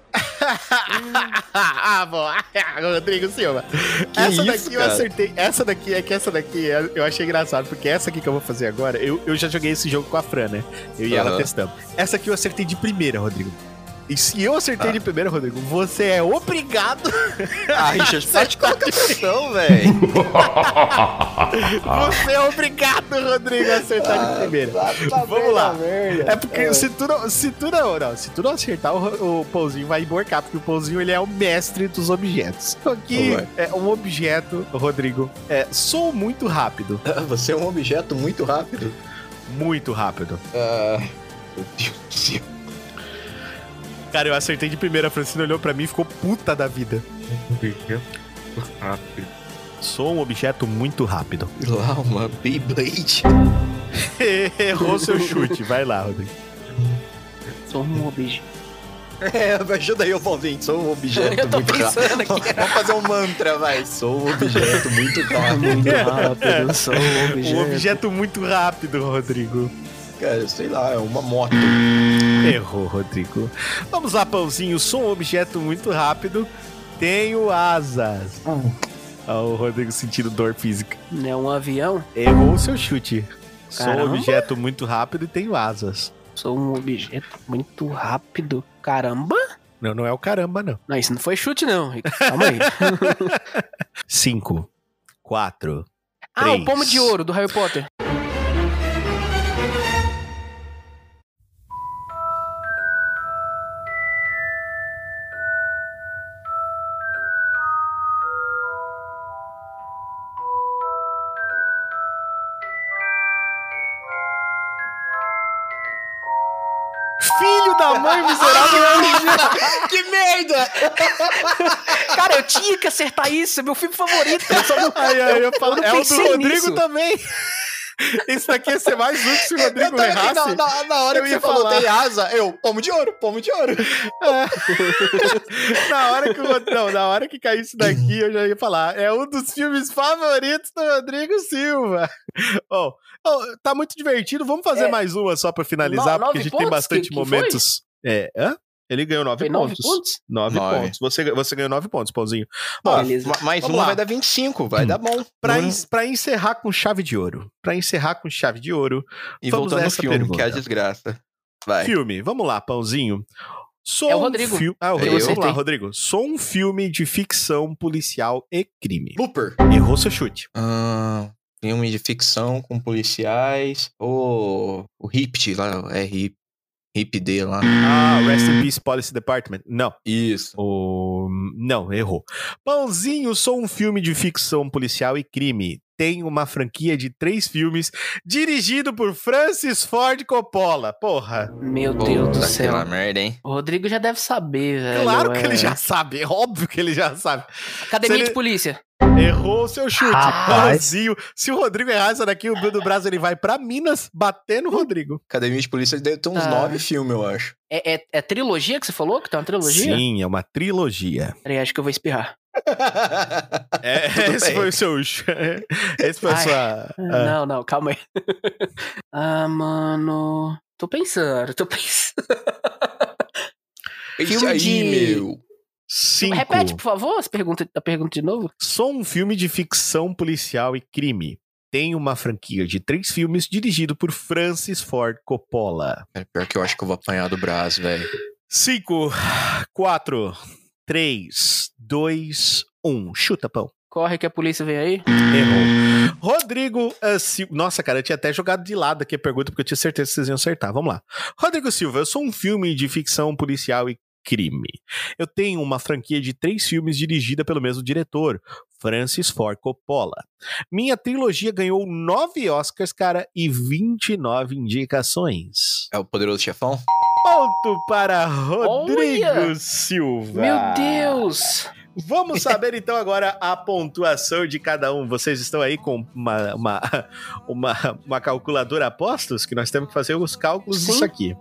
Bom. Rodrigo Silva. Essa isso, daqui eu cara? acertei. Essa daqui eu achei engraçado, porque essa aqui que eu vou fazer agora, eu já joguei esse jogo com a Fran, né? Eu e ela Aham. testamos. Essa aqui eu acertei de primeira, Rodrigo. E se eu acertei de primeira, Rodrigo, você é obrigado. Ai, Richard, para de colocação, velho. Você é obrigado, Rodrigo, a acertar de primeira. Vamos lá. É porque se tu não acertar, o Pãozinho vai emborcar, porque o Pãozinho ele é o mestre dos objetos. Aqui Ué. é um objeto, Rodrigo. Sou muito rápido. Você é um objeto muito rápido. Muito rápido. Meu Deus do céu. Cara, eu acertei de primeira. A Francina olhou pra mim e ficou puta da vida. Sou um objeto muito rápido. Lá, uma Beyblade. Errou seu chute. Vai lá, Rodrigo. Sou um objeto. Me ajuda aí, ô Pãozinho. Sou um objeto Eu tô muito rápido. pensando aqui. Vamos fazer um mantra, vai. Sou um objeto muito rápido. Muito rápido, sou um objeto. Um objeto muito rápido, Rodrigo. Cara, sei lá, é uma moto. Errou, Rodrigo. Vamos lá, Pãozinho. Sou um objeto muito rápido. Tenho asas. O Rodrigo sentindo dor física. É um avião? Errou o seu chute. Sou um Caramba. objeto muito rápido e tenho asas. Sou um objeto muito rápido. Caramba? Não, não é o caramba, não. Não, isso não foi chute, não. Calma aí. 5, 4, Ah, o pomo de ouro do Harry Potter. Filho da mãe miserável! Que merda! Cara, eu tinha que acertar isso. É meu filme favorito. Eu só não... Eu falo, não é o do pensei Rodrigo nisso. também. Isso daqui ia ser mais útil se o Rodrigo errasse. Na hora eu que ia você falou falar. tem asa, pomo de ouro, pomo de ouro. Na hora que cair isso daqui, eu já ia falar. É um dos filmes favoritos do Rodrigo Silva. Tá muito divertido. Vamos fazer mais uma só pra finalizar, porque a gente tem pontos? bastante Que momentos. Hã? Ele ganhou 9 Foi 9 pontos. pontos? 9 9. pontos. Você ganhou 9 pontos, Pãozinho. Bom, beleza. mais Vamos uma lá. vai dar 25, vai dar bom. Pra encerrar com chave de ouro. E vamos voltando a no essa filme, pergunta. que é a desgraça. Vai. Filme, vamos lá, Pãozinho. Sou É o Rodrigo. o Eu Rodrigo. Vamos lá, acertei. Rodrigo. Sou um filme de ficção policial e crime. Looper. Errou seu chute. Filme de ficção com policiais. O Ript lá, é RIPD lá. Rest in Peace Police Department. Não. Isso. Não, errou. Pãozinho, sou um filme de ficção policial e crime. Tem uma franquia de 3 filmes dirigido por Francis Ford Coppola. Porra. Meu Deus do Puta céu. aquela merda, hein? O Rodrigo já deve saber, velho. Claro que ele já sabe. É óbvio que ele já sabe. Academia Se ele- de Polícia. Errou o seu chute. Rapaz. Pãozinho. Se o Rodrigo errar essa daqui, o Bruno Braz ele vai pra Minas bater no Rodrigo. Academia de Polícia deve ter uns Tá. 9 filmes, eu acho. É trilogia que você falou? Que tem uma trilogia? Sim, é uma trilogia. Peraí, acho que eu vou espirrar. Tudo Esse bem. foi o seu. Esse foi a Ai. sua. Não, calma aí. Mano. Tô pensando. Isso Filme aí, de- meu. 5. Repete, por favor, a pergunta de novo. Sou um filme de ficção policial e crime. Tem uma franquia de 3 filmes dirigido por Francis Ford Coppola. É pior que eu acho que eu vou apanhar do braço, velho. 5, 4, 3, 2, 1. Chuta, pão. Corre que a polícia vem aí. Errou. Rodrigo Silva. Nossa, cara, eu tinha até jogado de lado aqui a pergunta porque eu tinha certeza que vocês iam acertar. Vamos lá. Rodrigo Silva, eu sou um filme de ficção policial e crime. Eu tenho uma franquia de 3 filmes dirigida pelo mesmo diretor, Francis Ford Coppola. Minha trilogia ganhou 9 Oscars, cara, e 29 indicações. É o Poderoso Chefão? Ponto para Rodrigo Olha! Silva. Meu Deus! Vamos saber então agora a pontuação de cada um. Vocês estão aí com uma calculadora apostos? Que nós temos que fazer os cálculos Sim. disso aqui.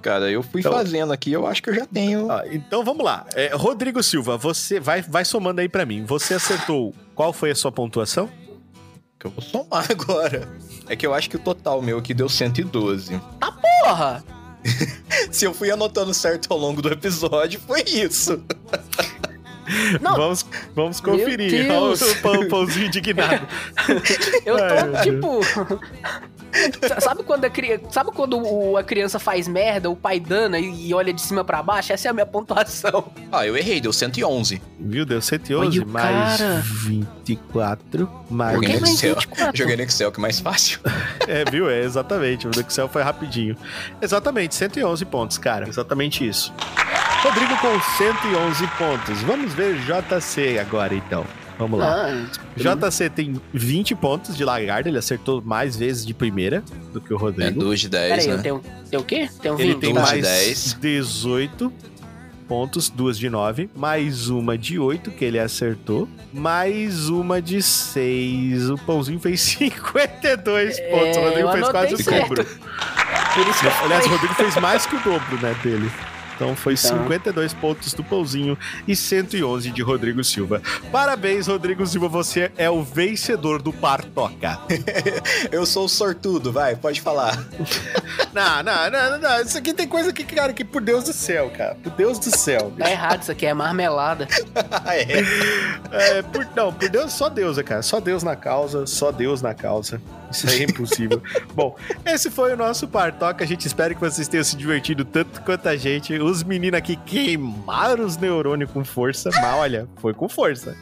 cara. Eu fui fazendo aqui, eu acho que eu já tenho. Então vamos lá. Rodrigo Silva, você vai somando aí pra mim. Você acertou. Qual foi a sua pontuação? Que eu vou somar agora. É que eu acho que o total meu aqui deu 112. Tá porra! Se eu fui anotando certo ao longo do episódio, foi isso. Não. Vamos conferir. Olha o pãozinho indignado. Eu tô, tipo... Sabe quando a criança faz merda, o pai dana e olha de cima pra baixo? Essa é a minha pontuação. Eu errei, deu 111. Viu? Deu 111, Olha, mais cara. 24, mais... Joguei no mais Excel. 24? Joguei no Excel, que é mais fácil. Viu? Exatamente. O do Excel foi rapidinho. Exatamente, 111 pontos, cara. Exatamente isso. Rodrigo com 111 pontos. Vamos ver JC agora, então. Vamos lá. JC tem 20 pontos de lagarda, ele acertou mais vezes de primeira do que o Rodrigo. 2 de 10, Peraí, né? eu tenho o quê? Tenho 20? Ele tem duas de mais 10. 18 pontos, 2 de 9, mais uma de 8 que ele acertou, mais uma de 6. O Pãozinho fez 52 pontos. O Rodrigo fez quase o dobro. Por isso que eu Aliás, o falei. Rodrigo fez mais que o dobro, né, dele. Então foi 52 pontos do Pãozinho e 111 de Rodrigo Silva. Parabéns, Rodrigo Silva, você é o vencedor do Partoca. Eu sou o sortudo, vai, pode falar. Não. Isso aqui tem coisa que, cara, que por Deus do céu, cara. Por Deus do céu. Tá errado, isso aqui é marmelada. Por Deus, só Deus, cara. Só Deus na causa, só Deus na causa. Isso aí é impossível. Bom, esse foi o nosso Partoca. A gente espera que vocês tenham se divertido tanto quanto a gente. Os meninos aqui queimaram os neurônios com força. Mas olha, foi com força.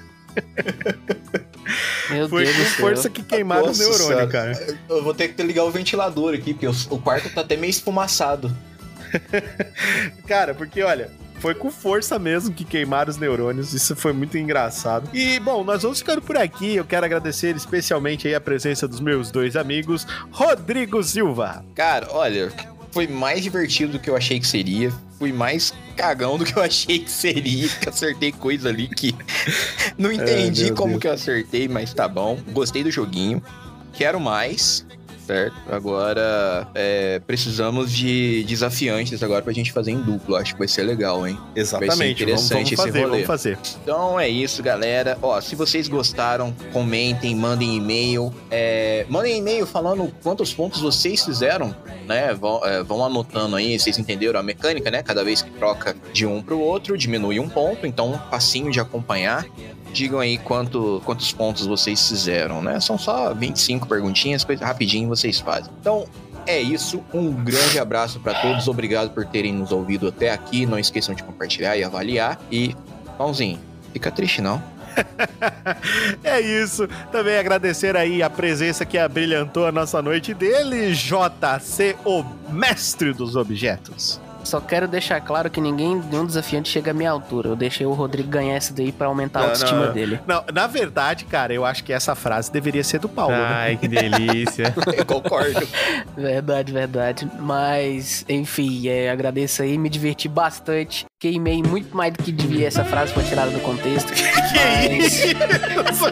Meu Foi Deus com do céu. força que queimaram os neurônios, cara. Eu vou ter que ligar o ventilador aqui, porque o quarto tá até meio esfumaçado. Cara, porque olha, foi com força mesmo que queimaram os neurônios. Isso foi muito engraçado. E, bom, nós vamos ficando por aqui. Eu quero agradecer especialmente aí a presença dos meus dois amigos, Rodrigo Silva. Cara, olha, foi mais divertido do que eu achei que seria. Fui mais cagão do que eu achei que seria. Que acertei coisa ali que não entendi meu como Deus. que eu acertei, mas tá bom. Gostei do joguinho. Quero mais. Certo? Agora, precisamos de desafiantes agora pra gente fazer em duplo. Acho que vai ser legal, hein? Exatamente, Vai ser interessante esse rolê. vamos fazer. Então é isso, galera. Ó, se vocês gostaram, comentem, mandem e-mail. Mandem e-mail falando quantos pontos vocês fizeram, né? Vão anotando aí, vocês entenderam a mecânica, né? Cada vez que troca de um pro outro, diminui um ponto. Então, facinho de acompanhar. Digam aí quantos pontos vocês fizeram, né? São só 25 perguntinhas, coisa rapidinho vocês fazem. Então, é isso. Um grande abraço pra todos. Obrigado por terem nos ouvido até aqui. Não esqueçam de compartilhar e avaliar. E, Pãozinho, fica triste não. É isso. Também agradecer aí a presença que abrilhantou a nossa noite dele, JC, o mestre dos objetos. Só quero deixar claro que nenhum desafiante chega à minha altura. Eu deixei o Rodrigo ganhar essa daí pra aumentar a autoestima dele. Não, na verdade, cara, eu acho que essa frase deveria ser do Paulo, Ai, né? que delícia. Eu concordo. Verdade. Mas, enfim, agradeço aí, me diverti bastante. Queimei muito mais do que devia. Essa frase foi tirada do contexto. Que isso?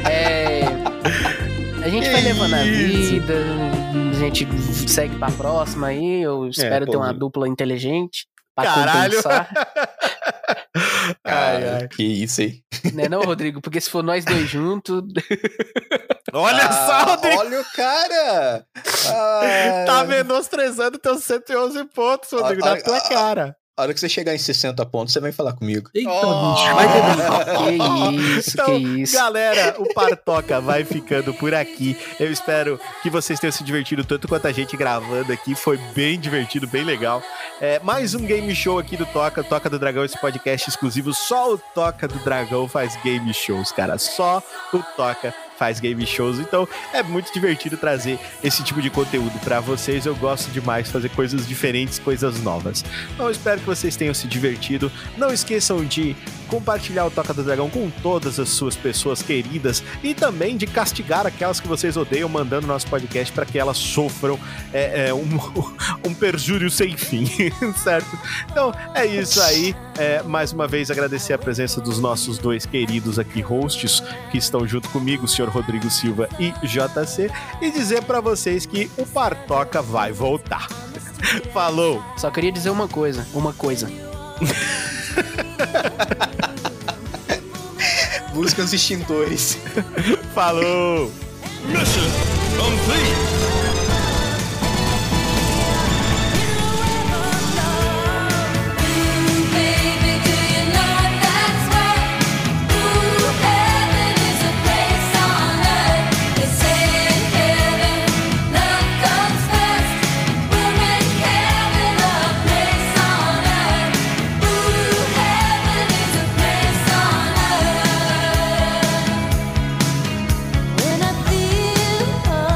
A gente vai levando a vida, a gente segue pra próxima aí. Eu espero ter uma dupla inteligente pra Caralho. compensar. Ai, que isso aí. Né não, Rodrigo? Porque se for nós dois juntos... Olha só, Rodrigo. Olha o cara! Tá menosprezando teus 111 pontos, Rodrigo, na tua cara. A hora que você chegar em 60 pontos, você vem falar comigo. Eita, bicho, vai ter isso, Então, que isso. galera, o Partoca vai ficando por aqui. Eu espero que vocês tenham se divertido tanto quanto a gente gravando aqui. Foi bem divertido, bem legal. Mais um game show aqui do Toca do Dragão, esse podcast exclusivo. Só o Toca do Dragão faz game shows, cara. Só o Toca faz game shows, então é muito divertido trazer esse tipo de conteúdo pra vocês. Eu gosto demais de fazer coisas diferentes, coisas novas. Então eu espero que vocês tenham se divertido. Não esqueçam de compartilhar o Toca do Dragão com todas as suas pessoas queridas e também de castigar aquelas que vocês odeiam, mandando nosso podcast para que elas sofram um perjúrio sem fim, certo? Então é isso aí. Mais uma vez agradecer a presença dos nossos dois queridos aqui hosts que estão junto comigo, o senhor Rodrigo Silva e JC, e dizer para vocês que o Partoca vai voltar. Falou. Só queria dizer uma coisa. Busca os extintores. Falou. Mission complete. Baby, do you know that's where heaven is a place on earth? They say in heaven love comes first. We'll make heaven a place on earth. Heaven is a place on earth. When I feel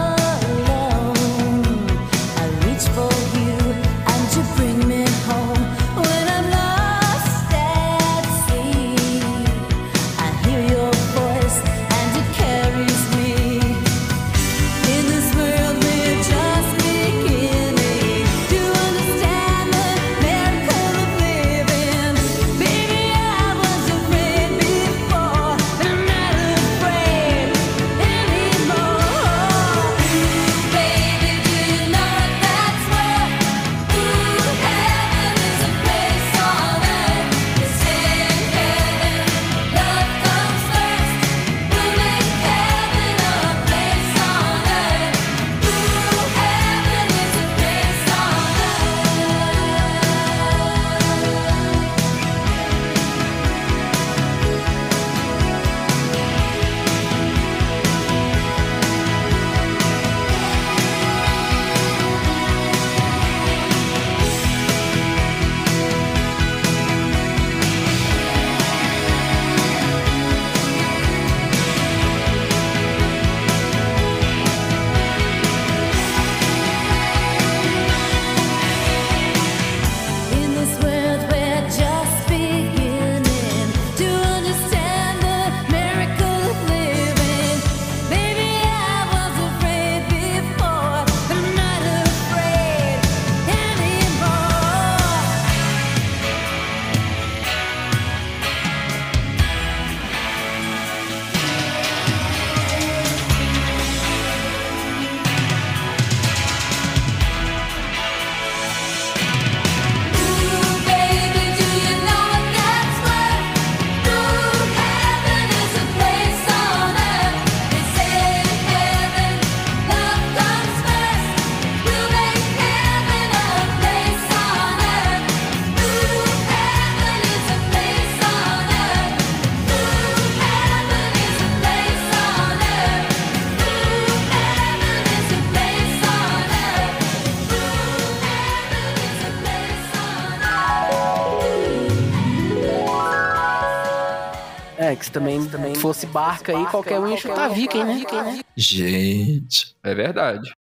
alone, I reach for you and you bring me home. When I'm lost at sea, I hear your voice and it carries me. In this world we're just beginning to understand the miracle of living. Baby, I was afraid before, but I'm not afraid anymore. Baby, do you know that's where heaven is a place on earth? They say in heaven love comes first. We'll make heaven a place on earth. Heaven is a place on In this world we're just beginning to understand the miracle of living. Baby, I was afraid before, but I'm not afraid anymore. Baby, do you know that's where heaven is a place on earth? They say in heaven love comes first. We'll make heaven a place on earth. Heaven is a place on earth. Heaven is a place on earth. Heaven is a place on earth. É, que se também fosse barca aí, qualquer um ia chutar Viking, né? Gente, é verdade.